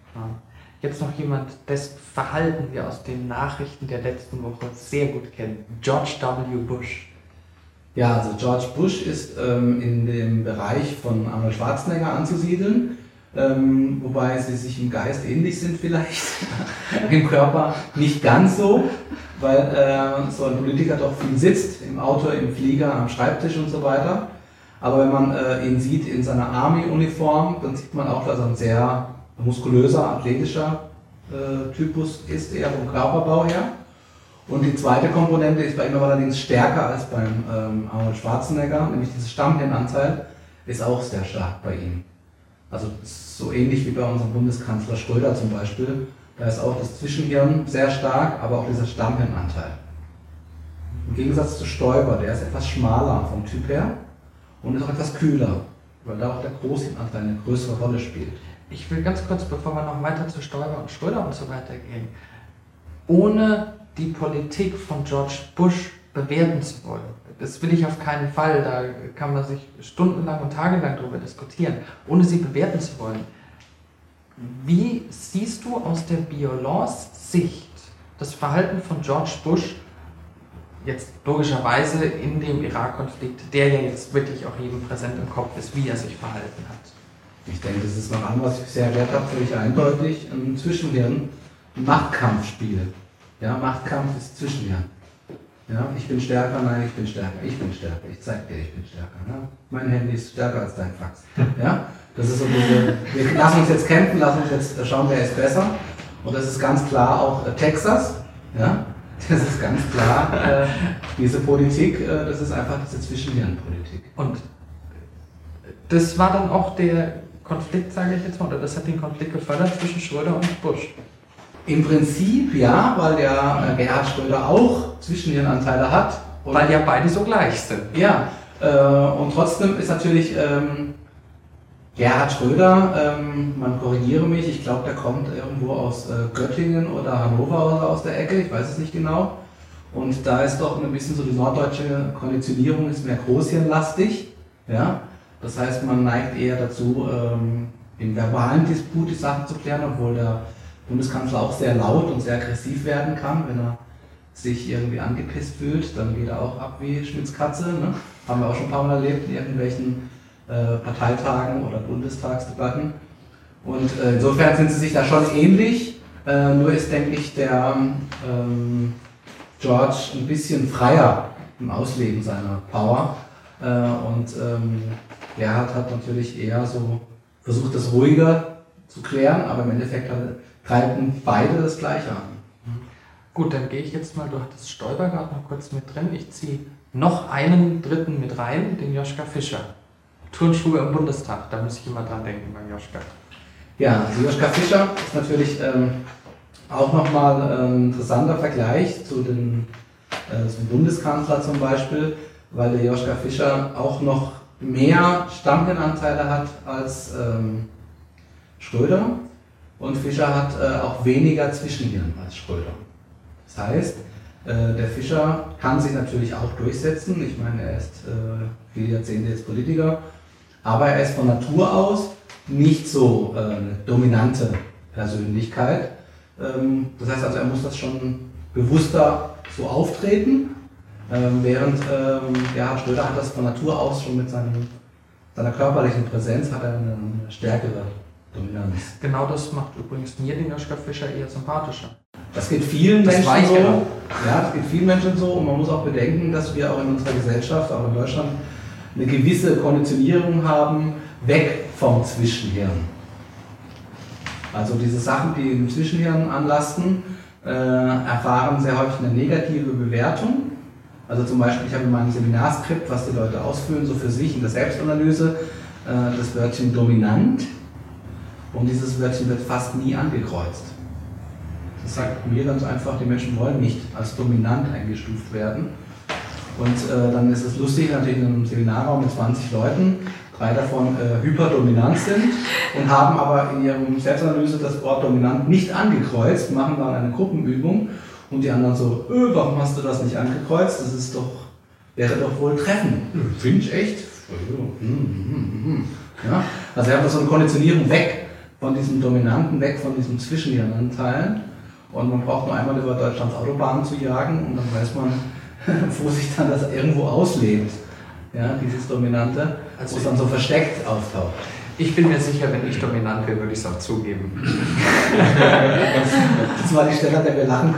Jetzt noch jemand, dessen Verhalten wir aus den Nachrichten der letzten Woche sehr gut kennen. George W. Bush. Ja, also George Bush ist in dem Bereich von Arnold Schwarzenegger anzusiedeln. Wobei sie sich im Geist ähnlich sind vielleicht, im Körper nicht ganz so, weil so ein Politiker doch viel sitzt, im Auto, im Flieger, am Schreibtisch und so weiter. Aber wenn man ihn sieht in seiner Army-Uniform, dann sieht man auch, dass er ein sehr muskulöser, athletischer Typus ist, eher vom Körperbau her. Und die zweite Komponente ist bei ihm aber allerdings stärker als beim Arnold Schwarzenegger, nämlich dieser Stammhirnanteil ist auch sehr stark bei ihm. Also so ähnlich wie bei unserem Bundeskanzler Schröder zum Beispiel. Da ist auch das Zwischenhirn sehr stark, aber auch dieser Stammhirnanteil. Im Gegensatz zu Stoiber, der ist etwas schmaler vom Typ her und ist auch etwas kühler, weil da auch der Großhirnanteil eine größere Rolle spielt. Ich will ganz kurz, bevor wir noch weiter zu Stoiber und Schröder und so weiter gehen, ohne die Politik von George Bush bewerten zu wollen. Das will ich auf keinen Fall, da kann man sich stundenlang und tagelang darüber diskutieren, ohne sie bewerten zu wollen. Wie siehst du aus der Biolance-Sicht das Verhalten von George Bush, jetzt logischerweise in dem Irak-Konflikt, der ja jetzt wirklich auch jedem präsent im Kopf ist, wie er sich verhalten hat? Ich denke, das ist noch an, was ich bisher erklärt habe, völlig eindeutig. Ein Zwischenhirn, ein Machtkampfspiel. Ja, Machtkampf ist Zwischenhirn. Ja, ich bin stärker, nein, ich bin stärker, ich zeig dir, ich bin stärker. Ja? Mein Handy ist stärker als dein Fax. Ja? Das ist so wir lassen uns jetzt kämpfen, lassen uns jetzt schauen, wer ist besser. Und das ist ganz klar auch Texas. Ja? Das ist ganz klar diese Politik, das ist einfach diese Zwischenhirnpolitik. Und das war dann auch der Konflikt, sage ich jetzt mal, oder das hat den Konflikt gefördert zwischen Schröder und Bush? Im Prinzip ja, weil der Gerhard Schröder auch Zwischenhirnanteile hat. Und weil ja beide so gleich sind. Ja, und trotzdem ist natürlich Gerhard Schröder, man korrigiere mich, ich glaube, der kommt irgendwo aus Göttingen oder Hannover oder aus der Ecke, ich weiß es nicht genau. Und da ist doch ein bisschen so die norddeutsche Konditionierung, ist mehr großhirnlastig. Ja? Das heißt, man neigt eher dazu, im verbalen Disput die Sachen zu klären, obwohl der Bundeskanzler auch sehr laut und sehr aggressiv werden kann, wenn er sich irgendwie angepisst fühlt, dann geht er auch ab wie Schmitz Katze. Ne? Haben wir auch schon ein paar Mal erlebt in irgendwelchen Parteitagen oder Bundestagsdebatten. Und insofern sind sie sich da schon ähnlich, nur ist, denke ich, der George ein bisschen freier im Ausleben seiner Power. Gerhard hat natürlich eher so versucht, das ruhiger zu klären, aber im Endeffekt treiben beide das Gleiche an. Gut, dann gehe ich jetzt mal, du hattest Stoiber gerade noch kurz mit drin. Ich ziehe noch einen dritten mit rein, den Joschka Fischer. Turnschuhe im Bundestag, da muss ich immer dran denken beim Joschka. Ja, also Joschka Fischer ist natürlich auch nochmal ein interessanter Vergleich zum Bundeskanzler zum Beispiel, weil der Joschka Fischer auch noch mehr Stammhirnanteile hat als Schröder und Fischer hat auch weniger Zwischenhirn als Schröder. Das heißt, Der Fischer kann sich natürlich auch durchsetzen. Ich meine, er ist viele Jahrzehnte jetzt Politiker, aber er ist von Natur aus nicht so eine dominante Persönlichkeit. Das heißt also, er muss das schon bewusster so auftreten, während Gerhard Schröder hat das von Natur aus schon mit seiner körperlichen Präsenz hat er eine stärkere Dominanz. Genau das macht übrigens mir den Joschka Fischer eher sympathischer. Das geht vielen Menschen so. Ja, das geht vielen Menschen so, und man muss auch bedenken, dass wir auch in unserer Gesellschaft, auch in Deutschland, eine gewisse Konditionierung haben, weg vom Zwischenhirn. Also diese Sachen, die im Zwischenhirn anlasten, erfahren sehr häufig eine negative Bewertung. Also zum Beispiel, ich habe in meinem Seminarskript, was die Leute ausfüllen, so für sich in der Selbstanalyse, das Wörtchen dominant, und dieses Wörtchen wird fast nie angekreuzt. Das sagt mir ganz einfach, die Menschen wollen nicht als dominant eingestuft werden. Und dann ist es lustig, natürlich in einem Seminarraum mit 20 Leuten, 3 davon hyperdominant sind und haben aber in ihrem Selbstanalyse das Wort dominant nicht angekreuzt, machen dann eine Gruppenübung und die anderen so, warum hast du das nicht angekreuzt? Das ist doch, wäre doch wohl treffend. Finde ich echt? Ja? Also wir haben da so eine Konditionierung weg von diesem Dominanten, weg von diesen Zwischenhirnanteilen, und man braucht nur einmal über Deutschlands Autobahnen zu jagen und dann weiß man, wo sich dann das irgendwo auslebt, ja, dieses Dominante, also wo es dann so versteckt auftaucht. Ich bin mir sicher, wenn ich dominant wäre, würde ich es auch zugeben. Das war die Stelle, an der wir lachen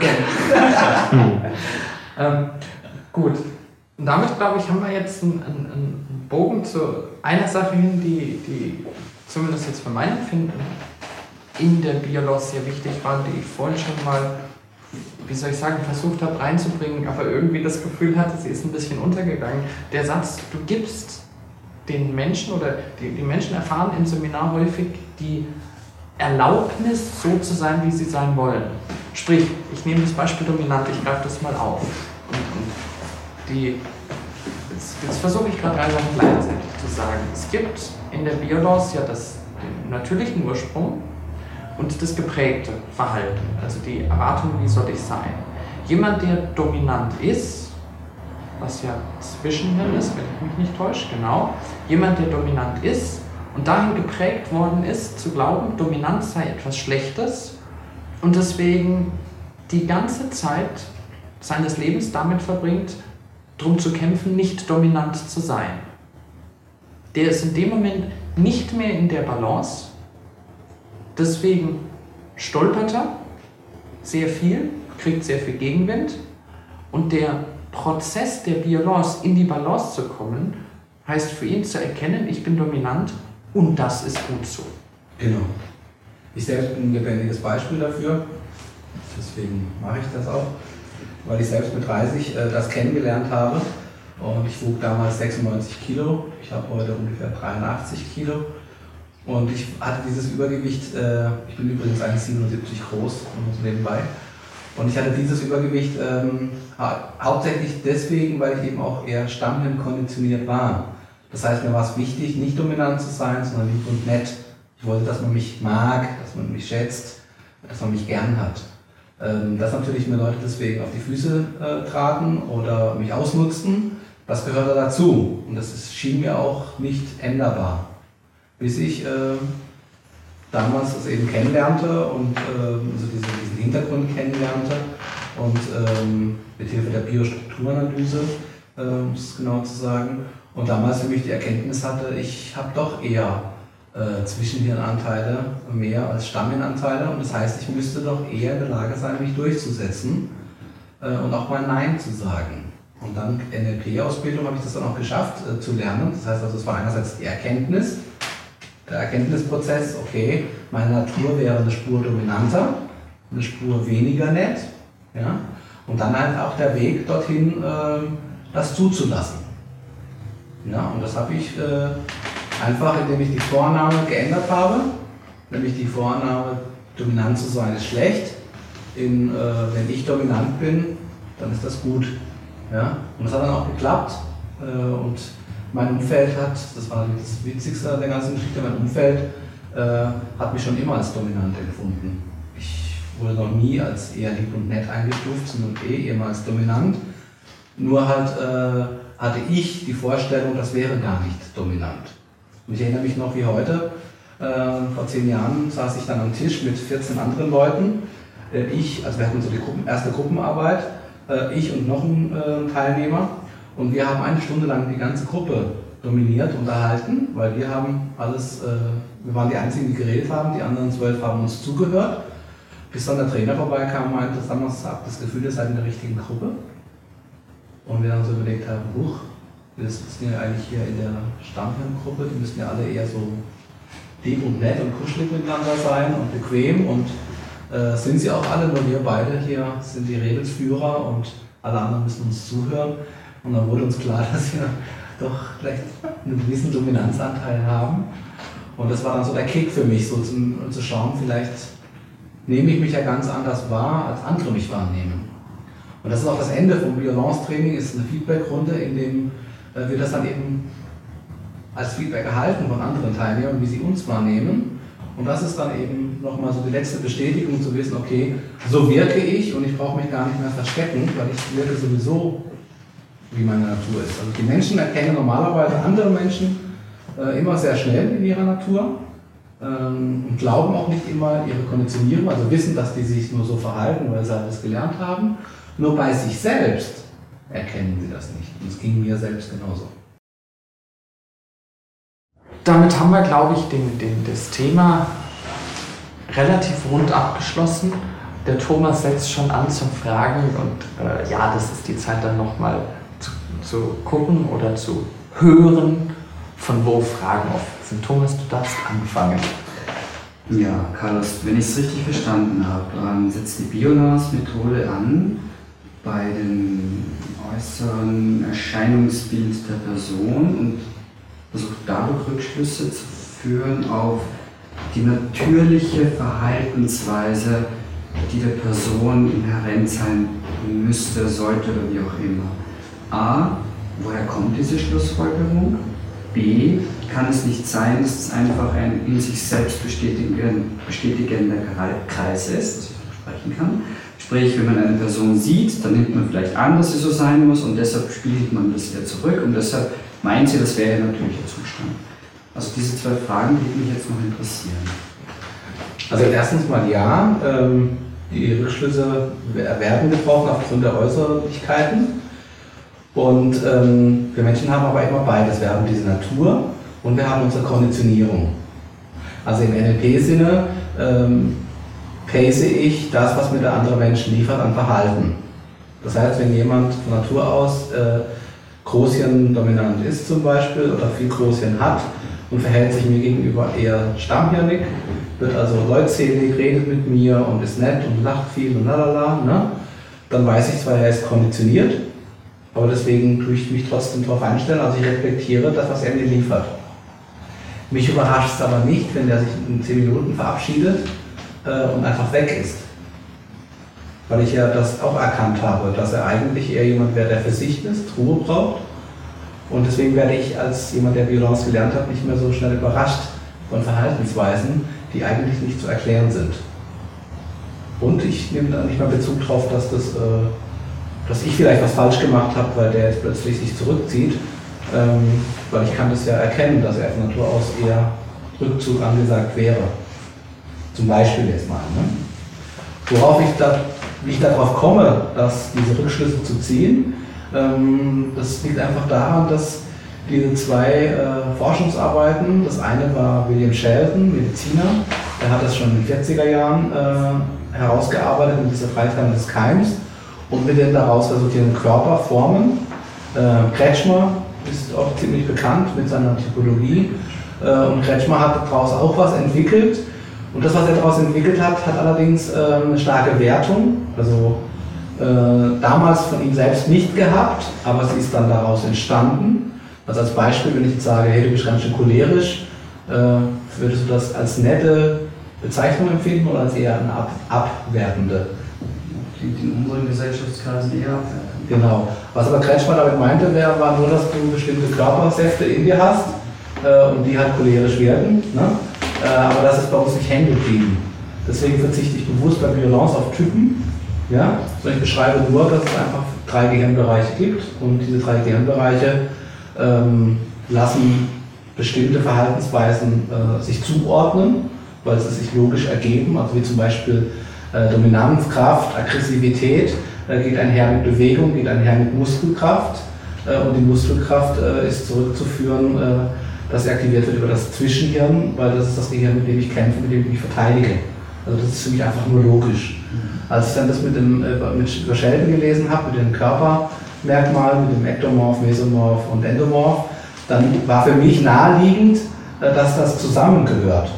können. Gut, und damit, glaube ich, haben wir jetzt einen Bogen zu einer Sache hin, die zumindest jetzt für mein Empfinden in der BioLoS sehr wichtig war, die ich vorhin schon mal, wie soll ich sagen, versucht habe reinzubringen, aber irgendwie das Gefühl hatte, sie ist ein bisschen untergegangen. Der Satz, du gibst den Menschen, oder die Menschen erfahren im Seminar häufig die Erlaubnis, so zu sein, wie sie sein wollen. Sprich, ich nehme das Beispiel dominant, ich greife das mal auf. Jetzt versuche ich gerade 3 Sachen gleichzeitig zu sagen. Es gibt in der BioLoS ja den natürlichen Ursprung und das geprägte Verhalten, also die Erwartung, wie soll ich sein. Jemand, der dominant ist, was ja Zwischenhirn ist, wenn ich mich nicht täusche, genau. Jemand, der dominant ist und dahin geprägt worden ist, zu glauben, Dominanz sei etwas Schlechtes und deswegen die ganze Zeit seines Lebens damit verbringt, darum zu kämpfen, nicht dominant zu sein. Der ist in dem Moment nicht mehr in der Balance, deswegen stolpert er sehr viel, kriegt sehr viel Gegenwind, und der Prozess der BioLoS, in die Balance zu kommen, heißt für ihn zu erkennen, ich bin dominant und das ist gut so. Genau. Ich selbst bin ein lebendiges Beispiel dafür, deswegen mache ich das auch, weil ich selbst mit 30 das kennengelernt habe, und ich wog damals 96 Kilo, ich habe heute ungefähr 83 Kilo und ich hatte dieses Übergewicht, ich bin übrigens 1,77 groß, nebenbei. Und ich hatte dieses Übergewicht hauptsächlich deswegen, weil ich eben auch eher stammhirnkonditioniert war. Das heißt, mir war es wichtig, nicht dominant zu sein, sondern lieb und nett. Ich wollte, dass man mich mag, dass man mich schätzt, dass man mich gern hat. Dass natürlich mir Leute deswegen auf die Füße traten oder mich ausnutzten, das gehörte dazu. Und das schien mir auch nicht änderbar. Bis ich damals das eben kennenlernte und also diesen Hintergrund kennenlernte und mit Hilfe der Biostrukturanalyse, um es genau zu sagen, und damals für mich die Erkenntnis hatte, ich habe doch eher Zwischenhirnanteile mehr als Stammhirnanteile, und das heißt, ich müsste doch eher in der Lage sein, mich durchzusetzen und auch mal Nein zu sagen. Und dann NLP-Ausbildung habe ich das dann auch geschafft zu lernen. Das heißt also, es war einerseits die Erkenntnis, der Erkenntnisprozess, okay, meine Natur wäre eine Spur dominanter, eine Spur weniger nett, ja? Und dann halt auch der Weg dorthin, das zuzulassen. Ja? Und das habe ich einfach, indem ich die Vorannahme geändert habe, nämlich die Vorannahme, dominant zu sein ist schlecht, wenn ich dominant bin, dann ist das gut. Ja? Und das hat dann auch geklappt, und mein Umfeld das war das Witzigste an der ganzen Geschichte, mein Umfeld hat mich schon immer als dominant empfunden. Ich wurde noch nie als eher lieb und nett eingestuft, sondern ehemals dominant. Nur halt hatte ich die Vorstellung, das wäre gar nicht dominant. Und ich erinnere mich noch wie heute, vor 10 Jahren saß ich dann am Tisch mit 14 anderen Leuten. Also wir hatten so die erste Gruppenarbeit, ich und noch ein Teilnehmer. Und wir haben 1 Stunde lang die ganze Gruppe dominiert, unterhalten, weil wir haben alles, wir waren die Einzigen, die geredet haben, die anderen 12 haben uns zugehört. Bis dann der Trainer vorbeikam und meinte, damals habt das Gefühl, ihr seid in der richtigen Gruppe. Und wir dann so überlegt haben, wir sitzen ja eigentlich hier in der Stammhirngruppe, die müssen ja alle eher so lieb und nett und kuschelig miteinander sein und bequem und sind sie auch alle, nur wir beide hier sind die Redelsführer und alle anderen müssen uns zuhören. Und dann wurde uns klar, dass wir doch vielleicht einen gewissen Dominanzanteil haben. Und das war dann so der Kick für mich, so zu schauen, vielleicht nehme ich mich ja ganz anders wahr, als andere mich wahrnehmen. Und das ist auch das Ende vom Violence-Training, ist eine Feedback-Runde, in dem wir das dann eben als Feedback erhalten von anderen Teilnehmern, wie sie uns wahrnehmen. Und das ist dann eben nochmal so die letzte Bestätigung zu wissen, okay, so wirke ich und ich brauche mich gar nicht mehr verstecken, weil ich wirke sowieso, wie meine Natur ist. Also die Menschen erkennen normalerweise andere Menschen immer sehr schnell in ihrer Natur und glauben auch nicht immer ihre Konditionierung, also wissen, dass die sich nur so verhalten, weil sie alles gelernt haben. Nur bei sich selbst erkennen sie das nicht. Und es ging mir selbst genauso. Damit haben wir, glaube ich, das Thema relativ rund abgeschlossen. Der Thomas setzt schon an zum Fragen und ja, das ist die Zeit dann nochmal zu gucken oder zu hören, von wo Fragen offen sind. Thomas, du darfst anfangen. Ja, Carlos, wenn ich es richtig verstanden habe, setzt die Biolance-Methode an bei dem äußeren Erscheinungsbild der Person und versucht dadurch Rückschlüsse zu führen auf die natürliche Verhaltensweise, die der Person inhärent sein müsste, sollte oder wie auch immer. A, woher kommt diese Schlussfolgerung? B, kann es nicht sein, dass es einfach ein in sich selbst bestätigender Kreis ist, was ich versprechen kann. Sprich, wenn man eine Person sieht, dann nimmt man vielleicht an, dass sie so sein muss und deshalb spielt man das wieder zurück und deshalb meint sie, das wäre ein natürlicher Zustand. Also diese 2 Fragen, die mich jetzt noch interessieren. Also erstens mal ja, die Rückschlüsse werden getroffen aufgrund der Äußerlichkeiten. Und wir Menschen haben aber immer beides. Wir haben diese Natur und wir haben unsere Konditionierung. Also im NLP-Sinne pace ich das, was mir der andere Mensch liefert, an Verhalten. Das heißt, wenn jemand von Natur aus Großhirn-dominant ist zum Beispiel oder viel Großhirn hat und verhält sich mir gegenüber eher stammhirnig, wird also leutselig, redet mit mir und ist nett und lacht viel und lalala, ne? Dann weiß ich zwar, er ist konditioniert, aber deswegen tue ich mich trotzdem darauf einstellen, also ich reflektiere das, was er mir liefert. Mich überrascht es aber nicht, wenn der sich in 10 Minuten verabschiedet und einfach weg ist. Weil ich ja das auch erkannt habe, dass er eigentlich eher jemand wäre, der für sich ist, Ruhe braucht. Und deswegen werde ich als jemand, der Violence gelernt hat, nicht mehr so schnell überrascht von Verhaltensweisen, die eigentlich nicht zu erklären sind. Und ich nehme dann nicht mehr Bezug darauf, dass ich vielleicht was falsch gemacht habe, weil der jetzt plötzlich sich zurückzieht. Weil ich kann das ja erkennen, dass er von Natur aus eher Rückzug angesagt wäre. Zum Beispiel jetzt mal. Ne? Worauf wie ich darauf komme, diese Rückschlüsse zu ziehen, das liegt einfach daran, dass diese 2 Forschungsarbeiten, das eine war William Shelton, Mediziner, der hat das schon in den 40er Jahren herausgearbeitet mit dieser Dreiteilung des Keims und mit den daraus resultierenden Körperformen. Kretschmer ist auch ziemlich bekannt mit seiner Typologie und Kretschmer hat daraus auch was entwickelt. Und das, was er daraus entwickelt hat, hat allerdings eine starke Wertung, also damals von ihm selbst nicht gehabt, aber sie ist dann daraus entstanden. Also als Beispiel, wenn ich jetzt sage, hey, du bist ganz schön cholerisch, würdest du das als nette Bezeichnung empfinden oder als eher eine abwertende? Klingt in unseren Gesellschaftskreisen eher abwertend. Genau. Was aber Kretschmer damit meinte, war nur, dass du bestimmte Körpersäfte in dir hast und die halt cholerisch werden. Ne? Aber das ist bei uns nicht hängen geblieben. Deswegen verzichte ich bewusst bei Violence auf Typen. Ja? Sondern ich beschreibe nur, dass es einfach 3 Gehirnbereiche gibt und diese 3 Gehirnbereiche lassen bestimmte Verhaltensweisen sich zuordnen, weil sie sich logisch ergeben, also wie zum Beispiel Dominanz, Kraft, Aggressivität geht einher mit Bewegung, geht einher mit Muskelkraft und die Muskelkraft ist zurückzuführen, dass sie aktiviert wird über das Zwischenhirn, weil das ist das Gehirn, mit dem ich kämpfe, mit dem ich mich verteidige. Also das ist für mich einfach nur logisch. Als ich dann das über Sheldon gelesen habe, mit den Körpermerkmalen, mit dem Ektomorph, Mesomorph und Endomorph, dann war für mich naheliegend, dass das zusammengehört.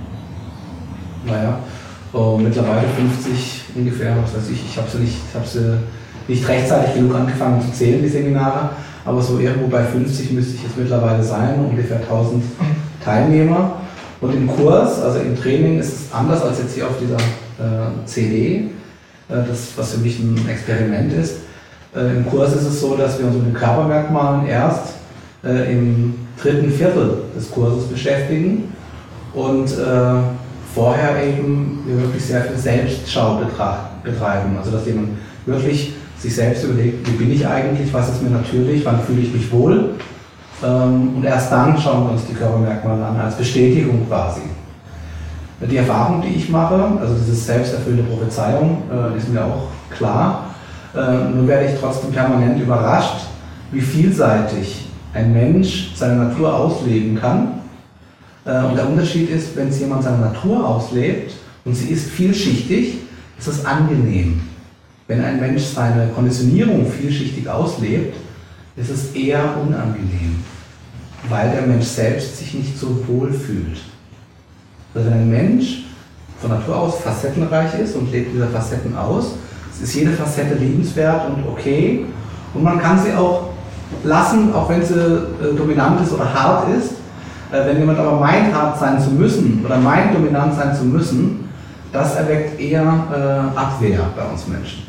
Naja, mittlerweile 50 ungefähr, was weiß ich habe sie nicht rechtzeitig genug angefangen zu zählen, die Seminare, aber so irgendwo bei 50 müsste ich jetzt mittlerweile sein, ungefähr 1000 Teilnehmer. Und im Kurs, also im Training, ist es anders als jetzt hier auf dieser CD, was für mich ein Experiment ist. Im Kurs ist es so, dass wir uns mit den Körpermerkmalen erst im 3. Viertel des Kurses beschäftigen und vorher eben wir wirklich sehr viel Selbstschau betreiben. Also dass jemand wirklich sich selbst überlegt, wie bin ich eigentlich, was ist mir natürlich, wann fühle ich mich wohl. Und erst dann schauen wir uns die Körpermerkmale an, als Bestätigung quasi. Die Erfahrung, die ich mache, also diese selbsterfüllende Prophezeiung, ist mir auch klar. Nun werde ich trotzdem permanent überrascht, wie vielseitig ein Mensch seine Natur ausleben kann. Und der Unterschied ist, wenn jemand seine Natur auslebt und sie ist vielschichtig, ist es angenehm. Wenn ein Mensch seine Konditionierung vielschichtig auslebt, ist es eher unangenehm, weil der Mensch selbst sich nicht so wohl fühlt. Also wenn ein Mensch von Natur aus facettenreich ist und lebt diese Facetten aus, ist jede Facette liebenswert und okay und man kann sie auch lassen, auch wenn sie dominant ist oder hart ist. Wenn jemand aber meint, hart sein zu müssen oder meint, dominant sein zu müssen, das erweckt eher Abwehr bei uns Menschen.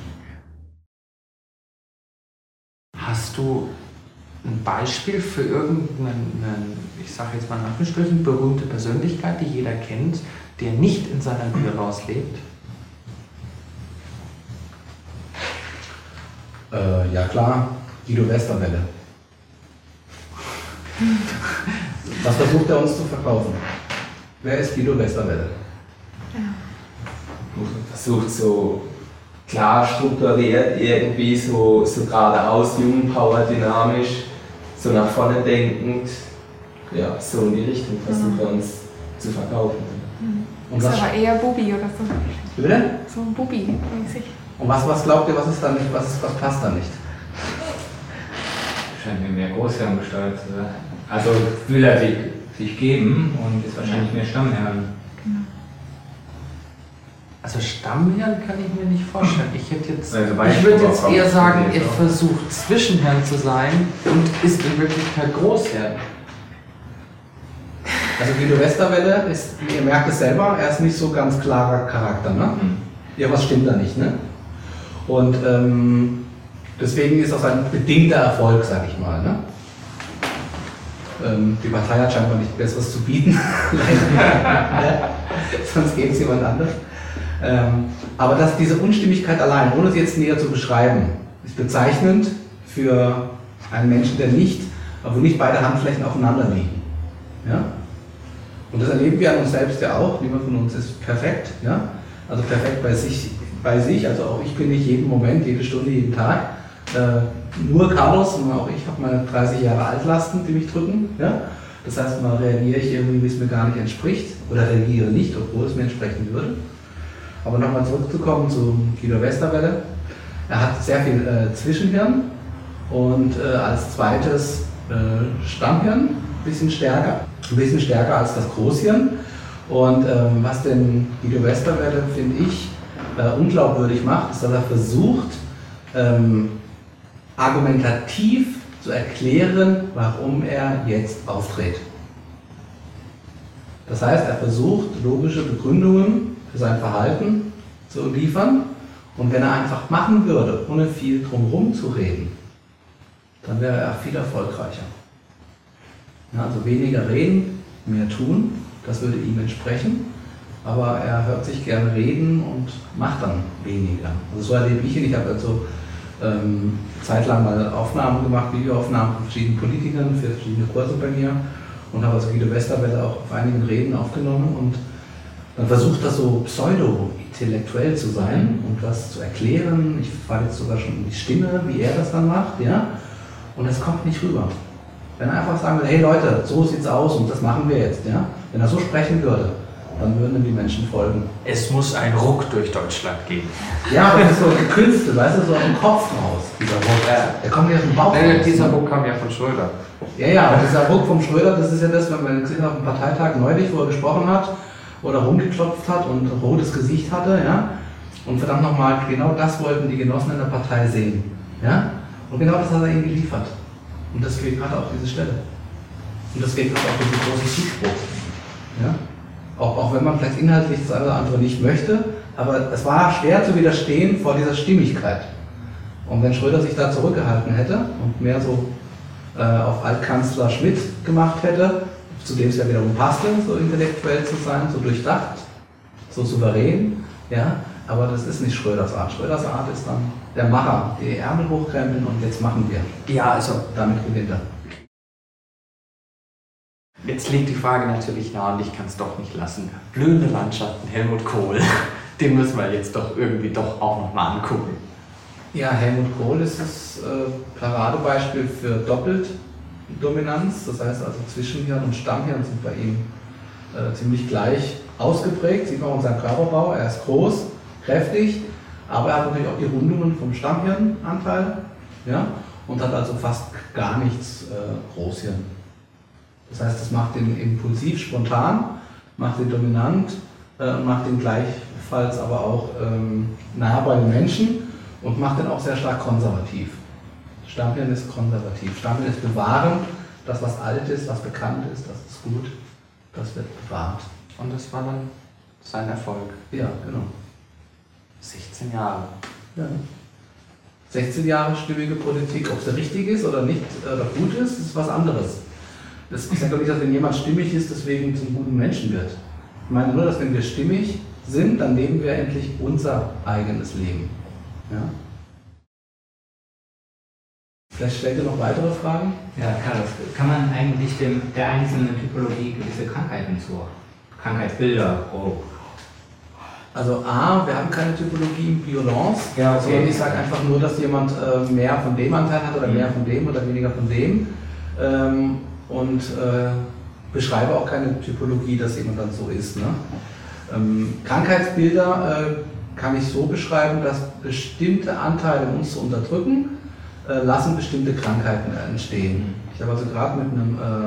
Hast du ein Beispiel für irgendeine, ich sage jetzt mal in Anführungsstrichen, berühmte Persönlichkeit, die jeder kennt, der nicht in seiner Violence lebt? Ja klar, Guido Westerwelle. Was versucht er uns zu verkaufen? Wer ist Guido Westerwelle? Versucht so klar strukturiert, irgendwie so geradeaus, Jugendpower, dynamisch, so nach vorne denkend, ja, so in die Richtung versucht er uns zu verkaufen. Und ist aber eher Bubi oder so. Bitte? So ein Bubi-mäßig. Und was glaubt ihr, was ist da nicht, was passt da nicht? Scheint mir mehr Großherrengestalt zu sein. Also will er sich geben und ist wahrscheinlich mehr Stammherrn. Genau. Also Stammherrn kann ich mir nicht vorstellen. Ich Also würde jetzt eher sagen, er versucht Zwischenherrn zu sein und ist in Wirklichkeit Großherrn. Also Guido Westerwelle ist, ihr merkt es selber, er ist nicht so ganz klarer Charakter, ne? Irgendwas stimmt da nicht, ne? Und deswegen ist das ein bedingter Erfolg, sag ich mal, ne? Die Partei hat scheinbar nicht Besseres zu bieten, sonst geht es jemand anders. Aber dass diese Unstimmigkeit allein, ohne sie jetzt näher zu beschreiben, ist bezeichnend für einen Menschen, wo nicht beide Handflächen aufeinander liegen. Ja? Und das erleben wir an uns selbst ja auch. Niemand von uns ist perfekt. Ja? Also perfekt bei sich. Also auch ich bin nicht jeden Moment, jede Stunde, jeden Tag. Nur Carlos, und auch ich habe meine 30 Jahre Altlasten, die mich drücken. Ja? Das heißt, mal reagiere ich irgendwie, wie es mir gar nicht entspricht. Oder reagiere nicht, obwohl es mir entsprechen würde. Aber nochmal zurückzukommen zu Guido Westerwelle. Er hat sehr viel Zwischenhirn und als zweites Stammhirn, ein bisschen stärker als das Großhirn. Und was den Guido Westerwelle, finde ich, unglaubwürdig macht, ist, dass er versucht, argumentativ zu erklären, warum er jetzt auftritt. Das heißt, er versucht, logische Begründungen für sein Verhalten zu liefern. Und wenn er einfach machen würde, ohne viel drumherum zu reden, dann wäre er viel erfolgreicher. Ja, also weniger reden, mehr tun, das würde ihm entsprechen. aber er hört sich gern reden und macht dann weniger. Also so erlebe ich ihn. Ich habe also zeitlang mal Aufnahmen gemacht, Videoaufnahmen von verschiedenen Politikern für verschiedene Kurse bei mir und habe also Guido Westerwelle auch auf einigen Reden aufgenommen und dann versucht das so pseudo-intellektuell zu sein und was zu erklären. Ich war jetzt sogar schon in die Stimme, wie er das dann macht, ja, und es kommt nicht rüber. Wenn er einfach sagen würde, hey Leute, so sieht's aus und das machen wir jetzt, ja, wenn er so sprechen würde, dann würden ihm die Menschen folgen. Es muss ein Ruck durch Deutschland gehen. Ja, aber das ist so gekünstelt, weißt du, so im Kopf raus, dieser Ruck. Der kommt ja aus dem Bauch raus. Dieser Ruck kam ja von Schröder. Ja, aber dieser Ruck vom Schröder, das ist ja das, wenn man gesehen hat auf dem Parteitag neulich, wo er gesprochen hat oder rumgeklopft hat und ein rotes Gesicht hatte, ja, und verdammt nochmal, genau das wollten die Genossen in der Partei sehen, ja, und genau das hat er ihnen geliefert. Und deswegen hat er auch diese Stelle. Und deswegen hat er auch diesen großen Zuspruch. Ja? Auch wenn man vielleicht inhaltlich das eine oder andere nicht möchte, aber es war schwer zu widerstehen vor dieser Stimmigkeit. Und wenn Schröder sich da zurückgehalten hätte und mehr so auf Altkanzler Schmidt gemacht hätte, zu dem es ja wiederum passte, so intellektuell zu sein, so durchdacht, so souverän, ja, aber das ist nicht Schröders Art. Schröders Art ist dann der Macher, die Ärmel hochkrempeln und jetzt machen wir. Ja, also damit gewinnt er. Jetzt liegt die Frage natürlich nahe und ich kann es doch nicht lassen. Blühende Landschaften, Helmut Kohl, den müssen wir jetzt doch irgendwie doch auch nochmal angucken. Ja, Helmut Kohl ist das Paradebeispiel für Doppeldominanz. Das heißt also Zwischenhirn und Stammhirn sind bei ihm ziemlich gleich ausgeprägt. Sieht man auch in seinem Körperbau. Er ist groß, kräftig, aber er hat natürlich auch die Rundungen vom Stammhirnanteil, ja, und hat also fast gar nichts Großhirn. Das heißt, das macht ihn impulsiv, spontan, macht ihn dominant, macht ihn gleichfalls aber auch nah bei den Menschen und macht ihn auch sehr stark konservativ. Stammhirn ist konservativ. Stammhirn ist bewahrend. Das, was alt ist, was bekannt ist, das ist gut, das wird bewahrt. Und das war dann sein Erfolg. Ja, genau. 16 Jahre. Ja. 16 Jahre stimmige Politik, ob sie richtig ist oder nicht oder gut ist was anderes. Ich sage doch nicht, dass wenn jemand stimmig ist, deswegen zum guten Menschen wird. Ich meine nur, dass wenn wir stimmig sind, dann leben wir endlich unser eigenes Leben. Ja? Vielleicht stellt ihr noch weitere Fragen? Ja, Carlos, kann man eigentlich der einzelnen Typologie gewisse Krankheiten Krankheitsbilder Also A, wir haben keine Typologie im Biolance, ja, okay. sondern ich sage einfach nur, dass jemand mehr von dem Anteil hat oder mehr von dem oder weniger von dem. Und beschreibe auch keine Typologie, dass jemand dann so ist. Ne? Krankheitsbilder kann ich so beschreiben, dass bestimmte Anteile uns zu unterdrücken, lassen bestimmte Krankheiten entstehen. Ich habe also gerade mit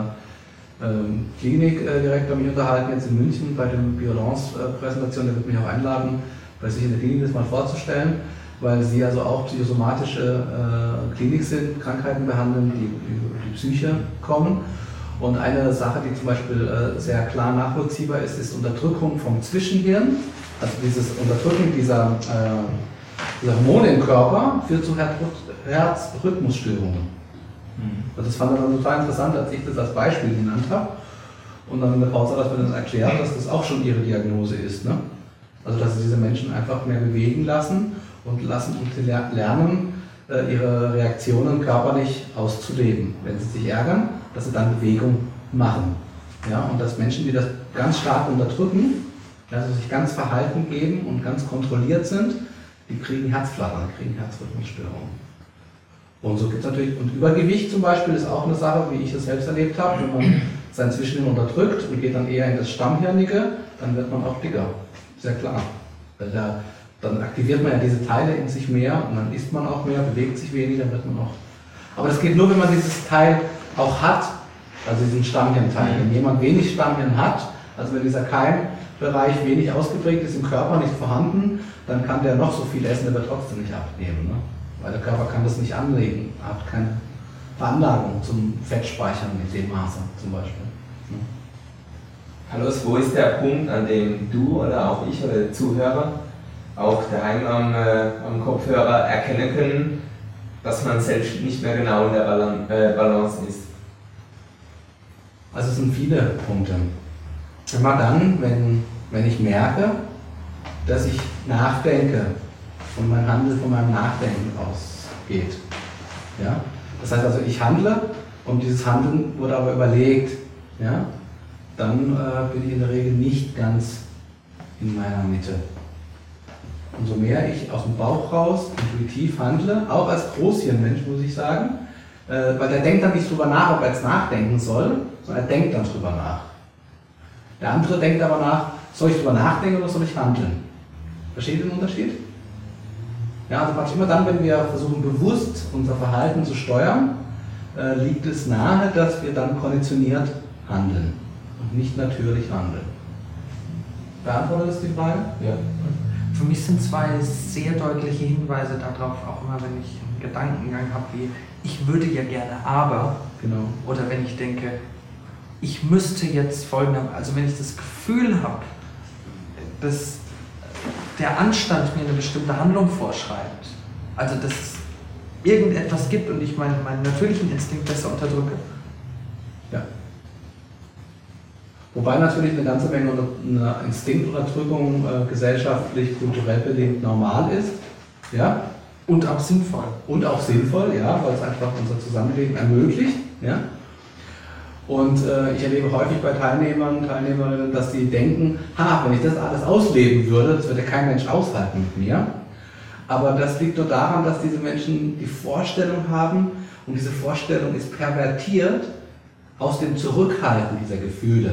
einem Klinikdirektor mich unterhalten, jetzt in München bei der Biolance-Präsentation, der wird mich auch einladen, bei sich in der Klinik das mal vorzustellen, weil sie also auch psychosomatische Klinik sind, Krankheiten behandeln, die über die Psyche kommen. Und eine Sache, die zum Beispiel sehr klar nachvollziehbar ist, ist Unterdrückung vom Zwischenhirn. Also dieses Unterdrücken dieser Hormone im Körper führt zu Herzrhythmusstörungen. Also das fand er dann total interessant, als ich das als Beispiel genannt habe. Und dann in der Pause hat er mir das erklärt, dass das auch schon ihre Diagnose ist. Ne? Also dass sie diese Menschen einfach mehr bewegen lassen und lernen, ihre Reaktionen körperlich auszuleben. Wenn sie sich ärgern, dass sie dann Bewegung machen. Ja? Und dass Menschen, die das ganz stark unterdrücken, also sich ganz verhalten geben und ganz kontrolliert sind, die kriegen Herzflattern, kriegen Herzrhythmusstörungen. Und so gibt es natürlich, und Übergewicht zum Beispiel ist auch eine Sache, wie ich es selbst erlebt habe, wenn man sein Zwischenhirn unterdrückt und geht dann eher in das Stammhirnige, dann wird man auch dicker, sehr klar. Weil dann aktiviert man ja diese Teile in sich mehr und dann isst man auch mehr, bewegt sich weniger, dann wird man auch. Aber das geht nur, wenn man dieses Teil auch hat, also diesen Stammhirnteil. Wenn jemand wenig Stammhirn hat, also wenn dieser Keimbereich wenig ausgeprägt ist, im Körper nicht vorhanden, dann kann der noch so viel essen, der wird trotzdem nicht abnehmen. Ne? Weil der Körper kann das nicht anlegen, hat keine Veranlagung zum Fettspeichern in dem Maße zum Beispiel. Ne? Hallo, wo ist der Punkt, an dem du oder auch ich oder der Zuhörer auch daheim am Kopfhörer erkennen können, dass man selbst nicht mehr genau in der Balance ist? Also es sind viele Punkte. Immer dann, wenn wenn ich merke, dass ich nachdenke und mein Handeln von meinem Nachdenken ausgeht. Ja? Das heißt also, ich handle und dieses Handeln wurde aber überlegt. Ja? Dann bin ich in der Regel nicht ganz in meiner Mitte. Umso mehr ich aus dem Bauch raus intuitiv handle, auch als Großhirnmensch muss ich sagen, weil der denkt dann nicht drüber nach, ob er jetzt nachdenken soll, sondern er denkt dann drüber nach. Der andere denkt aber nach, soll ich drüber nachdenken oder soll ich handeln? Versteht ihr den Unterschied? Ja, also praktisch immer dann, wenn wir versuchen bewusst unser Verhalten zu steuern, liegt es nahe, dass wir dann konditioniert handeln und nicht natürlich handeln. Beantwortet das die Frage? Ja. Für mich sind zwei sehr deutliche Hinweise darauf, auch immer wenn ich einen Gedankengang habe, wie ich würde ja gerne, aber, genau. Oder wenn ich denke, ich müsste jetzt folgendermaßen, also wenn ich das Gefühl habe, dass der Anstand mir eine bestimmte Handlung vorschreibt, also dass es irgendetwas gibt und ich meinen natürlichen Instinkt besser unterdrücke. Ja. Wobei natürlich eine ganze Menge eine Instinktunterdrückung gesellschaftlich, kulturell bedingt normal ist. Ja? Und auch sinnvoll. Und auch sinnvoll, ja, weil es einfach unser Zusammenleben ermöglicht. Ja? Und ich erlebe häufig bei Teilnehmerinnen, dass sie denken, wenn ich das alles ausleben würde, das würde kein Mensch aushalten mit mir. Aber das liegt nur daran, dass diese Menschen die Vorstellung haben, und diese Vorstellung ist pervertiert aus dem Zurückhalten dieser Gefühle.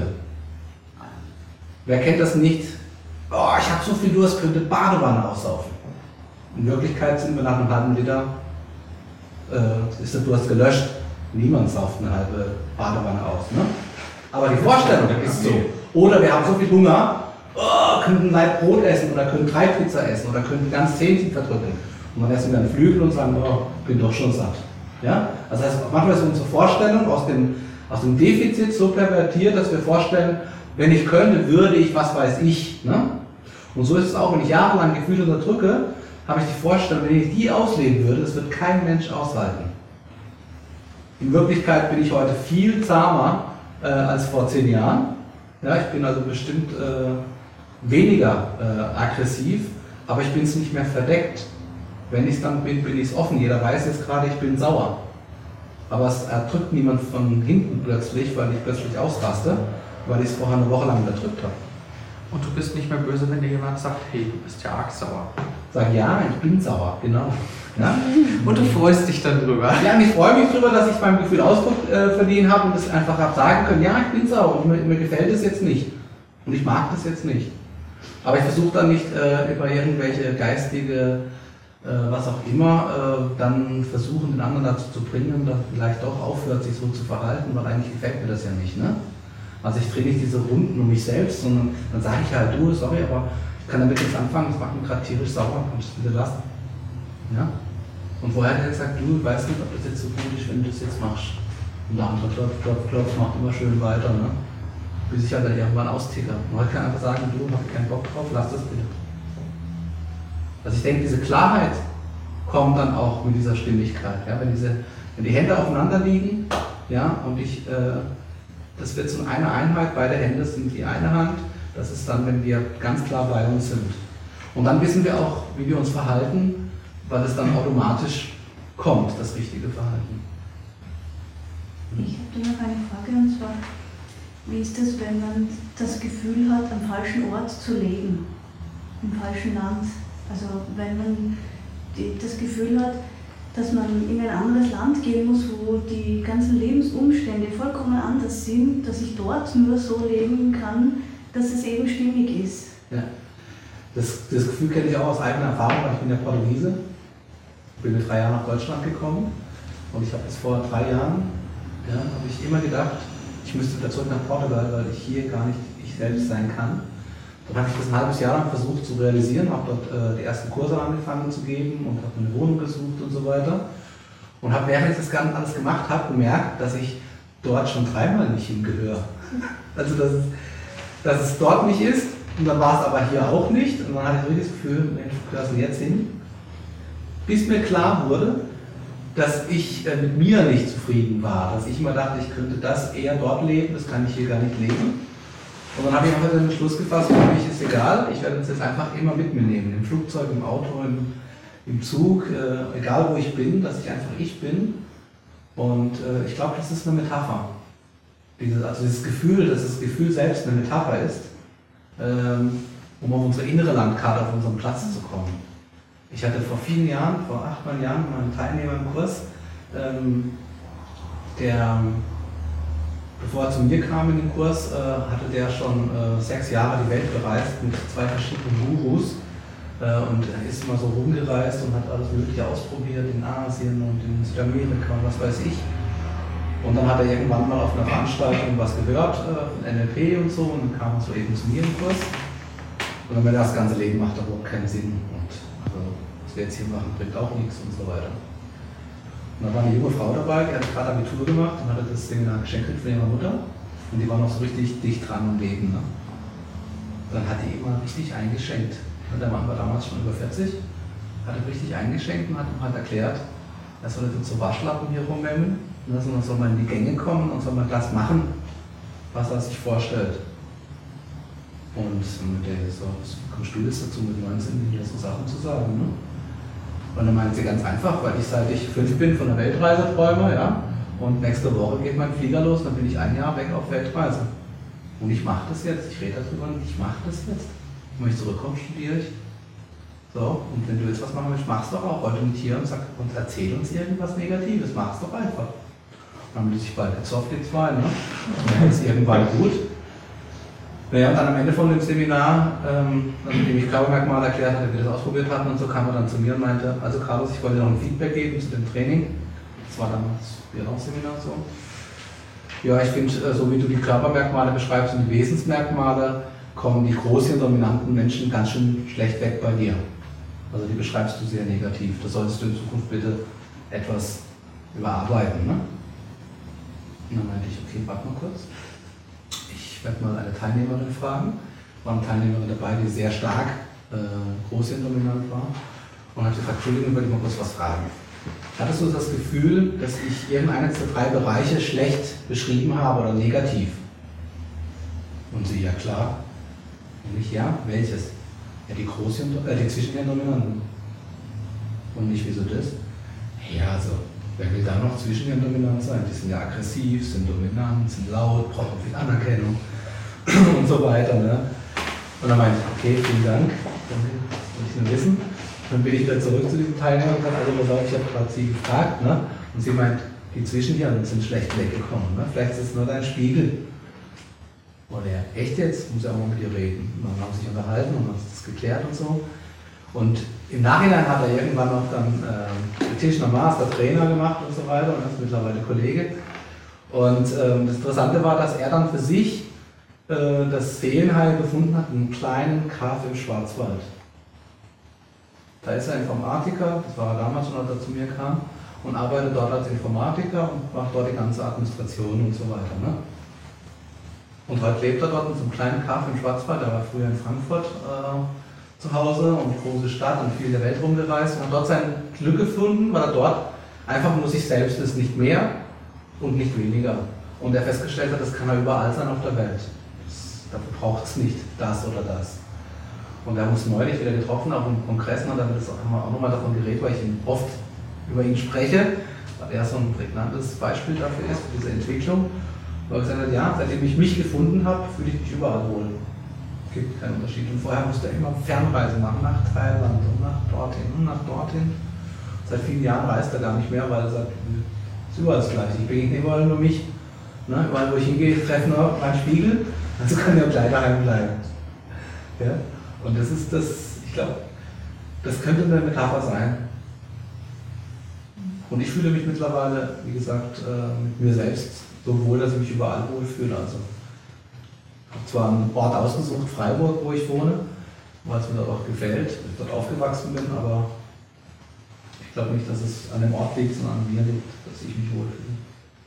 Wer kennt das nicht? Oh, ich habe so viel Durst, könnte Badewanne aussaufen. In Wirklichkeit sind wir nach einem halben Liter, ist der Durst gelöscht. Niemand sauft eine halbe Badewanne aus. Ne? Aber die Vorstellung ist so. Oder wir haben so viel Hunger, könnten ein Laib Brot essen oder können 3 Pizza essen oder können ganz Zähnchen verdrücken. Und dann essen wir einen Flügel und sagen, bin doch schon satt. Ja? Also das heißt, manchmal ist unsere Vorstellung aus dem Defizit so pervertiert, dass wir vorstellen, wenn ich könnte, würde ich, was weiß ich. Ne? Und so ist es auch, wenn ich jahrelang Gefühle unterdrücke, habe ich die Vorstellung, wenn ich die ausleben würde, das wird kein Mensch aushalten. In Wirklichkeit bin ich heute viel zahmer als vor 10 Jahren. Ja, ich bin also bestimmt weniger aggressiv, aber ich bin es nicht mehr verdeckt. Wenn ich es dann bin, bin ich es offen. Jeder weiß jetzt gerade, ich bin sauer. Aber es erdrückt niemand von hinten plötzlich, weil ich plötzlich ausraste, weil ich es vorher eine Woche lang unterdrückt habe. Und du bist nicht mehr böse, wenn dir jemand sagt, hey, du bist ja arg sauer. Sag ja, ich bin sauer, genau. Ja? Und du freust dich dann drüber. Ja, und ich freue mich drüber, dass ich beim Gefühl Ausdruck verliehen habe und es einfach habe sagen können, ja, ich bin sauer und mir gefällt es jetzt nicht. Und ich mag das jetzt nicht. Aber ich versuche dann nicht über irgendwelche geistige, was auch immer, dann versuchen, den anderen dazu zu bringen, dass er vielleicht doch aufhört, sich so zu verhalten, weil eigentlich gefällt mir das ja nicht. Ne? Also ich drehe nicht diese Runden um mich selbst, sondern dann sage ich halt, du, sorry, aber ich kann damit jetzt anfangen, das macht mich gerade tierisch sauer, kannst du es bitte lassen. Ja? Und vorher hat er gesagt, du, ich weiß nicht, ob das jetzt so gut ist, wenn du das jetzt machst. Und der andere klopf, macht immer schön weiter, ne? Bis ich halt dann irgendwann austicker. Und heute kann ich einfach sagen, du, hab keinen Bock drauf, lass das bitte. Also ich denke, diese Klarheit kommt dann auch mit dieser Stimmigkeit. Ja? Wenn die Hände aufeinander liegen, ja, und das wird so eine Einheit, beide Hände sind die eine Hand, das ist dann, wenn wir ganz klar bei uns sind. Und dann wissen wir auch, wie wir uns verhalten, weil es dann automatisch kommt, das richtige Verhalten. Ich habe da noch eine Frage, und zwar, wie ist es, wenn man das Gefühl hat, am falschen Ort zu leben, im falschen Land? Also wenn man das Gefühl hat, dass man in ein anderes Land gehen muss, wo die ganzen Lebensumstände vollkommen anders sind, dass ich dort nur so leben kann, dass es eben stimmig ist. Ja. Das Gefühl kenne ich auch aus eigener Erfahrung, weil ich bin ja Portugiese. Ich bin mit 3 Jahren nach Deutschland gekommen und ich habe jetzt vor 3 Jahren, habe ich immer gedacht, ich müsste wieder zurück nach Portugal, weil ich hier gar nicht ich selbst sein kann. Dann habe ich das ein halbes Jahr lang versucht zu realisieren, habe dort die ersten Kurse angefangen zu geben und habe eine Wohnung gesucht und so weiter. Und habe, während ich das Ganze alles gemacht habe, gemerkt, dass ich dort schon 3-mal nicht hingehöre. Also dass es dort nicht ist und dann war es aber hier auch nicht. Und dann hatte ich wirklich das Gefühl, Mensch, wo gehörst du jetzt hin? Bis mir klar wurde, dass ich mit mir nicht zufrieden war. Dass ich immer dachte, ich könnte das eher dort leben, das kann ich hier gar nicht leben. Und dann habe ich einfach den Entschluss gefasst, für mich ist egal, ich werde uns jetzt einfach immer mit mir nehmen, im Flugzeug, im Auto, im Zug, egal wo ich bin, dass ich einfach ich bin. Und ich glaube, das ist eine Metapher. Also dieses Gefühl, dass das Gefühl selbst eine Metapher ist, um auf unsere innere Landkarte, auf unseren Platz zu kommen. Ich hatte vor 8, 9 Jahren, einen Teilnehmer im Kurs, der, bevor er zu mir kam in den Kurs, hatte der schon 6 Jahre die Welt bereist mit 2 verschiedenen Gurus und ist immer so rumgereist und hat alles Mögliche ausprobiert in Asien und in Südamerika und was weiß ich. Und dann hat er irgendwann mal auf einer Veranstaltung was gehört, NLP und so, und dann kam er so eben zu mir im Kurs. Und dann, wenn das ganze Leben macht, überhaupt keinen Sinn. Und also, was wir jetzt hier machen, bringt auch nichts und so weiter. Und da war eine junge Frau dabei, die hat gerade Abitur gemacht und hatte das Seminar geschenkt von ihrer Mutter. Und die war noch so richtig dicht dran am Leben. Ne? Dann hat die immer richtig eingeschenkt. Und der Mann war damals schon über 40, hat ihm richtig eingeschenkt und hat ihm halt erklärt, er soll jetzt so Waschlappen hier rumhängen. Und dann soll man in die Gänge kommen und soll man das machen, was er sich vorstellt. Und der so, kommst du jetzt dazu mit 19 hier so Sachen zu sagen, ne? Und dann meint sie ganz einfach, weil ich seit ich 5 bin von der Weltreise träume, ja, und nächste Woche geht mein Flieger los, dann bin ich 1 Jahr weg auf Weltreise. Und ich mache das jetzt, ich rede darüber und ich mache das jetzt. Und wenn ich zurückkomme, studiere ich. So, und wenn du jetzt was machen willst, mach's doch auch heute mit hier und erzähl uns irgendwas Negatives, mach's doch einfach. Dann haben die sich bald gezofft, die 2, ne? Und dann ist irgendwann gut. Naja, und dann am Ende von dem Seminar, nachdem ich Körpermerkmale erklärt hatte, wie wir das ausprobiert hatten und so, kam er dann zu mir und meinte, also Carlos, ich wollte noch ein Feedback geben zu dem Training. Das war damals Bierlauf-Seminar so. Ja, ich finde, so wie du die Körpermerkmale beschreibst und die Wesensmerkmale, kommen die großen, dominanten Menschen ganz schön schlecht weg bei dir. Also die beschreibst du sehr negativ. Das solltest du in Zukunft bitte etwas überarbeiten. Ne? Und dann meinte ich, okay, warte mal kurz. Ich werde mal eine Teilnehmerin fragen. War eine Teilnehmerin dabei, die sehr stark großhirndominant war. Und habe gesagt, Entschuldigung, würde ich mal kurz was fragen. Hattest du das Gefühl, dass ich irgendeines der 3 Bereiche schlecht beschrieben habe oder negativ? Und sie, ja klar. Und ich, ja, welches? Ja, die Zwischenhirndominanten. Und nicht, wieso das? Ja, also, wer will da noch Zwischenhirndominant sein? Die sind ja aggressiv, sind dominant, sind laut, brauchen viel Anerkennung und so weiter. Ne? Und dann meinte ich, okay, vielen Dank, dann will ich nur wissen. Dann bin ich wieder zurück zu diesem Teilnehmer und gesagt, also pass auf, ich habe gerade sie gefragt, ne? Und sie meint, die Zwischenhirn sind schlecht weggekommen, ne? Vielleicht ist es nur dein Spiegel. Oder ja, echt jetzt? Muss ja auch mal mit ihr reden. Und dann haben sie sich unterhalten und haben das geklärt und so. Und im Nachhinein hat er irgendwann noch dann Practitioner Master Trainer gemacht und so weiter und ist mittlerweile Kollege. Und das Interessante war, dass er dann für sich das Seelenheil gefunden hat, in einem kleinen Kaff im Schwarzwald. Da ist er Informatiker, das war er damals schon, als er zu mir kam, und arbeitet dort als Informatiker und macht dort die ganze Administration und so weiter. Ne? Und heute lebt er dort in so einem kleinen Kaff im Schwarzwald, er war früher in Frankfurt zu Hause und große Stadt und viel der Welt rumgereist und hat dort sein Glück gefunden, weil er dort einfach nur sich selbst ist, nicht mehr und nicht weniger. Und er festgestellt hat, das kann er überall sein auf der Welt. Dafür braucht es nicht das oder das. Und wir haben uns neulich wieder getroffen, auch im Kongress, und dann haben wir auch nochmal davon geredet, weil ich oft über ihn spreche, weil er so ein prägnantes Beispiel dafür ist, für diese Entwicklung. Und er gesagt hat, ja, seitdem ich mich gefunden habe, fühle ich mich überall wohl. Es gibt keinen Unterschied. Und vorher musste er immer Fernreisen machen, nach Thailand und nach dorthin und nach dorthin. Seit vielen Jahren reist er gar nicht mehr, weil er sagt, es ist überall das Gleiche. Ich begegne überall nur mich. Ne? Überall, wo ich hingehe, ich treffe nur meinen Spiegel, also kann ich auch gleich daheim bleiben. Ja? Und das ist das, ich glaube, das könnte eine Metapher sein. Und ich fühle mich mittlerweile, wie gesagt, mit mir selbst so wohl, dass ich mich überall wohlfühle. Also, ich habe zwar einen Ort ausgesucht, Freiburg, wo ich wohne, weil es mir dort auch gefällt, dass ich dort aufgewachsen bin, aber ich glaube nicht, dass es an dem Ort liegt, sondern an mir liegt, dass ich mich wohlfühle.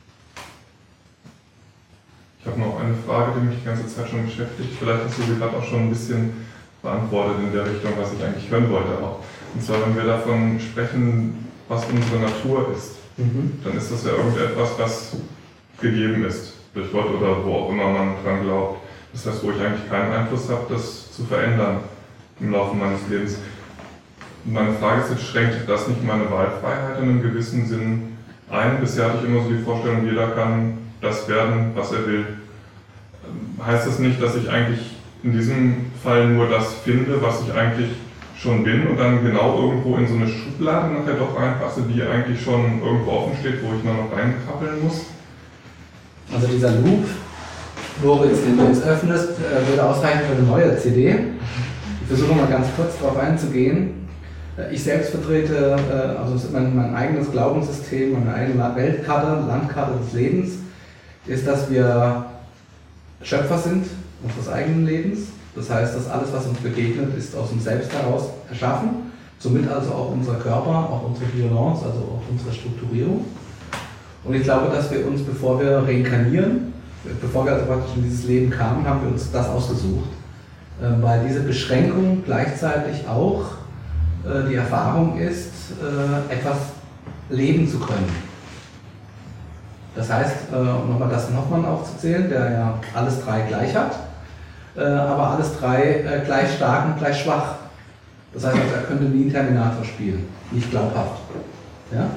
Ich habe noch eine Frage, die mich die ganze Zeit schon beschäftigt. Vielleicht hast du sie gerade auch schon ein bisschen beantwortet in der Richtung, was ich eigentlich hören wollte auch. Und zwar, wenn wir davon sprechen, was unsere Natur ist, dann ist das ja irgendetwas, was gegeben ist, durch Gott oder wo auch immer man dran glaubt. Das heißt, wo ich eigentlich keinen Einfluss habe, das zu verändern im Laufe meines Lebens. Meine Frage ist jetzt, schränkt das nicht meine Wahlfreiheit in einem gewissen Sinn ein? Bisher hatte ich immer so die Vorstellung, jeder kann das werden, was er will. Heißt das nicht, dass ich eigentlich in diesem Fall nur das finde, was ich eigentlich schon bin und dann genau irgendwo in so eine Schublade nachher doch reinpasse, die eigentlich schon irgendwo offen steht, wo ich nur noch reinkrabbeln muss? Also dieser Loop, Moritz, den du jetzt öffnest, würde ausreichen für eine neue CD. Ich versuche mal ganz kurz darauf einzugehen. Ich selbst vertrete also mein eigenes Glaubenssystem, meine eigene Weltkarte, Landkarte des Lebens, ist, dass wir Schöpfer sind unseres eigenen Lebens. Das heißt, dass alles, was uns begegnet, ist aus uns selbst heraus erschaffen. Somit also auch unser Körper, auch unsere Violence, also auch unsere Strukturierung. Und ich glaube, dass wir uns, bevor wir reinkarnieren, bevor wir also praktisch in dieses Leben kamen, haben wir uns das ausgesucht. Weil diese Beschränkung gleichzeitig auch die Erfahrung ist, etwas leben zu können. Das heißt, um nochmal Dustin Hoffmann aufzuzählen, der ja alles drei gleich hat, aber alles drei gleich stark und gleich schwach. Das heißt, er könnte nie einen Terminator spielen, nicht glaubhaft. Ja?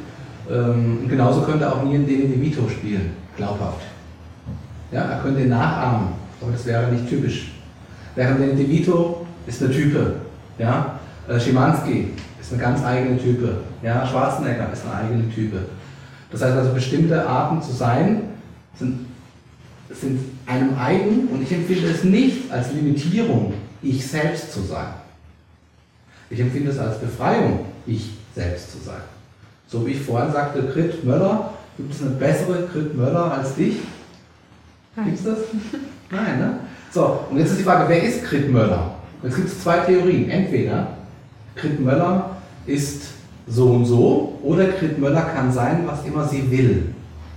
Genauso könnte er auch nie einen Danny DeVito spielen, glaubhaft. Ja, er könnte ihn nachahmen, aber das wäre nicht typisch. Während Danny DeVito ist eine Type. Ja? Schimanski ist eine ganz eigene Type. Ja? Schwarzenegger ist eine eigene Type. Das heißt also, bestimmte Arten zu sein sind einem eigen, und ich empfinde es nicht als Limitierung, ich selbst zu sein. Ich empfinde es als Befreiung, ich selbst zu sein. So wie ich vorhin sagte, Grit Möller, gibt es eine bessere Grit Möller als dich? Gibt es das? Nein, ne? So, und jetzt ist die Frage, wer ist Grit Möller? Jetzt gibt es zwei Theorien. Entweder Grit Möller ist so und so, oder Grit Möller kann sein, was immer sie will.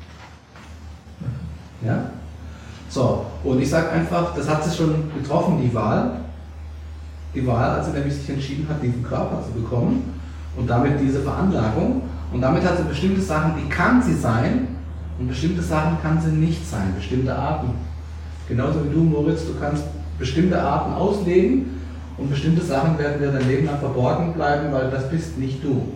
Ja? So, und ich sage einfach, das hat sich schon getroffen, die Wahl. Die Wahl, als er nämlich sich entschieden hat, diesen Körper zu bekommen und damit diese Veranlagung. Und damit hat sie bestimmte Sachen, die kann sie sein, und bestimmte Sachen kann sie nicht sein, bestimmte Arten. Genauso wie du, Moritz, du kannst bestimmte Arten ausleben und bestimmte Sachen werden dir dein Leben lang verborgen bleiben, weil das bist nicht du.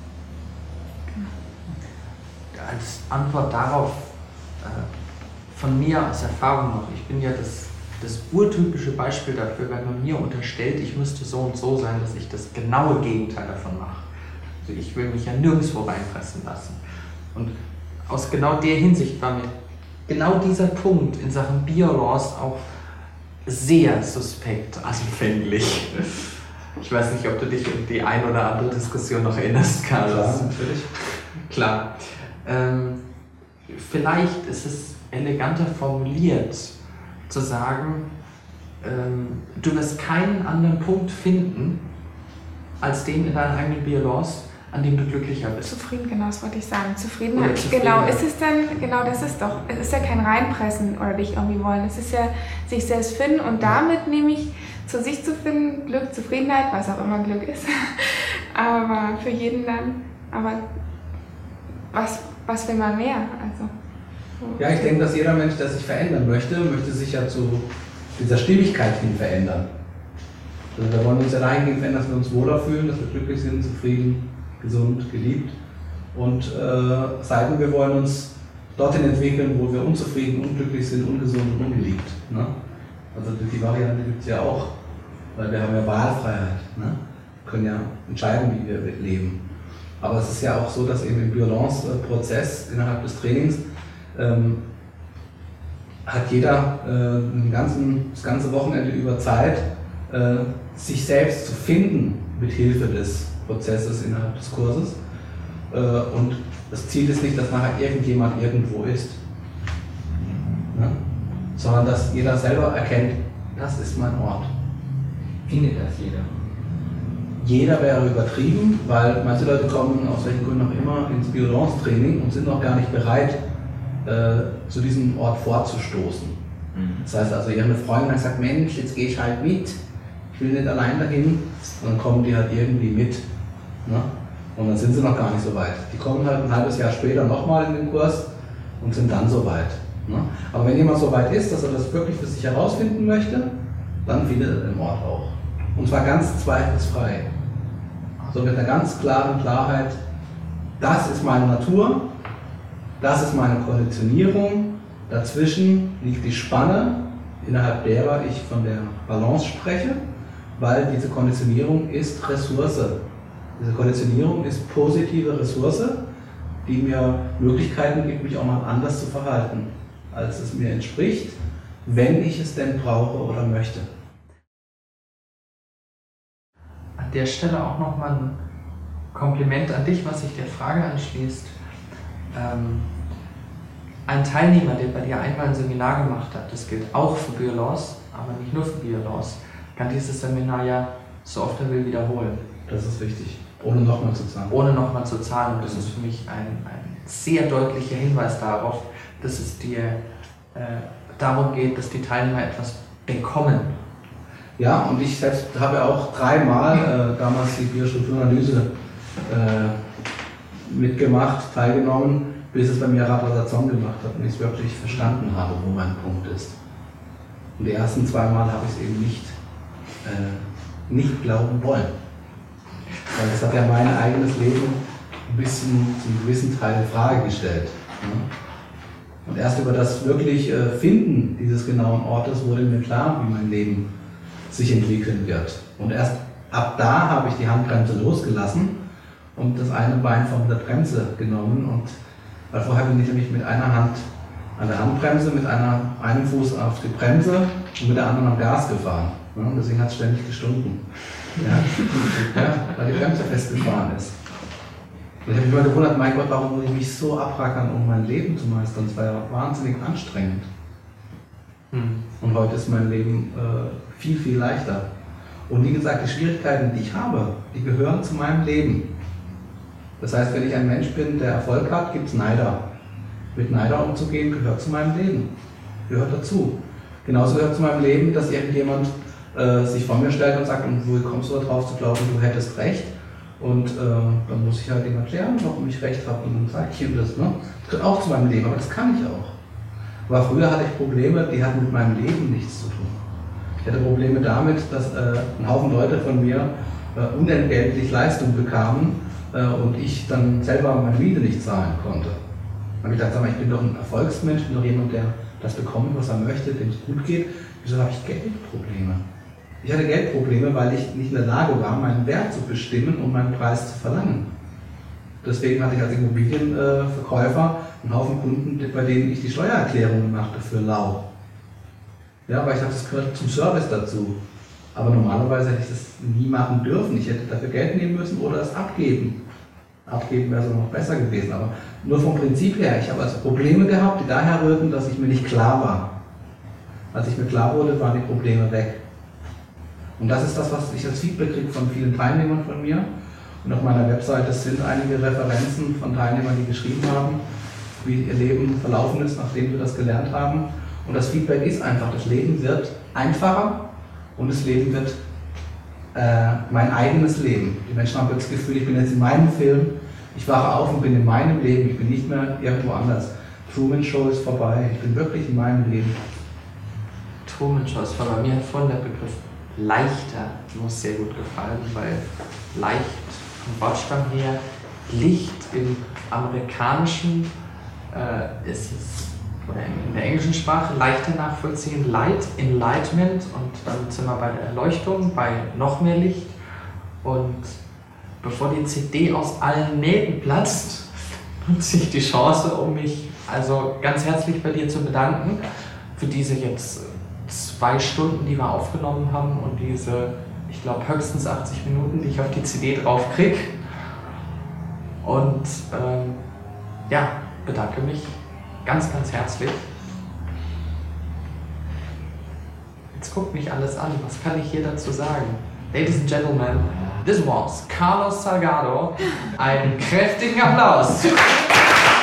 Als Antwort darauf, von mir aus Erfahrung noch, ich bin ja das urtypische Beispiel dafür, wenn man mir unterstellt, ich müsste so und so sein, dass ich das genaue Gegenteil davon mache. Also ich will mich ja nirgendwo reinpressen lassen. Und aus genau der Hinsicht war mir genau dieser Punkt in Sachen Biolaws auch sehr suspekt anfänglich. Ich weiß nicht, ob du dich an die ein oder andere Diskussion noch erinnerst, Carlos. Klar, natürlich. Klar. Vielleicht ist es eleganter formuliert, zu sagen, du wirst keinen anderen Punkt finden, als den in deinen eigenen Biolaws, an dem du glücklicher bist. Zufrieden, genau, das wollte ich sagen. Zufriedenheit. Genau, ist es dann, genau das ist doch, es ist ja kein Reinpressen oder dich irgendwie wollen, es ist ja sich selbst finden und damit nämlich zu sich zu finden, Glück, Zufriedenheit, was auch immer Glück ist, aber für jeden dann, aber was will man mehr? Also, so. Ja, ich denke, dass jeder Mensch, der sich verändern möchte sich ja zu dieser Stimmigkeit hin verändern. Also wir wollen uns ja dahingehend verändern, dass wir uns wohler fühlen, dass wir glücklich sind, zufrieden, gesund, geliebt. Und wir wollen uns dorthin entwickeln, wo wir unzufrieden, unglücklich sind, ungesund und ungeliebt. Ne? Also die Variante gibt es ja auch, weil wir haben ja Wahlfreiheit. Ne? Wir können ja entscheiden, wie wir leben. Aber es ist ja auch so, dass eben im Biolance-Prozess innerhalb des Trainings hat jeder das ganze Wochenende über Zeit, sich selbst zu finden mit Hilfe des Prozesses innerhalb des Kurses. Und das Ziel ist nicht, dass nachher irgendjemand irgendwo ist, ne? Sondern dass jeder selber erkennt, das ist mein Ort. Findet das jeder? Jeder wäre übertrieben, weil manche Leute kommen aus welchen Gründen auch immer ins Biolance-Training und sind noch gar nicht bereit, zu diesem Ort vorzustoßen. Das heißt also, ihre Freundin hat gesagt, Mensch, jetzt gehe ich halt mit, ich will nicht allein dahin, und dann kommen die halt irgendwie mit. Ne? Und dann sind sie noch gar nicht so weit. Die kommen halt ein halbes Jahr später nochmal in den Kurs und sind dann so weit. Ne? Aber wenn jemand so weit ist, dass er das wirklich für sich herausfinden möchte, dann findet er den Ort auch. Und zwar ganz zweifelsfrei. Also mit einer ganz klaren Klarheit, das ist meine Natur, das ist meine Konditionierung, dazwischen liegt die Spanne, innerhalb derer ich von der Balance spreche, weil diese Konditionierung ist Ressource. Diese Konditionierung ist positive Ressource, die mir Möglichkeiten gibt, mich auch mal anders zu verhalten, als es mir entspricht, wenn ich es denn brauche oder möchte. An der Stelle auch nochmal ein Kompliment an dich, was sich der Frage anschließt. Ein Teilnehmer, der bei dir einmal ein Seminar gemacht hat, das gilt auch für Biolaws, aber nicht nur für Biolaws, kann dieses Seminar ja so oft er will wiederholen. Das ist wichtig, ohne nochmal zu zahlen. Ohne nochmal zu zahlen. Und das ist für mich ein sehr deutlicher Hinweis darauf, dass es dir darum geht, dass die Teilnehmer etwas bekommen. Ja, und ich selbst habe auch 3-mal damals die Biostrukturanalyse mitgemacht, teilgenommen, bis es bei mir Radrasation gemacht hat und ich es wirklich verstanden habe, wo mein Punkt ist. Und die ersten 2 Mal habe ich es eben nicht glauben wollen. Weil es hat ja mein eigenes Leben ein bisschen zum gewissen Teil in Frage gestellt. Und erst über das wirklich Finden dieses genauen Ortes wurde mir klar, wie mein Leben sich entwickeln wird. Und erst ab da habe ich die Handbremse losgelassen und das eine Bein von der Bremse genommen. Und weil vorher bin ich nämlich mit einer Hand an der Handbremse, mit einem Fuß auf die Bremse und mit der anderen am Gas gefahren. Ja, deswegen hat es ständig gestunken. Ja, weil die Bremse festgefahren ist. Und ich habe mich immer gewundert, mein Gott, warum muss ich mich so abrackern, um mein Leben zu meistern? Das war ja wahnsinnig anstrengend. Und heute ist mein Leben viel, viel leichter. Und wie gesagt, die Schwierigkeiten, die ich habe, die gehören zu meinem Leben. Das heißt, wenn ich ein Mensch bin, der Erfolg hat, gibt es Neider. Mit Neider umzugehen, gehört zu meinem Leben. Gehört dazu. Genauso gehört zu meinem Leben, dass irgendjemand sich vor mir stellt und sagt, und wo kommst du darauf zu glauben, du hättest recht? Und dann muss ich halt ihm erklären, warum ich recht habe. Und dann sage ich ihm das. Ne? Das gehört auch zu meinem Leben, aber das kann ich auch. Aber früher hatte ich Probleme, die hatten mit meinem Leben nichts zu tun. Ich hatte Probleme damit, dass ein Haufen Leute von mir unentgeltlich Leistung bekamen und ich dann selber meine Miete nicht zahlen konnte. Dann habe ich gedacht, sag mal, ich bin doch ein Erfolgsmensch, ich bin doch jemand, der das bekommt, was er möchte, dem es gut geht. Wieso habe ich Geldprobleme? Ich hatte Geldprobleme, weil ich nicht in der Lage war, meinen Wert zu bestimmen und meinen Preis zu verlangen. Deswegen hatte ich als Immobilienverkäufer einen Haufen Kunden, bei denen ich die Steuererklärungen machte für lau. Ja, weil ich dachte, das gehört zum Service dazu. Aber normalerweise hätte ich das nie machen dürfen. Ich hätte dafür Geld nehmen müssen oder es abgeben. Abgeben wäre so noch besser gewesen. Aber nur vom Prinzip her, ich habe also Probleme gehabt, die daher rührten, dass ich mir nicht klar war. Als ich mir klar wurde, waren die Probleme weg. Und das ist das, was ich als Feedback kriege von vielen Teilnehmern von mir. Und auf meiner Webseite sind einige Referenzen von Teilnehmern, die geschrieben haben, wie ihr Leben verlaufen ist, nachdem wir das gelernt haben. Und das Feedback ist einfach, das Leben wird einfacher und das Leben wird mein eigenes Leben. Die Menschen haben das Gefühl, ich bin jetzt in meinem Film, ich wache auf und bin in meinem Leben, ich bin nicht mehr irgendwo anders. Truman Show ist vorbei, ich bin wirklich in meinem Leben. Truman Show ist vorbei. Mir hat vorhin der Begriff leichter muss sehr gut gefallen, weil leicht vom Wortstamm her, Licht im amerikanischen ist es, oder in der englischen Sprache leichter nachvollziehen, Light, Enlightenment, und dann sind wir bei der Erleuchtung, bei noch mehr Licht. Und bevor die CD aus allen Nähten platzt, nutze ich die Chance, um mich also ganz herzlich bei dir zu bedanken für diese jetzt 2 Stunden, die wir aufgenommen haben, und diese, ich glaube, höchstens 80 Minuten, die ich auf die CD drauf kriege. Und ja, bedanke mich ganz, ganz herzlich. Jetzt guckt mich alles an. Was kann ich hier dazu sagen? Ladies and Gentlemen, this was Carlos Salgado. Einen kräftigen Applaus.